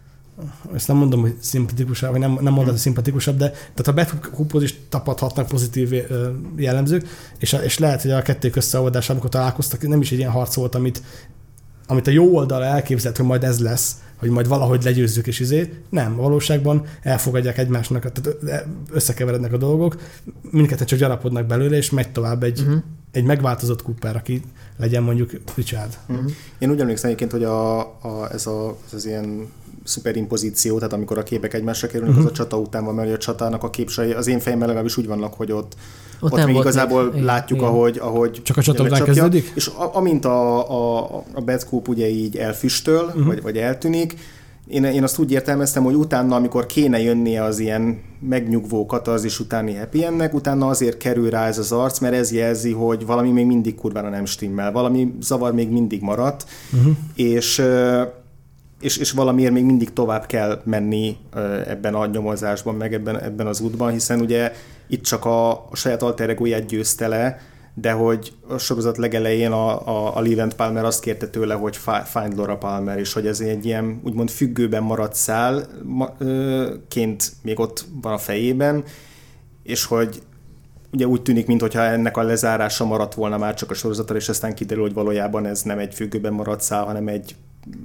ezt nem mondom, hogy szimpatikusabb, vagy nem, nem mondom, hogy szimpatikusabb, de tehát a Bad Coophoz is tapadhatnak pozitív jellemzők, és, a, és lehet, hogy a kettők összeolvadása, amikor találkoztak, nem is egy ilyen harc volt, amit, amit a jó oldala elképzelt, hogy majd ez lesz, hogy majd valahogy legyőzzük, és izé. Nem, valóságban elfogadják egymásnak, tehát összekeverednek a dolgok, mindketten csak gyarapodnak belőle, és megy tovább egy, uh-huh. egy megváltozott Cooper, aki legyen mondjuk Richard. Uh-huh. Én úgy emlékszem egyébként, hogy a, a, ez, a, ez az ilyen szuperimpozíció, tehát amikor a képek egymásra kerülnek, uh-huh. az a csata után van, mert a csatának a képsei, az én fejemben legalábbis úgy vannak, hogy ott, ott, ott még igazából még, látjuk, igen. ahogy, ahogy csak a csata után kezdődik? És a, amint a, a, a Bad Coop ugye így elfüstöl, uh-huh. vagy, vagy eltűnik, én, én azt úgy értelmeztem, hogy utána, amikor kéne jönnie az ilyen megnyugvó katarzis utáni happy endnek, utána azért kerül rá ez az arc, mert ez jelzi, hogy valami még mindig kurvára nem stimmel, valami zavar még mindig maradt, uh-huh. és És, és valamiért még mindig tovább kell menni ebben a nyomozásban, meg ebben, ebben az útban, hiszen ugye itt csak a, a saját alter egóját győzte le, de hogy a sorozat legelején a, a, a Leland Palmer azt kérte tőle, hogy find Laura Palmer, és hogy ez egy ilyen úgymond függőben maradt szálként még ott van a fejében, és hogy ugye úgy tűnik, mintha ennek a lezárása maradt volna már csak a sorozatra, és aztán kiderül, hogy valójában ez nem egy függőben maradt szál, hanem egy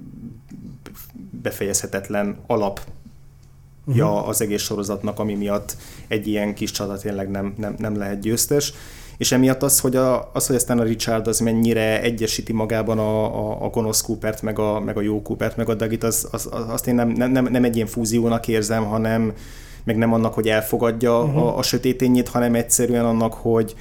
befejezhetetlen alapja uh-huh. az egész sorozatnak, ami miatt egy ilyen kis csata tényleg nem, nem, nem lehet győztes. És emiatt az, hogy, a, az, hogy aztán a Richard az mennyire egyesíti magában a, a, a gonosz Coopert, meg a, meg a jó Coopert, meg a Dougit, az, az, az, azt én nem, nem, nem egy ilyen fúziónak érzem, hanem meg nem annak, hogy elfogadja uh-huh. a, a sötétényét, hanem egyszerűen annak, hogy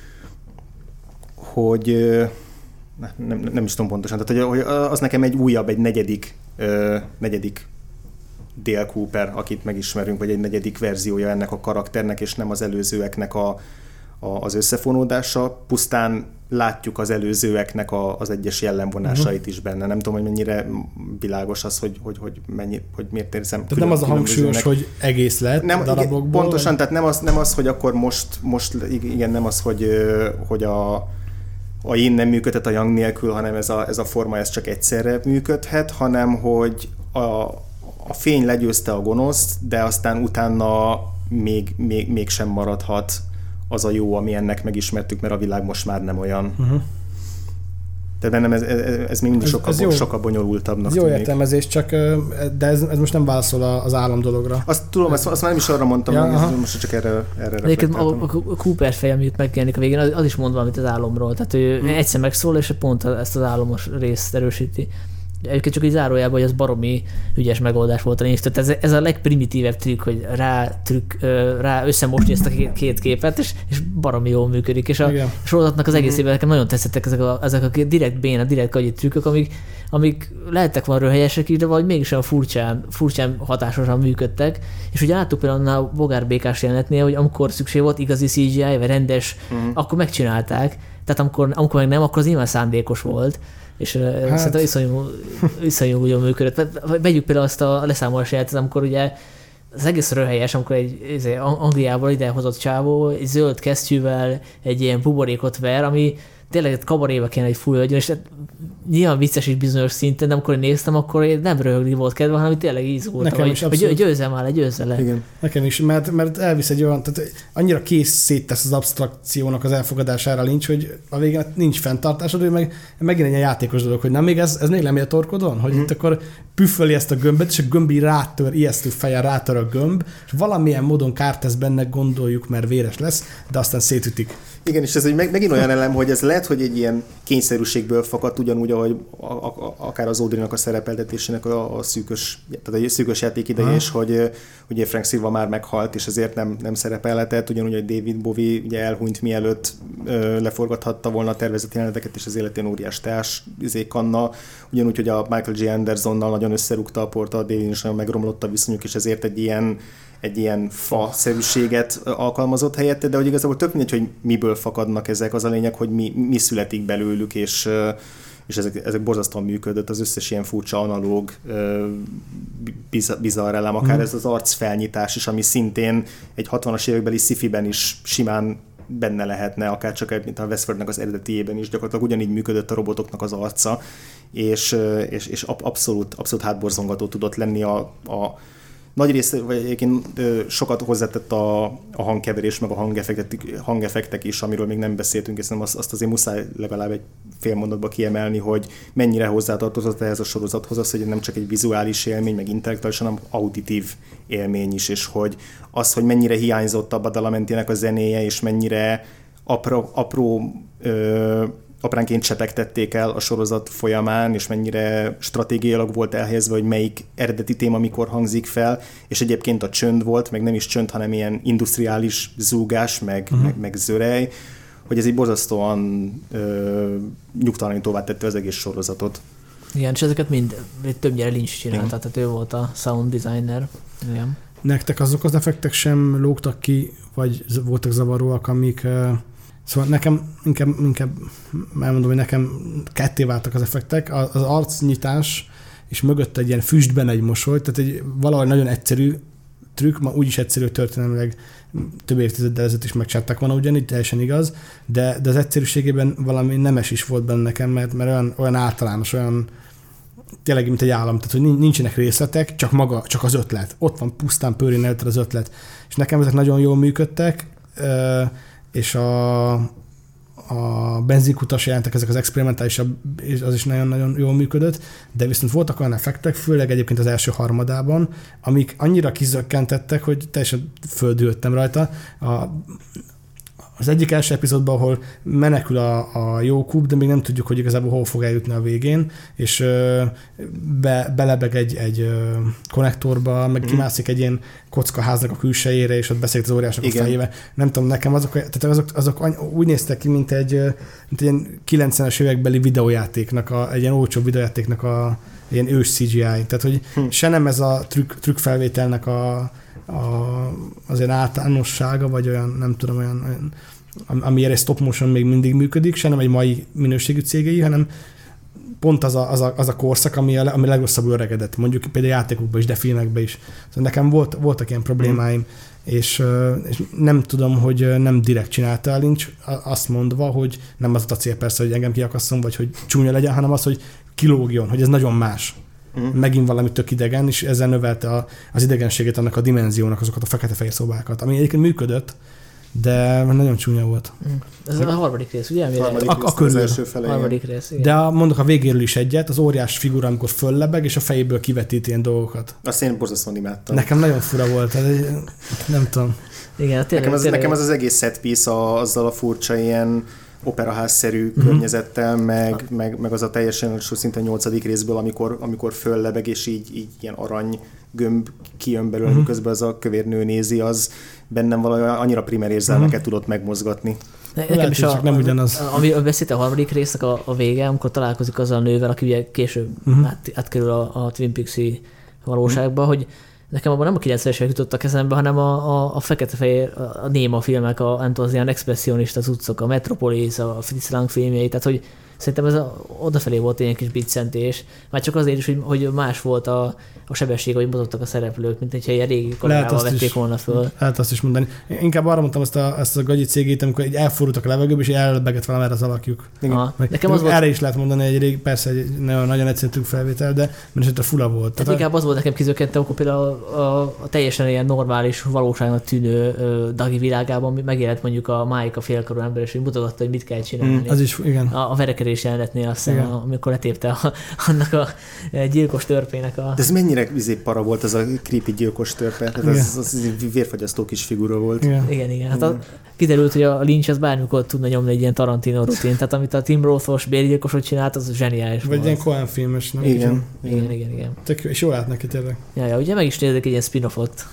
hogy nem, nem is tudom pontosan, tehát hogy az nekem egy újabb, egy negyedik, ö, negyedik Dale Cooper, akit megismerünk, vagy egy negyedik verziója ennek a karakternek, és nem az előzőeknek a, a, az összefonódása, pusztán látjuk az előzőeknek a, az egyes jellemvonásait uh-huh. is benne. Nem tudom, hogy mennyire világos az, hogy, hogy, hogy, mennyi, hogy miért érzem. Tehát nem az a hangsúlyos, hogy egész lett nem, darabokból? Pontosan, vagy? Tehát nem az, nem az, hogy akkor most, most igen, nem az, hogy, hogy a a yin nem működhet a yang nélkül, hanem ez a, ez a forma ez csak egyszerre működhet, hanem hogy a, a fény legyőzte a gonoszt, de aztán utána még, még, mégsem maradhat az a jó, ami ennek megismertük, mert a világ most már nem olyan. Uh-huh. Tehát bennem ez, ez, ez még mindig sokkal, ez jó, sokkal bonyolultabbnak tűnik. Jó értelmezés, csak de ez, ez most nem válaszol az álom dologra. Azt tudom, azt, azt már nem is arra mondtam, ja, hogy most csak erre, erre reflektáltam. A, a Cooper fej, amit megjelenik a végén, az, az is mond valamit az álomról. Tehát ő hmm. egyszer megszól, és pont ezt az álomos részt erősíti. Egyébként csak így zárójában, hogy az baromi ügyes megoldás volt a név. Tehát ez, ez a legprimitívebb trükk, hogy rá, trükk, rá összemosni ezt a két képet, és, és baromi jól működik. És a igen. sorozatnak az egészében nekem nagyon tetszettek ezek a, ezek a direkt béna, direkt agyi trükkök, amik amik lehettek van röhelyesek is, de vagy mégis olyan furcsán, furcsán hatásosan működtek, és ugye láttuk például a Bogár békás jelenetnél, hogy amikor szükség volt igazi cé gé í, vagy rendes, uh-huh. akkor megcsinálták, tehát amikor, amikor meg nem, akkor az nyilván szándékos volt, és hát. szerintem iszonyú, iszonyú jól működött. Vegyük például azt a leszámolás jelentet, amikor ugye az egész röhelyes, amikor egy, egy Angliából idehozott csávó egy zöld kesztyűvel egy ilyen buborékot ver, ami tényleg kabaréba kéne, hogy fújjon, és nyilván vicces is bizonyos szinten, de amikor én néztem, akkor én nem röhögni volt kedve, hanem tényleg ízgultam, hogy, hogy győzzem el, győzze le. Igen. Nekem is, mert, mert elvisz egy olyan, tehát annyira kész széttesz az absztrakciónak az elfogadására nincs, hogy a végén nincs fenntartásod, hogy meg, megint egy játékos dolog, hogy nem még ez, ez még nem ér torkodon, hogy mm. itt akkor püfföli ezt a gömbet, és a gömbi rátör, ijesztő fejjel rátör a gömb, és valamilyen módon kárt tesz benne, gondoljuk, mert véres lesz, de aztán szétütik. Igen, és ez egy, meg, megint olyan elem, hogy ez lehet, hogy egy ilyen kényszerűségből fakadt, ugyanúgy, ahogy a, a, akár az Audrey-nak a szerepeltetésének a, a szűkös, tehát a szűkös játékideje is, hogy ugye Frank Silva már meghalt, és ezért nem, nem szerepelhetett, ugyanúgy, hogy David Bowie ugye elhunyt, mielőtt ö, leforgathatta volna a tervezett jeleneteket, és az életén óriás teás izé kanna, ugyanúgy, hogy a Michael J. Andersonnal nagyon összerúgta a porta, a David is nagyon megromlott a viszonyuk, és ezért egy ilyen egy ilyen fa-szerűséget alkalmazott helyette, de hogy igazából tök mindegy, hogy miből fakadnak ezek, az a lényeg, hogy mi, mi születik belőlük, és, és ezek, ezek borzasztóan működött, az összes ilyen furcsa, analóg, bizarr elem, akár mm. ez az arcfelnyitás is, ami szintén egy hatvanas évekbeli sci-fiben is simán benne lehetne, akár csak mint a Westworldnek az eredetiében is, gyakorlatilag ugyanígy működött a robotoknak az arca, és, és, és abszolút, abszolút hátborzongató tudott lenni a, a nagy része, vagy egyébként sokat hozzátett a, a hangkeverés, meg a hangeffektek, hangeffektek is, amiről még nem beszéltünk, és azt, azt azért muszáj legalább egy fél mondatba kiemelni, hogy mennyire hozzátartozott ehhez a sorozathoz az, hogy nem csak egy vizuális élmény, meg intellektuális, hanem auditív élmény is, és hogy az, hogy mennyire hiányzott a Badalamentinek a zenéje, és mennyire apró, apró ö, apránként csepegtették el a sorozat folyamán, és mennyire stratégiailag volt elhelyezve, hogy melyik eredeti téma mikor hangzik fel, és egyébként a csönd volt, meg nem is csönd, hanem ilyen industriális zúgás, meg, uh-huh. meg, meg zörej, hogy ez így borzasztóan ö, nyugtalanítóvá tette az egész sorozatot. Igen, és ezeket mind többnyire Lynch csinálta, tehát ő volt a sound designer. Igen. Nektek azok az effektek sem lógtak ki, vagy voltak zavaróak, amik... Szóval nekem inkább, inkább elmondom, hogy nekem ketté váltak az effektek. Az arcnyitás és mögött egy ilyen füstben egy mosoly, tehát egy valahogy nagyon egyszerű trükk, ma úgyis egyszerű történelmileg több évtizeddel ezelőtt is megcsinálták volna ugyanígy, teljesen igaz, de, de az egyszerűségében valami nemes is volt benne nekem, mert, mert olyan, olyan általános, olyan tényleg, mint egy állam, tehát hogy nincsenek részletek, csak maga, csak az ötlet. Ott van pusztán pőrén előtt az ötlet. És nekem ezek nagyon jól működtek, és a, a benzinkutas jelentek, ezek az experimentálisabb, az is nagyon-nagyon jól működött, de viszont voltak olyan effektek, főleg egyébként az első harmadában, amik annyira kizökkentettek, hogy teljesen földülöttem rajta. A, az egyik első epizódban, ahol menekül a, a jó kúp, de még nem tudjuk, hogy igazából hol fog eljutni a végén, és ö, be, belebeg egy, egy ö, konnektorba, meg mm. kimászik egy ilyen kockaháznak a külsejére, és ott beszélt az óriásnak a fejével. Nem tudom, nekem azok, tehát azok, azok úgy néztek ki, mint egy, mint egy ilyen kilencvenes évekbeli videójátéknak, a, egy ilyen olcsó videójátéknak a ilyen ős cé gé í. Tehát, hogy hm. se nem ez a trükk, trükkfelvételnek a A, az olyan általánossága, vagy olyan, nem tudom, olyan, olyan amire egy stop motion még mindig működik, se nem egy mai minőségű cégei, hanem pont az a, az a, az a korszak, ami a, ami legrosszabbul öregedett, mondjuk például játékokban is, de filmekben is. Szóval nekem volt, voltak ilyen problémáim, mm. és, és nem tudom, hogy nem direkt csinálta a Lynch, azt mondva, hogy nem az a cél persze, hogy engem kiakasszon, vagy hogy csúnya legyen, hanem az, hogy kilógjon, hogy ez nagyon más. Mm. Megint valami tök idegen, és ezzel növelte a, az idegenségét annak a dimenziónak, azokat a fekete-fehér szobákat, ami egyébként működött, de nagyon csúnya volt. Mm. Ez a harmadik rész, ugye? A harmadik a, rész, a körül. az első fele. Harmadik rész, igen. De a, mondok a végéről is egyet, az óriás figura, amikor föllebeg, és a fejéből kivetít ilyen dolgokat. Azt én borzasztóan imádtam. Nekem nagyon fura volt, ez egy, nem tudom. Igen, tényleg, nekem, az, tényleg. nekem az az egész set piece a, azzal a furcsa ilyen operaházszerű mm-hmm. környezettel, meg, meg, meg az a teljesen szinte nyolcadik részből, amikor, amikor föllebeg, és így, így ilyen arany gömb kijön belőle, mm-hmm. közben az a kövér nő nézi, az bennem valami annyira primer érzelmeket mm-hmm. tudott megmozgatni. Nekem Lehet, is hogy a, csak nem ugyanaz. Ami a beszélt a harmadik résznek a, a vége, amikor találkozik azzal a nővel, aki ugye később uh-huh. át, átkerül a, a Twin Peaks-i valóságba, uh-huh. hogy nekem abban nem a kilencvenesek jutottak eszembe, hanem a, a, a fekete-fehér, a néma filmek, a, nem tudom, az ilyen expressionista cuccok, a Metropolis, a Fritz Lang filmjei, tehát hogy szerintem ez a, odafelé volt egy kis biccentés, már csak azért is, hogy, hogy más volt a, a sebesség, hogy mozogtak a szereplők, mint hogyha ilyen régi kamerával vették is, volna föl. Lehet azt is mondani. Én inkább arra mondtam azt a, azt a gagyi cégét, amikor egy elfordultak a levegőbe, és elbegett valamire az alakjuk. Ah, nekem az erre volt... is lehet mondani, egy régi, persze egy nagyon egyszerű felvétel, de mert a fula volt. Tehát inkább az volt nekem kizökkentő, akkor például a, a, a teljesen ilyen normális, valóságnak tűnő uh, Dagi világában megjelent mondjuk a Mike, a félkarú ember, és mutogatta, hogy mit kell csinálni. Mm, az is, igen. A, a verekedés jelenetnél aztán, a, amikor letépte a, annak a gyilkos törpének a... De ez mennyire vizé para volt az a creepy gyilkos törpe? Hát az, az vérfagyasztó kis figura volt. Igen, igen. igen. Hát a, kiderült, hogy a Lynch az bármikor tudna nyomni egy ilyen Tarantino rutin. Tehát amit a Tim Roth-os bérgyilkosot csinált, az zseniális Vagy volt. Vagy ilyen Coen filmes, nem? Igen. Igen, igen, igen. igen. Tök, és jól állt neki tényleg. Ja, ja, ugye meg is nézzek egy ilyen spin-offot.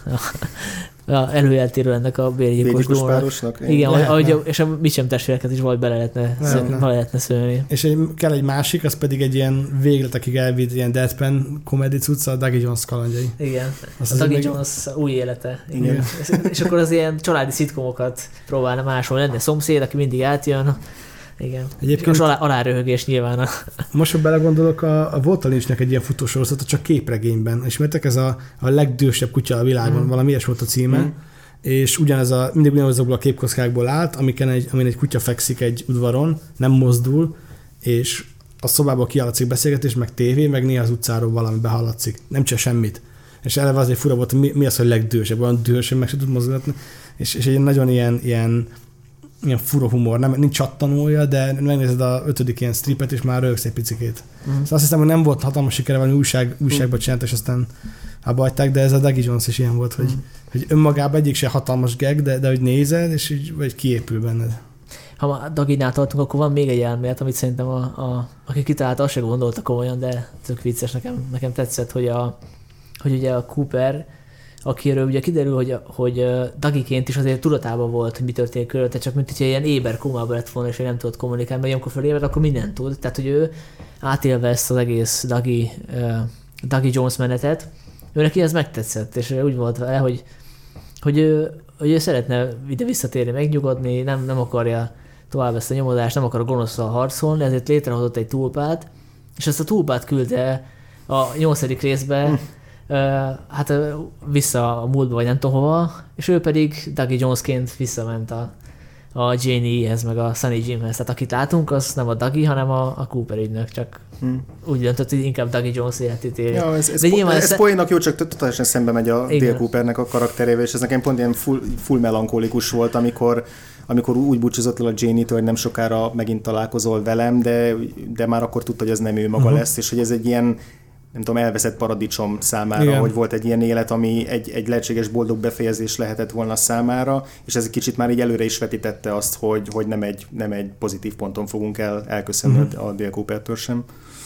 Előjeltéről ennek a bérgyilkos párosnak. Igen, ahogy, és a Mitchum testvéreket is valahogy bele lehetne, lehetne. Sző, lehetne szőni. És egy, kell egy másik, az pedig egy ilyen végletekig elvitt ilyen deadpan komedi cucca, a Dougie Jones kalandjai. Igen, az a Dougie meg... Jones új élete. Igen. Igen. És, és akkor az ilyen családi szitkomokat próbálna máshol lenni. A szomszéd, aki mindig átjön. Igen. Egyébként most alá, aláröhögés nyilván. A... Most, hogy belegondolok, a, a volt a Lynchnek egy ilyen futósorozata, csak képregényben. Ismertek, ez a, a legdősebb kutya a világon, mm. valami ilyes volt a címe. Mm. És ugyanez a, mindig ugyanazokból a képkockákból állt, amiken egy, amin egy kutya fekszik egy udvaron, nem mozdul, és a szobából kihallatszik beszélgetés, meg tévé, meg néha az utcáról valami behallatszik. Nem csinál semmit. És eleve azért fura volt, mi, mi az, hogy legdősebb, olyan dühösen meg se tud mozgatni. És, és egy nagyon ilyen, ilyen, ilyen fura humor, nem, nincs csattanója, de megnézed a ötödik ilyen stripet, és már rögsz egy picikét. Uh-huh. Szóval azt hiszem, hogy nem volt hatalmas sikere, valami újság, újságban csinált, és aztán abba hagyták, de ez a Dougie Jones is ilyen volt, hogy, uh-huh. hogy önmagában egyik se hatalmas gag, de, de hogy nézed, és így, vagy kiépül benned. Ha már Daginál tartunk, akkor van még egy elmélet, amit szerintem a, a, aki kitalálta, azt se gondolta komolyan, de tök vicces, nekem, nekem tetszett, hogy, a, hogy ugye a Cooper, akiről ugye kiderül, hogy, hogy Dagiként is azért tudatában volt, hogy mi történik körülötte, csak mint hogyha ilyen éber kómában lett volna, és ő nem tudott kommunikálni, mert amikor felébred, akkor mindent tud. Tehát, hogy ő átélve ezt az egész Dougie, uh, Dougie Jones menetet, ő neki ez megtetszett, és úgy volt vele, hogy, hogy, ő, hogy ő szeretne ide visszatérni, megnyugodni, nem, nem akarja tovább ezt a nyomodást, nem akar a gonoszszal harcolni, ezért létrehozott egy tulpát, és ezt a tulpát küldte a nyolcadik részbe, hm. Uh, hát uh, vissza a múltba, vagy nem tudom hova, és ő pedig Dougie Jonesként visszament a, a Janie-hez, meg a Sunny Jimhez. Tehát akit látunk, az nem a Dougie, hanem a, a Cooper ügynök, csak hmm. úgy döntött, hogy inkább Dougie Jones életét éli. Ja, ez, ez, po- ez ezt... poénnak jó, csak totálisan szembe megy a Dale Coopernek a karakterével, és ez nekem pont ilyen full, full melankolikus volt, amikor amikor úgy búcsúzott el a Janie-től, hogy nem sokára megint találkozol velem, de, de már akkor tudta, hogy ez nem ő maga uh-huh. lesz, és hogy ez egy ilyen nem tudom, elveszett paradicsom számára, igen. hogy volt egy ilyen élet, ami egy, egy lehetséges boldog befejezés lehetett volna számára, és ez egy kicsit már így előre is vetítette azt, hogy, hogy nem, egy, nem egy pozitív ponton fogunk el elköszönni uh-huh. a Dale Coopertől sem.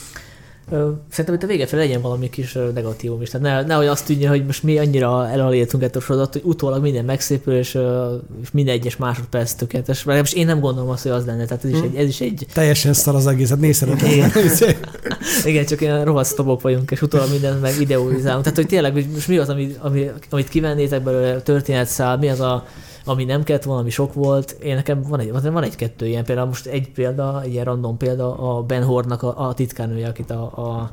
Szerintem itt a vége fel legyen valami kis negatívum is. Tehát ne, nehogy azt tűnjön, hogy most mi annyira elaléltünk ettől sorozat, hogy utólag minden megszépül, és, és minden egyes másodperc tökéletes. Mert én nem gondolom azt, hogy az lenne. Tehát ez is egy... Ez is egy... Teljesen szar az egész, hát nézd Igen. Igen, csak ilyen rohadt sztobok vagyunk, és utólag mindent meg videóizálunk. Tehát, hogy tényleg, hogy most mi az, ami, ami, amit kivennétek belőle, történetszál, mi az a ami nem kellett volna, ami sok volt. Én nekem van egy, van egy-kettő ilyen például, most egy példa, egy ilyen random példa, a Ben Hornnak a, a titkárnője, akit a, a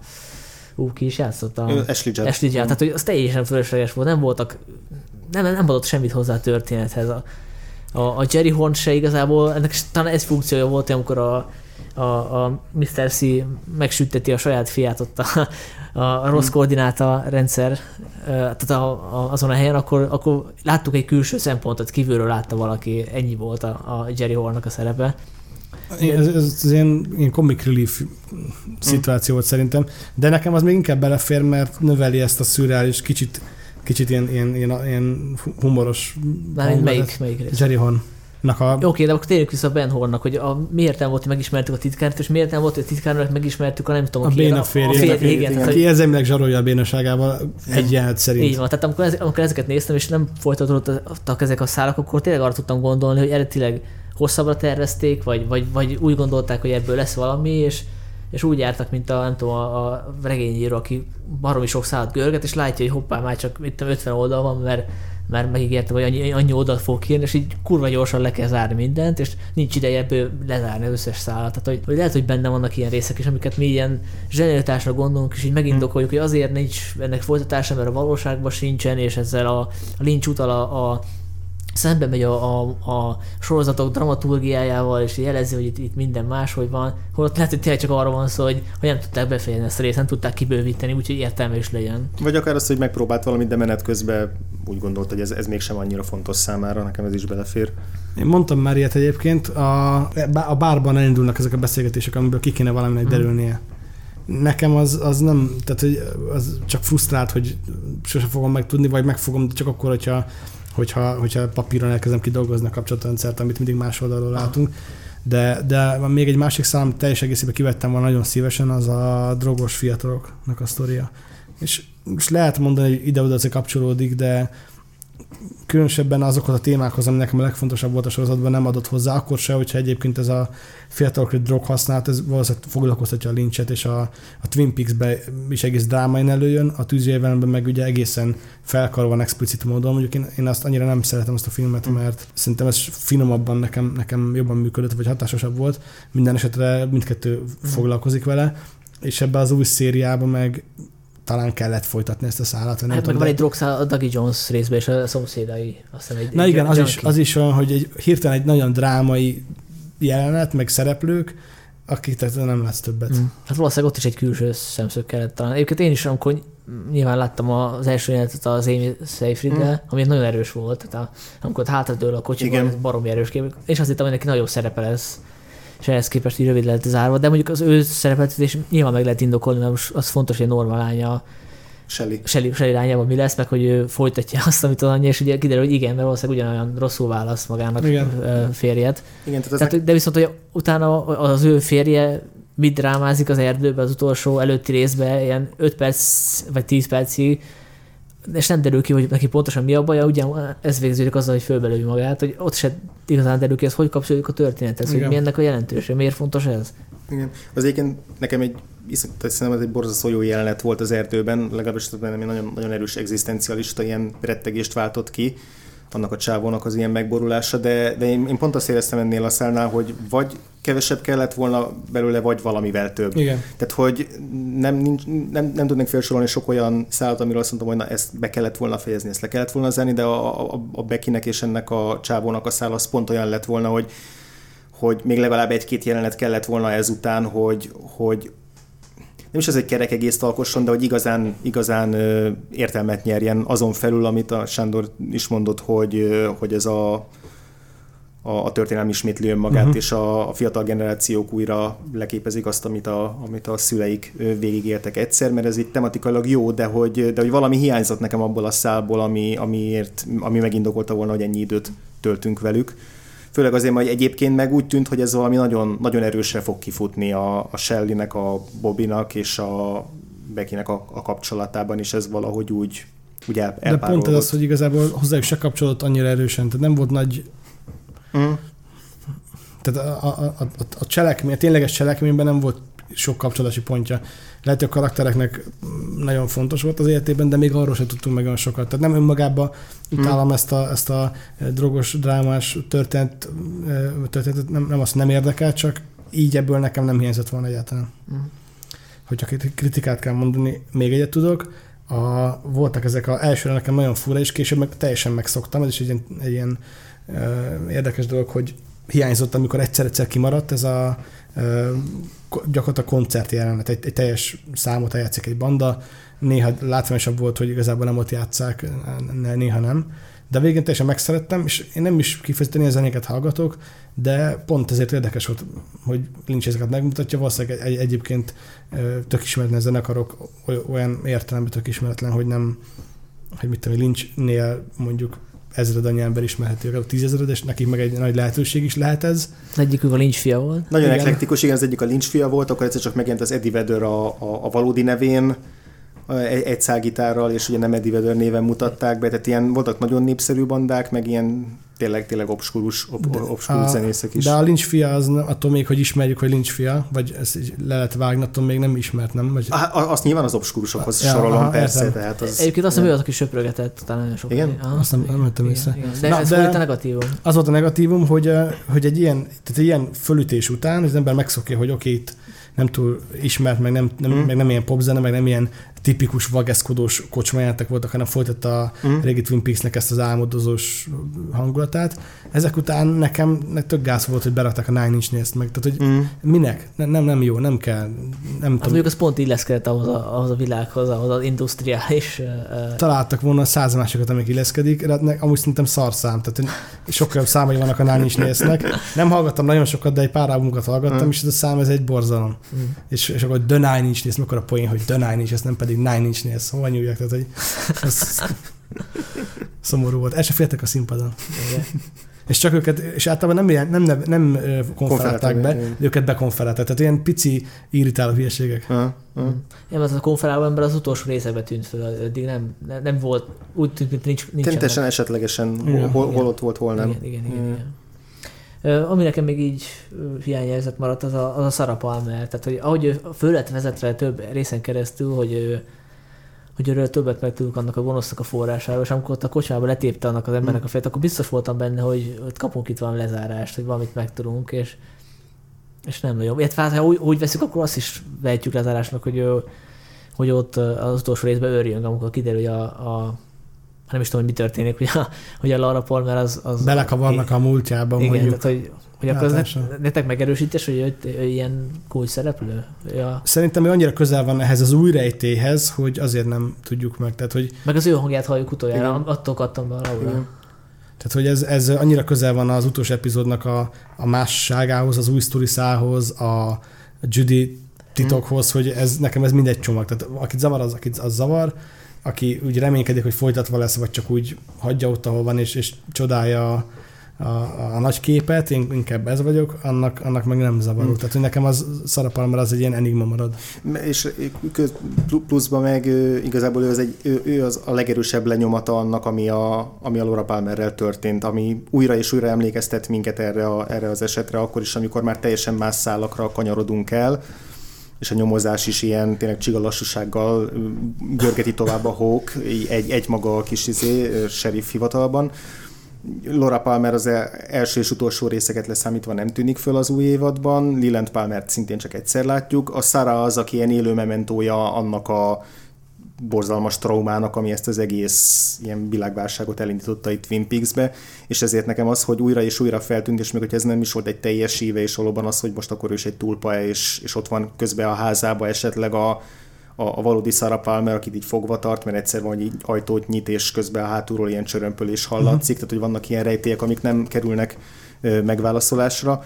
ú, ki is játszott? A, Ashley Judd. Ashley Judd. Tehát, hogy az teljesen fölösleges volt, nem voltak, nem, nem adott semmit hozzá a történethez. A, a, a Jerry Horn se igazából, ennek talán ez funkciója volt, amikor a, a, a miszter C megsütteti a saját fiát ott a, a rossz koordináta rendszer, tehát a, a, azon a helyen, akkor, akkor láttuk egy külső szempontot, kívülről látta valaki, ennyi volt a, a Jerry Hornnak a szerepe. Ez, ez, ez ilyen, ilyen comic relief szituáció volt szerintem, de nekem az még inkább belefér, mert növeli ezt a szürreális, kicsit, kicsit ilyen, ilyen, ilyen, ilyen humoros hangot. Melyik, melyik rész? Jerry Horn. A... Oké, okay, de akkor térjük vissza a Ben Hornnak, hogy a, miért nem volt, hogy megismertük a titkárnőt, és miért nem volt, hogy a titkárnőt megismertük, a nem tudom, a béna férjét, aki érzelmileg zsarolja a bénaságával egy jelenet szerint. Így van, tehát amikor, ez, amikor ezeket néztem, és nem folytatódtak ezek a szálak, akkor tényleg arra tudtam gondolni, hogy eredetileg hosszabbra tervezték, vagy, vagy, vagy úgy gondolták, hogy ebből lesz valami, és, és úgy jártak, mint a, nem tudom, a, a regényíró, aki baromi sok szállat görget, és látja, hogy hoppá, már csak itt ötven oldal van, mert már megígértem, hogy annyi, annyi oldalt fog írni, és így kurva gyorsan le kell zárni mindent, és nincs ideje ebből lezárni az összes szállat. Tehát, hogy, hogy lehet, hogy benne vannak ilyen részek is, amiket mi ilyen zsenialitásra gondolunk, és így megindokoljuk, hogy azért nincs ennek folytatása, mert a valóságban sincsen, és ezzel a, a Lynch utal a, a szembe megy a, a, a sorozatok dramaturgiájával, és jelezi, hogy itt, itt minden máshogy van, holott lehet, hogy tényleg csak arra van szó, hogy, hogy nem tudták befejezni ezt a részt, nem tudták kibővíteni, úgyhogy értelme is legyen. Vagy akár azt, hogy megpróbált valamit, de menet közben úgy gondolt, hogy ez, ez mégsem annyira fontos számára, nekem ez is belefér. Én mondtam már ilyet egyébként, a, a bárban elindulnak ezek a beszélgetések, amiből ki kéne valaminek derülnie. Nekem az, az nem, tehát hogy az csak frusztrált, hogy sose fogom megtudni, vagy megfogom csak akkor, hogyha hogyha, hogyha papíron elkezdem kidolgozni a kapcsolatrendszert, amit mindig más oldalról látunk. De, de még egy másik szám, amit teljes egészében kivettem volna nagyon szívesen, az a drogos fiataloknak a sztoria. És, és lehet mondani, hogy ide-oda azért kapcsolódik, de különösebben azokhoz a témákhoz, ami nekem a legfontosabb volt a sorozatban, nem adott hozzá, akkor se, hogyha egyébként ez a fiatalok drog használat, ez valószínűleg foglalkoztatja a Lynchet, és a, a Twin Peaks-ben is egész drámain előjön, a Tűzjövedelemben meg ugye egészen felkarolva explicit módon. Mondjuk én, én azt annyira nem szeretem azt a filmet, mert szerintem ez finomabban nekem, nekem jobban működött, vagy hatásosabb volt. Minden esetre mindkettő foglalkozik vele, és ebben az új szériában meg talán kellett folytatni ezt a szállat. Hát meg de... van egy drogszál a Dougie Jones részben, és a szomszédai. Azt hiszem, egy, Na egy igen, az junkie. is, az is olyan, hogy egy, hirtelen egy nagyon drámai jelenet, meg szereplők, akik tehát nem látsz többet. Mm. Hát valószínűleg ott is egy külső szemszög kellett talán. Egyébként én is, amikor nyilván láttam az első jelenetet az Amy Seyfried-del, mm. ami nagyon erős volt, tehát amikor hátradől a kocsiban, ez baromi erős kép, és azt hittem, hogy neki nagyobb szerepe lesz. És ehhez képest így rövid lehet zárva, de mondjuk az ő szerepeltetés nyilván meg lehet indokolni, mert most az fontos, hogy a normál lánya, Shelly. Shelly, Shelly lányában mi lesz, meg hogy ő folytatja azt, amit az anyja, és ugye kiderül, hogy igen, mert valószínűleg ugyanolyan rosszul választ magának igen. férjet. Igen, tehát tehát, meg... De viszont, hogy utána az ő férje mit drámázik az erdőben az utolsó előtti részben, ilyen öt perc vagy tíz percig, és nem derül ki, hogy neki pontosan mi a baja, ugye ez végződik azzal, hogy fölbelői magát, hogy ott se igazán derül ki, ez hogy kapcsolódik a történethez, igen. Hogy mi ennek a jelentősége, miért fontos ez? Igen. Az egyébként nekem egy, szerintem ez egy borzasztó jó jelenet volt az erdőben, legalábbis nem egy nagyon, nagyon erős egzisztencialista ilyen rettegést váltott ki, annak a csávónak az ilyen megborulása, de, de én, én pont azt éreztem ennél a szálnál, hogy vagy kevesebb kellett volna belőle, vagy valamivel több. Igen. Tehát, hogy nem, nincs, nem, nem tudnék felsorolni sok olyan szállat, amiről azt mondtam, hogy na, ezt be kellett volna fejezni, ezt le kellett volna zárni, de a, a, a Beckynek és ennek a csávónak a szál az pont olyan lett volna, hogy, hogy még legalább egy-két jelenet kellett volna ezután, hogy, hogy nem is az egy kerek egészt alkosson, de hogy igazán, igazán ö, értelmet nyerjen azon felül, amit a Sándor is mondott, hogy, ö, hogy ez a, a, a történelem ismétli önmagát, uh-huh. és a, a fiatal generációk újra leképezik azt, amit a, amit a szüleik végigéltek egyszer, mert ez itt tematikailag jó, de hogy, de hogy valami hiányzott nekem abból a szálból, ami, amiért, ami megindokolta volna, hogy ennyi időt töltünk velük. Főleg azért, hogy egyébként meg úgy tűnt, hogy ez valami nagyon, nagyon erősre fog kifutni a, a Shellynek, a Bobbynak és a Beckynek a, a kapcsolatában, és ez valahogy úgy, úgy el, elpárolgott. De pont ez az, hogy igazából hozzájuk se kapcsolódott annyira erősen, tehát nem volt nagy... Mm. Tehát a, a, a, a cselekmény, a tényleges cselekményben nem volt sok kapcsolódási pontja. Lehet, hogy a karaktereknek nagyon fontos volt az életében, de még arról sem tudtunk meg olyan sokat. Tehát nem önmagában utálom hmm. ezt, a, ezt a drogos, drámás történet, történetet, nem, nem azt nem érdekel, csak így ebből nekem nem hiányzott volna egyáltalán. Hmm. Hogyha kritikát kell mondani, még egyet tudok. A, voltak ezek az elsőre nekem nagyon fura, és később meg teljesen megszoktam. Ez is egy, egy ilyen uh, érdekes dolog, hogy hiányzott, amikor egyszer-egyszer kimaradt ez a gyakorlatilag koncert jelenet, egy, egy teljes számot eljátszik egy banda, néha látványosabb volt, hogy igazából nem ott játsszák, néha nem, de végén teljesen megszerettem, és én nem is kifejezetten ilyen zenéket hallgatok, de pont ezért érdekes volt, hogy Lynch ezeket megmutatja, valószínűleg egy, egy, egyébként tök ismeretlen zenekarok, olyan értelemben tök ismeretlen, hogy nem, hogy mit tudom, Lynchnél mondjuk ezred annyi ember ismerheti őket, tízezred, és nekik meg egy nagy lehetőség is lehet ez. Az egyikük a Lynch fia volt. Nagyon igen. Eklektikus, igen, az egyik a Lynch fia volt, akkor egyszer csak megjelent az Eddie Vedder a, a, a valódi nevén, egy, egy szálgitárral, és ugye nem Eddie Vedder néven mutatták be, tehát ilyen voltak nagyon népszerű bandák, meg ilyen tényleg, tényleg obskurus, ob, obskurus zenészek is. De a Lynch fia az attól még, hogy ismerjük, hogy Lynch fia, vagy ezt le lehet vágni, attól még nem ismert, nem? Vagy... Ah, azt nyilván az obskurusokhoz ja, sorolom, aha, persze. Tehát az... Egyébként azt hiszem, ő az, aki söprögetett talán nagyon sokat. Igen? Aha, azt nem, nem vettem észre. De Na, ez de volt a negatívum. Az volt a negatívum, hogy, hogy egy ilyen, tehát egy ilyen fölütés után az ember megszokja, hogy oké, itt nem túl ismert, meg nem, nem, mm. meg nem ilyen popzene, meg nem ilyen tipikus vageszkodós kocsmajátek voltak, hanem folytatta a mm. régi Twin Peaksnek ezt az álmodozós hangulatát. Ezek után nekem tök gáz volt, hogy berakták a Nine Inch Nails-t meg. Tehát, hogy mm. minek? Nem, nem, nem jó, nem kell. Nem hát mondjuk az pont illeszkedett ahhoz a, ahhoz a világhoz, ahhoz az industriális... Uh... Találtak volna száz másikat, amik illeszkedik, de amúgy szerintem szarszám. Tehát sokkal jobb számai vannak a Nine Inch Nails-nek. Nem hallgattam nagyon sokat, de egy pár albumukat hallgattam, mm. és ez a szám ez egy borzalom. Mm. És, és akkor The Nine Inch Nails, mekkora poén, hogy The Nine Inch, ez nem pedig Nine Inch Nails, hova nyúljak, tehát hogy ez szomorú volt. El se féltek a színpadon. És csak őket, és általában nem, nem, nem, nem konferálták be, de őket bekonferálták. Tehát ilyen pici, irritáló hülyeségek. Ha, ha. Ja, az a konferáló ember az utolsó részebe tűnt fel, eddig nem, nem volt, úgy tűnt, mint nincs. Ténylegesen esetlegesen, hol, hol, hol ott volt, hol nem. Igen, igen, igen. igen. Uh, ami nekem még így hiányérzet maradt, az a, az a Sarah Palmer. Tehát, hogy ahogy ő föl lett vezetve több részen keresztül, hogy, ő, hogy őről többet megtudunk annak a gonosznak a forrásáról, és amikor ott a kocsmába letépte annak az embernek a fejét, akkor biztos voltam benne, hogy kapunk itt valami lezárást, hogy valamit megtudunk, és, és nem nagyon. Illetve ha úgy, úgy veszik, akkor azt is vehetjük lezárásnak, hogy, ő, hogy ott az utolsó részben őrjön, amikor kiderül, hogy a, a nem is tudom, hogy mi történik, hogy a, hogy a Laura Palmer az... az belekavarnak a múltjában, igen, mondjuk. Tehát, hogy, hogy akkor az nektek megerősítés, hogy ő, ő ilyen kulcs szereplő? Ja. Szerintem ő annyira közel van ehhez az új rejtélyhez, hogy azért nem tudjuk meg. Tehát, hogy meg az ő hangját halljuk utoljára, igen. Attól kattam be a Laura. Igen. Tehát, hogy ez, ez annyira közel van az utolsó epizódnak a, a másságához, az új sztoriszához, a Judy titokhoz, hmm. hogy ez, nekem ez mindegy csomag. Tehát akit zavar, az, akit az zavar, aki úgy reménykedik, hogy folytatva lesz, vagy csak úgy hagyja ott, ahol van, és, és csodálja a, a, a nagy képet, én inkább ez vagyok, annak, annak meg nem zavaró. Hmm. Tehát, hogy nekem az Sarah Palmer az egy ilyen enigma marad. És pluszban meg igazából ő az, egy, ő, ő az a legerősebb lenyomata annak, ami a, ami a Laura Palmerrel történt, ami újra és újra emlékeztet minket erre, a, erre az esetre, akkor is, amikor már teljesen más szálakra kanyarodunk el, és a nyomozás is ilyen tényleg csigalassúsággal görgeti tovább a Hawk, egy, egy maga a kis izé, sheriff hivatalban. Laura Palmer az első és utolsó részeket leszámítva nem tűnik föl az új évadban, Leland Palmert szintén csak egyszer látjuk. A Sarah az, aki ilyen élő mementója annak a borzalmas traumának, ami ezt az egész ilyen világválságot elindította itt Twin Peaksbe, és ezért nekem az, hogy újra és újra feltűnt, és még hogy ez nem is volt egy teljes íve, és valóban az, hogy most akkor ő is egy túlpa, és, és ott van közben a házába esetleg a, a, a valódi Sarah Palmer, akit így fogva tart, mert egyszer van, hogy így ajtót nyit, és közben a hátulról ilyen csörömpölés hallatszik, uh-huh. tehát hogy vannak ilyen rejtélyek, amik nem kerülnek ö, megválaszolásra.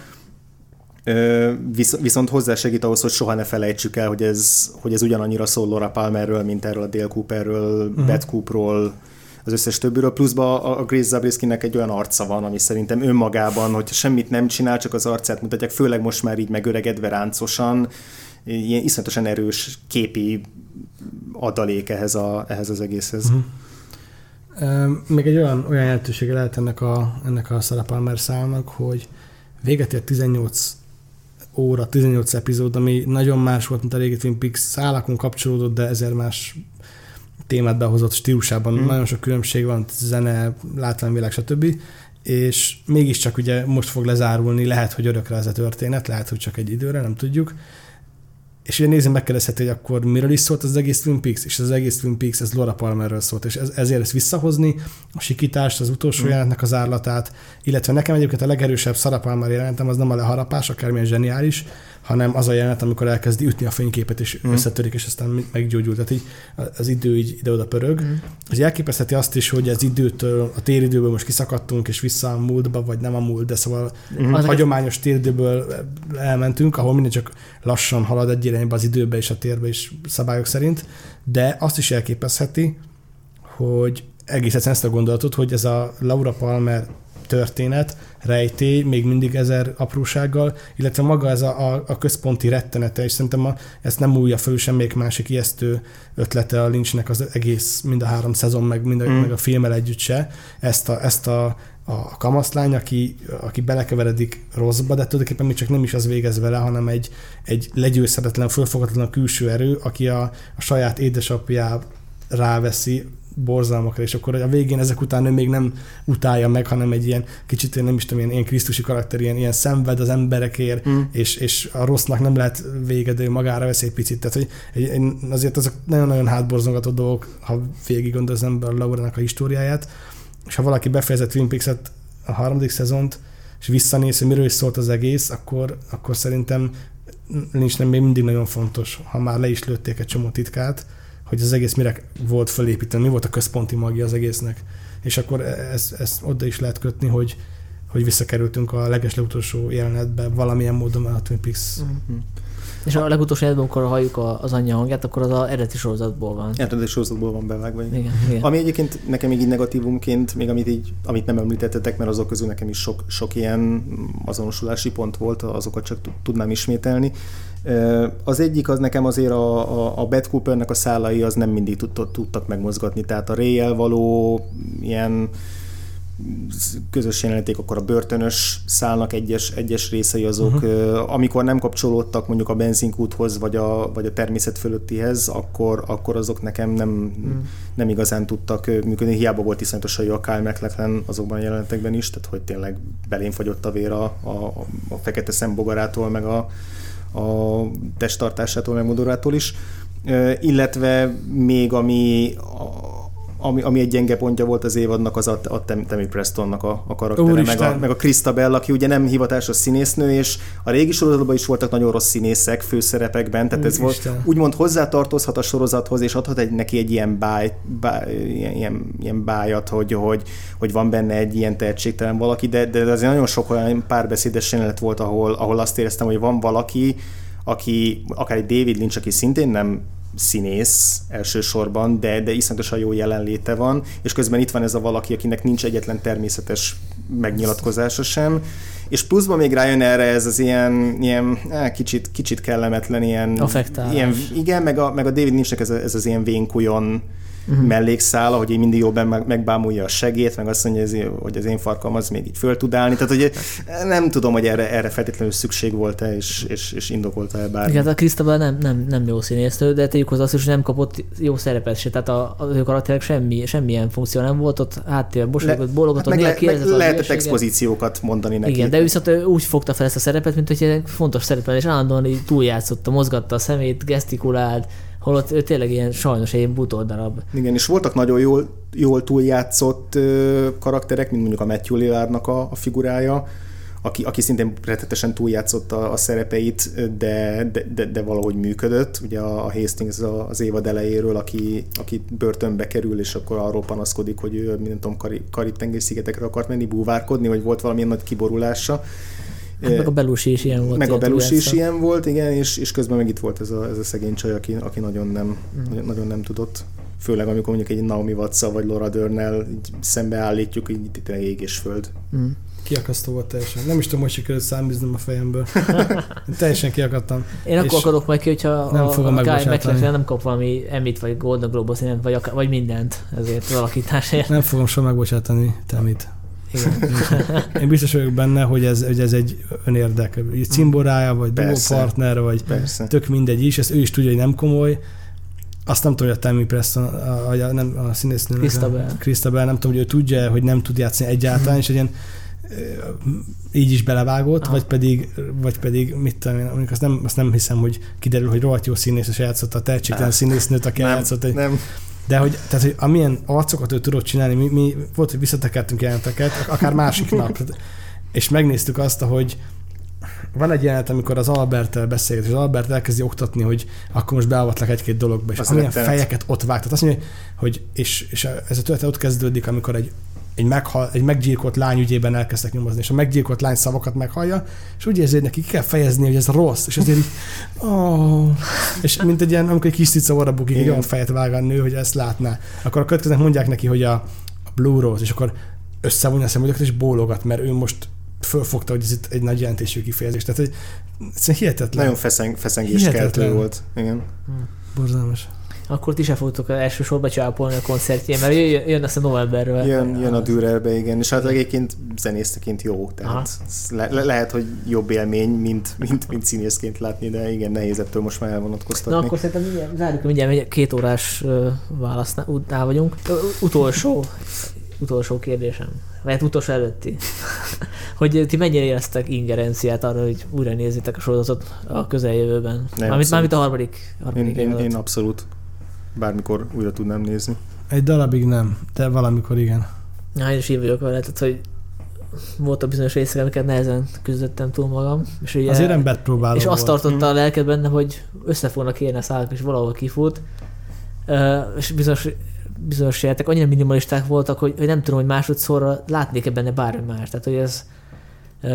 Visz, viszont hozzásegít ahhoz, hogy soha ne felejtsük el, hogy ez, hogy ez ugyanannyira szól Laura Palmerről, mint erről a Dale Cooperről, uh-huh. Beth Coopról, az összes többiről. Pluszban a Grace Zabriskie-nek egy olyan arca van, ami szerintem önmagában, hogy semmit nem csinál, csak az arcát mutatják, főleg most már így megöregedve ráncosan, ilyen iszonyatosan erős képi adalék ehhez, a, ehhez az egészhez. Uh-huh. Még egy olyan, olyan jelentősége lehet ennek a, ennek a Sarah Palmer számnak, hogy véget ért tizennyolc óra, tizennyolc epizód, ami nagyon más volt, mint a régi Twin Peaks, szálakon kapcsolódott, de ezer más témát behozott stílusában. Mm. Nagyon sok különbség van, zene, látványvilág, stb. És mégiscsak ugye most fog lezárulni, lehet, hogy örökre ez a történet, lehet, hogy csak egy időre, nem tudjuk. És ugye nézem, megkérdezheti, hogy akkor miről is szólt az egész Twin Peaks, és az egész Twin Peaks, ez Laura Palmerről szólt, és ez, ezért ezt visszahozni, a sikítást, az utolsó mm. jelenetnek az árlatát, illetve nekem egyébként a legerősebb Sarah Palmer jelenetem az nem a leharapás, akármilyen zseniális, hanem az a jelenet, amikor elkezdi ütni a fényképet, és mm. összetörik, és aztán meggyógyul. Tehát így az idő így ide-oda pörög. Mm. Ez elképezheti azt is, hogy az időtől, a téridőből most kiszakadtunk, és vissza a múltba, vagy nem a múlt, de szóval mm. a hagyományos téridőből elmentünk, ahol minden csak lassan halad egy irányba az időbe és a térbe is szabályok szerint, de azt is elképezheti, hogy egész egyszerűen ezt a gondolatot, hogy ez a Laura Palmer történet, rejtély, még mindig ezer aprósággal, illetve maga ez a, a, a központi rettenete, és szerintem a, ezt nem újja felül semmelyik másik ijesztő ötlete a Lynchnek az egész, mind a három szezon, meg, mind a, mm. meg a filmmel együtt se, ezt a, ezt a a kamaszlány, aki, aki belekeveredik rosszba, de tulajdonképpen még csak nem is az végez vele, hanem egy, egy legyőzhetetlen, fölfoghatatlan külső erő, aki a, a saját édesapját ráveszi borzalmakra, és akkor a végén ezek után ő még nem utálja meg, hanem egy ilyen kicsit, én nem is tudom, ilyen, ilyen krisztusi karakter, ilyen, ilyen szenved az emberekért, mm. és, és a rossznak nem lehet vége, de ő magára vesz egy picit. Tehát, hogy egy, azért azok nagyon-nagyon hátborzongató dolgok, ha végig gondol az ember Laurának a históriáját, és ha valaki befejezett Twin Peaks-et, a harmadik szezont, és visszanéz, hogy miről is szólt az egész, akkor, akkor szerintem nincs nem még mindig nagyon fontos, ha már le is lőtték egy csomó titkát, hogy az egész mire volt felépíteni, mi volt a központi magja az egésznek. És akkor ezt, ezt oda is lehet kötni, hogy, hogy visszakerültünk a legeslegutolsó jelenetbe valamilyen módon a Twin Peaks. Mm-hmm. És a legutolsó jelenetben, amikor halljuk az anyja hangját, akkor az a eredeti sorozatból van. Eredeti sorozatból van bevágva. Igen, igen. Ami egyébként nekem még így negatívumként, még amit, így, amit nem említettetek, mert azok közül nekem is sok, sok ilyen azonosulási pont volt, azokat csak tudnám ismételni. Az egyik az nekem azért a, a, a Beth Coopernek a szálai az nem mindig tudtak, tudtak megmozgatni, tehát a Ray-jel való ilyen közös jeleneték, akkor a börtönös szálnak egyes, egyes részei azok, uh-huh. amikor nem kapcsolódtak mondjuk a benzinkúthoz, vagy a, vagy a természet fölöttihez, akkor, akkor azok nekem nem, uh-huh. nem igazán tudtak működni. Hiába volt iszonyatosan jó a Kyle MacLachlan azokban a jelenetekben is, tehát hogy tényleg belém fagyott a vér a, a, a fekete szembogarától, meg a, a testtartásától, meg modorától is. Illetve még ami a, Ami, ami egy gyenge pontja volt az évadnak, az a, a Tammy Prestonnak a, a karaktere, meg a, meg a Christabel, aki ugye nem hivatásos színésznő, és a régi sorozatban is voltak nagyon rossz színészek főszerepekben, tehát ez volt, úgymond hozzátartozhat a sorozathoz, és adhat egy, neki egy ilyen, báj, báj, ilyen, ilyen, ilyen bájat, hogy, hogy, hogy van benne egy ilyen tehetségtelen valaki, de, de azért nagyon sok olyan párbeszédes jelenet volt, ahol, ahol azt éreztem, hogy van valaki, aki, akár egy David Lynch, aki szintén nem színész elsősorban, de, de iszonyatosan jó jelenléte van, és közben itt van ez a valaki, akinek nincs egyetlen természetes megnyilatkozása sem, és pluszban még rájön erre ez az ilyen, ilyen eh, kicsit, kicsit kellemetlen ilyen, ilyen igen, meg a, meg a David Lynchnek ez, ez az ilyen vénkujon uh-huh. mellékszál, hogy én mindig jobban meg, megbámulja a segét, meg azt mondja, hogy az én farkam az még így föl tud állni. Tehát, hogy nem tudom, hogy erre, erre feltétlenül szükség volt-e, és, és, és indokolta-e bármi. Igen, a Christabel nem, nem, nem jó színésznő, de tegyük hozzá azt is, hogy nem kapott jó szerepet se. Tehát a, az ő karakterek semmi, semmilyen funkció nem volt, ott háttérben bosogatott, bólogatott, néha kérdezett az lehetett expozíciókat mondani neki. Igen, de ő viszont úgy fogta fel ezt a szerepet, mint hogy egy fontos szerepel, és állandóan így túljátszotta, mozgatta a szemét, gesztikulált, holott ő tényleg ilyen sajnos egy bútordarab. Igen, és voltak nagyon jól, jól túljátszott ö, karakterek, mint mondjuk a Matthew Lillardnak a, a figurája, aki, aki szintén rettetesen túljátszott a, a szerepeit, de, de, de, de valahogy működött. Ugye a, a Hastings az évad elejéről, aki, aki börtönbe kerül, és akkor arról panaszkodik, hogy ő, nem tudom, Karib-tenger szigetekre akart menni, búvárkodni, vagy volt valamilyen nagy kiborulása. Hát meg a Belushi is ilyen volt. Meg a Belushi is ilyen volt, igen, és, és közben meg itt volt ez a, ez a szegény csaj, aki, aki nagyon, nem, mm. nagyon nem tudott. Főleg amikor mondjuk egy Naomi Watts-szal vagy Laura Dern-nel szembeállítjuk, így itt ég és föld. Mm. Kiakasztó volt teljesen. Nem is tudom, hogy sikerült számíznom a fejemből. Teljesen kiakadtam. Én akkor akadok majd ki, hogyha nem a, a Kyle MacLachlan nem kap valami Emmyt, vagy Golden Globe-ot, vagy, vagy mindent ezért alakításért. Nem fogom soha megbocsátani Tammyt. Igen. Én biztos vagyok benne, hogy ez, hogy ez egy önérdek. Cimborája, vagy duópartner, vagy persze. Tök mindegy is. Ezt ő is tudja, hogy nem komoly. Azt nem tudom, hogy a Tammy Preston, a, a, nem, a színésznő. Christabel. Christabel, nem tudom, hogy ő tudja, hogy nem tud játszani egyáltalán, mm. és egy ilyen így is belevágott, ah. vagy pedig, vagy pedig mit tudom én, azt nem, azt nem hiszem, hogy kiderül, hogy rohadt jó színész, és játszotta a tehetségtelen színésznőt, aki nem, játszott egy... Nem. De hogy, tehát, hogy amilyen arcokat ő tudott csinálni, mi, mi volt, hogy visszatekertünk jelenteket, akár másik nap, és megnéztük azt, hogy van egy jelenet, amikor az Alberttel beszélt, és az Albert elkezdi oktatni, hogy akkor most beavatlak egy-két dologba, és az amilyen fejeket ott vágtat. Azt mondja, hogy és, és ez a történet ott kezdődik, amikor egy Egy, meghal, egy meggyilkolt lány ügyében elkezdtek nyomozni, és a meggyilkolt lány szavakat meghallja, és úgy érzi, hogy neki ki kell fejezni, hogy ez rossz, és azért így, oh, és mint egy ilyen, amikor egy kis cica orra bukik, egy olyan fejet vág a nő, hogy ezt látná. Akkor a következőnek mondják neki, hogy a, a Blue Rose, és akkor összevonja a szemügyeket, és bólogat, mert ő most fölfogta, hogy ez itt egy nagy jelentésű kifejezés. Tehát, hogy ez hihetetlen. Nagyon feszeng, feszengéskeltő volt. Igen. Borzalmas. Akkor ti se fogtok elsősorban csápolni a koncertjén, mert jön, jön azt a novemberről. Jön, jön a Dürerbe, igen, és hát egyébként zenészteként jó, tehát le, le, lehet, hogy jobb élmény, mint, mint, mint színészként látni, de igen, nehéz ettől most már elvonatkoztatni. Na akkor szerintem mindjárt, zárjuk, mindjárt két órás válasznál után vagyunk. Utolsó, utolsó kérdésem, vagy utolsó előtti, hogy ti mennyire éreztek ingerenciát arra, hogy újra nézzétek a sorozatot a közeljövőben? Mármint, mármint a harmadik, harmadik én, én, én abszolút bármikor újra tudnám nézni. Egy darabig nem, de valamikor igen. Na, én is így vagyok vele, tehát, hogy voltak bizonyos részek, amiket nehezen küzdöttem túl magam. És ugye, azért embert próbálom. És azt volt. tartotta a lelked benne, hogy össze fognak érni a szálak, és valahol kifut. Uh, és bizonyos, bizonyos jelentek annyira minimalisták voltak, hogy, hogy nem tudom, hogy másodszorra látnék-e benne bármi más. Tehát, hogy ez uh,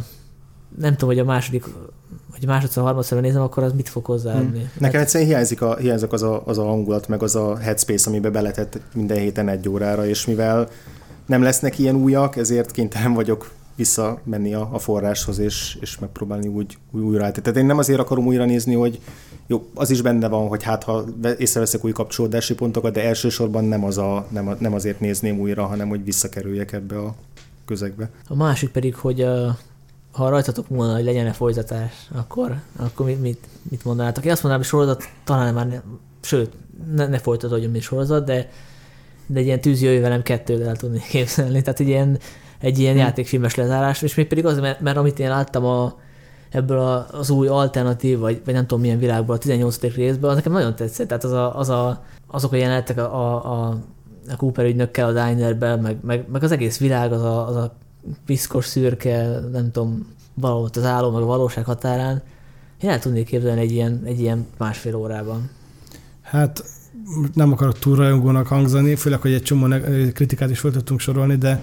nem tudom, hogy a második, hogy másodszor, harmadszor nézem, akkor az mit fog hozzáadni. Hmm. Nekem egyszerűen hiányzik, a, hiányzik az, a, az a hangulat, meg az a headspace, amiben beletett minden héten egy órára, és mivel nem lesznek ilyen újak, ezért kénytelen vagyok visszamenni a, a forráshoz, és, és megpróbálni úgy, úgy újra állítani. Tehát én nem azért akarom újra nézni, hogy jó, az is benne van, hogy hát ha észreveszek új kapcsolódási pontokat, de elsősorban nem, az a, nem, a, nem azért nézném újra, hanem hogy visszakerüljek ebbe a közegbe. A másik pedig, hogy uh, ha rajtatok volna, hogy legyen-e folytatás, akkor, akkor mit, mit, mit mondanátok? Én azt mondanám, hogy sorozat talán már ne, sőt, ne, ne folytatódjon, mint sorozat, de de egy ilyen tűz jöjj velem kettőt el tudni képzelni. Tehát egy ilyen, egy ilyen hmm. játékfilmes lezárás, és még pedig az, mert, mert amit én láttam a, ebből a, az új alternatív, vagy, vagy nem tudom milyen világból, a tizennyolcadik részből, az nekem nagyon tetszett. Tehát az a, az a, azok a jelenetek a, a, a Cooper ügynökkel a dinerben, meg, meg, meg az egész világ, az a, az a piszkos, szürke, nem tudom, valahol az álom, meg a valóság határán. Én el tudnék képzelni egy ilyen, egy ilyen másfél órában. Hát nem akarok túl rajongónak hangzani, főleg, hogy egy csomó kritikát is fel tudtunk sorolni, de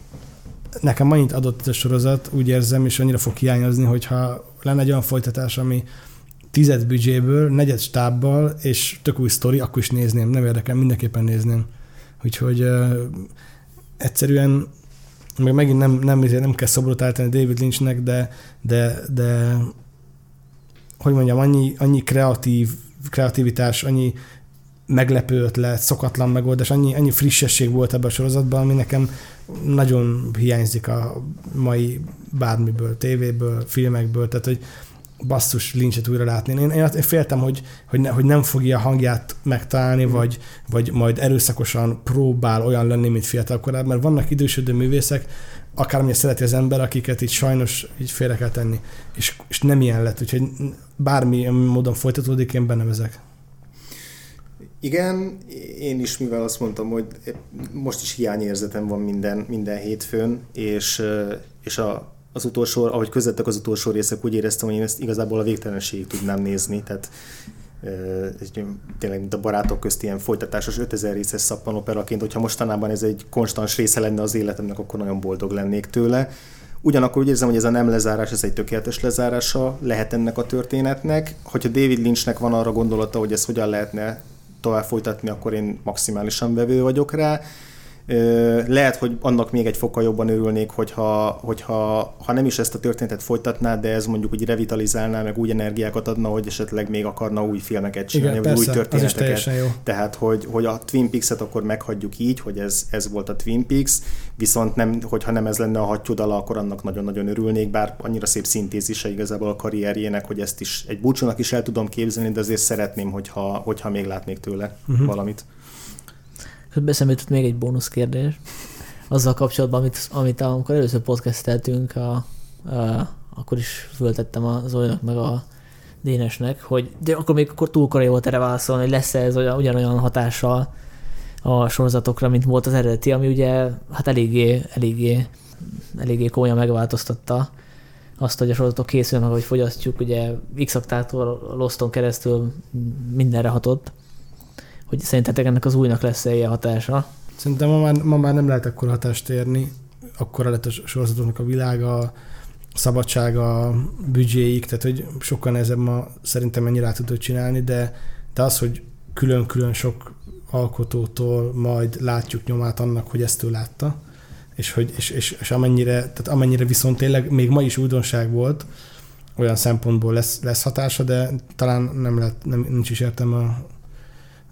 nekem annyit adott ez a sorozat, úgy érzem, és annyira fog hiányozni, hogyha lenne egy olyan folytatás, ami tized büdzséből, negyed stábbal, és tök új sztori, akkor is nézném, nem érdekel, mindenképpen nézném. Úgyhogy uh, egyszerűen, meg megint nem, nem, nem kell szobrot állítani David Lynchnek, de, de, de hogy mondjam, annyi, annyi kreatív, kreativitás, annyi meglepő ötlet, szokatlan megoldás, annyi, annyi frissesség volt ebben a sorozatban, ami nekem nagyon hiányzik a mai bármiből, tévéből, filmekből, tehát hogy basszus Lynchet újra látni. Én, én féltem, hogy, hogy, ne, hogy nem fogja a hangját megtalálni, mm. vagy, vagy majd erőszakosan próbál olyan lenni, mint fiatal korában, mert vannak idősödő művészek, akármilyen szereti az ember, akiket így sajnos így félre kell tenni. És, és nem ilyen lett, úgyhogy bármi módon folytatódik, én benne ezek. Igen, én is, mivel azt mondtam, hogy most is hiányérzetem van minden, minden hétfőn, és, és a, az utolsó, ahogy közöttek az utolsó részek, úgy éreztem, hogy én ezt igazából a végtelenségig tudnám nézni, tehát tényleg mint a barátok közt ilyen folytatásos ötezer részes szappanoperaként, hogyha mostanában ez egy konstans része lenne az életemnek, akkor nagyon boldog lennék tőle. Ugyanakkor úgy érzem, hogy ez a nem lezárás, ez egy tökéletes lezárása lehet ennek a történetnek. Hogyha David Lynchnek van arra gondolata, hogy ez hogyan lehetne tovább folytatni, akkor én maximálisan vevő vagyok rá. Lehet, hogy annak még egy fokkal jobban örülnék, hogyha, hogyha ha nem is ezt a történetet folytatná, de ez mondjuk úgy revitalizálná, meg új energiákat adna, hogy esetleg még akarna új filmeket csinálni, igen, vagy persze, új történeteket. Tehát, hogy, hogy a Twin Peaks-et akkor meghagyjuk így, hogy ez, ez volt a Twin Peaks, viszont nem, hogyha nem ez lenne a hattyúdala, akkor annak nagyon-nagyon örülnék, bár annyira szép szintézise igazából a karrierjének, hogy ezt is egy búcsúnak is el tudom képzelni, de azért szeretném, hogyha, hogyha még látnék tőle uh-huh. valamit. Beszembe jutott még egy bónusz kérdés. Azzal kapcsolatban, amit, amit amikor először podcasteltünk, a, a, akkor is föltettem a Zolinak meg a Dénesnek, hogy de akkor még akkor túl korai volt erre válaszolni, hogy lesz-e ez olyan, ugyanolyan hatással a sorozatokra, mint volt az eredeti, ami ugye hát eléggé, eléggé, eléggé komolyan megváltoztatta azt, hogy a sorozatok készülnek, ahogy fogyasztjuk, ugye X-aktától Loston keresztül mindenre hatott. Hogy szerintetek ennek az újnak lesz-e ilyen hatása? Szerintem ma már, ma már nem lehet akkora hatást érni, akkora lett a sorozatoknak a világa, szabadsága, büdzséik, tehát hogy sokkal nehezebb ma szerintem ennyire át tudod csinálni, de, de az, hogy külön-külön sok alkotótól majd látjuk nyomát annak, hogy ezt ő látta, és, hogy, és, és, és amennyire, tehát amennyire viszont tényleg még ma is újdonság volt, olyan szempontból lesz, lesz hatása, de talán nem lehet, nem, nincs is értelme a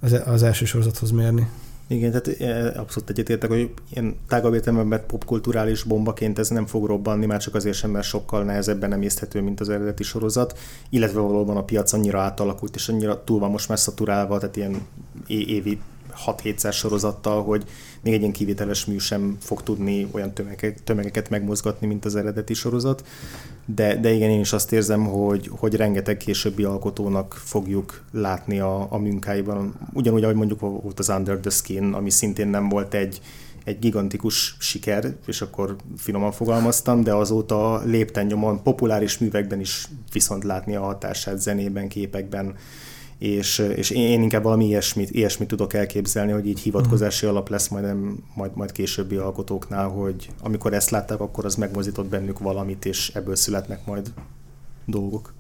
az, az első sorozathoz mérni. Igen, tehát abszolút egyetértek, hogy ilyen tágabb értelemben popkulturális bombaként ez nem fog robbanni, már csak azért sem, mert sokkal nehezebben emészthető, mint az eredeti sorozat, illetve valóban a piac annyira átalakult, és annyira túl van most már szaturálva, tehát ilyen évi hat-hétszáz sorozattal, hogy még egy ilyen kivételes mű sem fog tudni olyan tömegek, tömegeket megmozgatni, mint az eredeti sorozat. De, de igen, én is azt érzem, hogy, hogy rengeteg későbbi alkotónak fogjuk látni a, a munkáiban. Ugyanúgy, ahogy mondjuk volt az Under the Skin, ami szintén nem volt egy, egy gigantikus siker, és akkor finoman fogalmaztam, de azóta lépten nyomon populáris művekben is viszont látni a hatását zenében, képekben, és, és én inkább valami ilyesmit, ilyesmit tudok elképzelni, hogy így hivatkozási alap lesz majd, nem, majd, majd későbbi alkotóknál, hogy amikor ezt látták, akkor az megmozdított bennük valamit, és ebből születnek majd dolgok.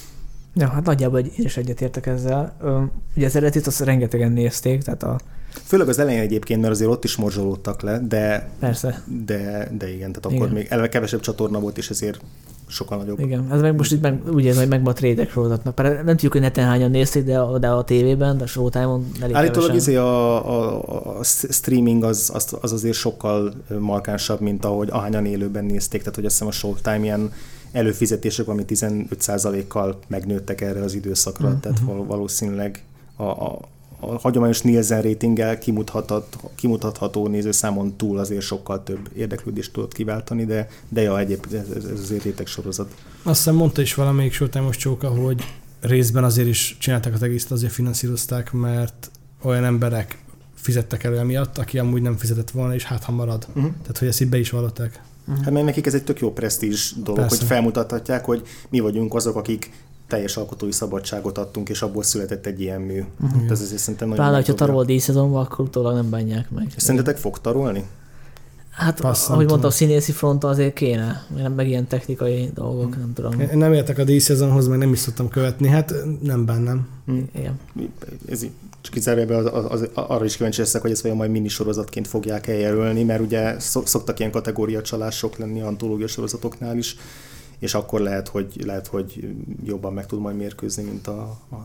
Ja, hát nagyjából én is egyetértek ezzel. Ugye az eredetit azt rengetegen nézték, tehát a... Főleg az elején egyébként, mert azért ott is morzsolódtak le, de... Persze. De, de igen, tehát akkor igen. még eleve kevesebb csatorna volt, és ezért sokkal nagyobb. Igen, ez meg most itt meg, úgy érzem, hogy megvan a trédek sorozatnak. Nem tudjuk, hogy neten hányan nézték, de, de a tévében, de a Showtime-on elég állítólag izé a, a, a streaming az, az, az azért sokkal markánsabb, mint ahogy ahányan élőben nézték, tehát hogy azt hiszem a Showtime ilyen előfizetések, ami tizenöt százalékkal megnőttek erre az időszakra, mm-hmm. tehát valószínűleg a, a, a hagyományos Nielsen ratinggel kimutathat, kimutatható nézőszámon túl azért sokkal több érdeklődést tudott kiváltani, de, de ja, egyébként ez, ez azért réteg sorozat. Azt hiszem mondta is valamelyik Showtime-os csóka, hogy részben azért is csinálták az egészet, azért finanszírozták, mert olyan emberek fizettek elő emiatt, aki amúgy nem fizetett volna, és hát ha marad. Uh-huh. Tehát, hogy ezt így be is vallották. Uh-huh. Hát mert nekik ez egy tök jó presztízs dolog, persze, hogy felmutathatják, hogy mi vagyunk azok, akik teljes alkotói szabadságot adtunk, és abból született egy ilyen mű. Uh-huh. Ez azért szerintem nagyon... Pláne, hogyha tarol díjszezonban, akkor utólag nem bánják meg. És szerintetek fog tarolni? Hát, Passzant, ahogy mondtam, a színészi fronton azért kéne, meg ilyen technikai dolgok, hmm. nem tudom. Én nem értek a díjszezonhoz, meg nem is szoktam követni, hát nem bennem. Hmm. Igen. Ez csak kizárólag az, az, az, arra is kíváncsi leszek, hogy ezt vajon majd minisorozatként fogják eljelölni, mert ugye szoktak ilyen kategóriacsalások lenni antológia sorozatoknál is, és akkor lehet, hogy, lehet, hogy jobban meg tud majd mérkőzni, mint a, a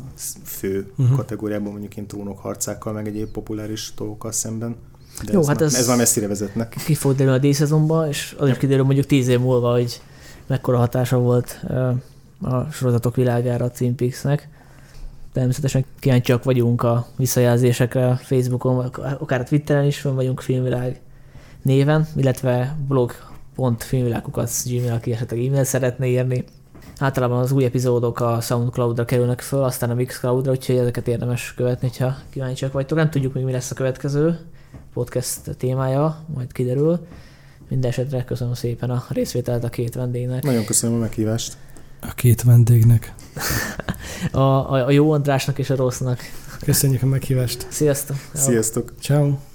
fő uh-huh. kategóriában, mondjuk én Trónok harcákkal, meg egyéb populáris dolgokkal szemben. De Jó, ez, hát ez, ez már messzire vezetnek. Ki fog derülni a díjszezonban, és az is kiderül mondjuk tíz év múlva, hogy mekkora hatása volt a sorozatok világára a Twin Peaksnek. Természetesen kíváncsiak vagyunk a visszajelzésekre a Facebookon, akár a Twitteren is fönn vagyunk Filmvilág néven, illetve blog pont filmvilágukat Gmail, aki esetleg e-mail szeretne írni. Általában az új epizódok a SoundCloud-ra kerülnek föl, aztán a Mixcloud-ra, úgyhogy ezeket érdemes követni, ha kíváncsiak vagytok. Nem tudjuk még, mi lesz a következő podcast témája, majd kiderül. Minden esetre köszönöm szépen a részvételt a két vendégnek. Nagyon köszönöm a meghívást. A két vendégnek. a, a, a jó Andrásnak és a rossznak. Köszönjük a meghívást. Sziasztok. Sziasztok. Ciao.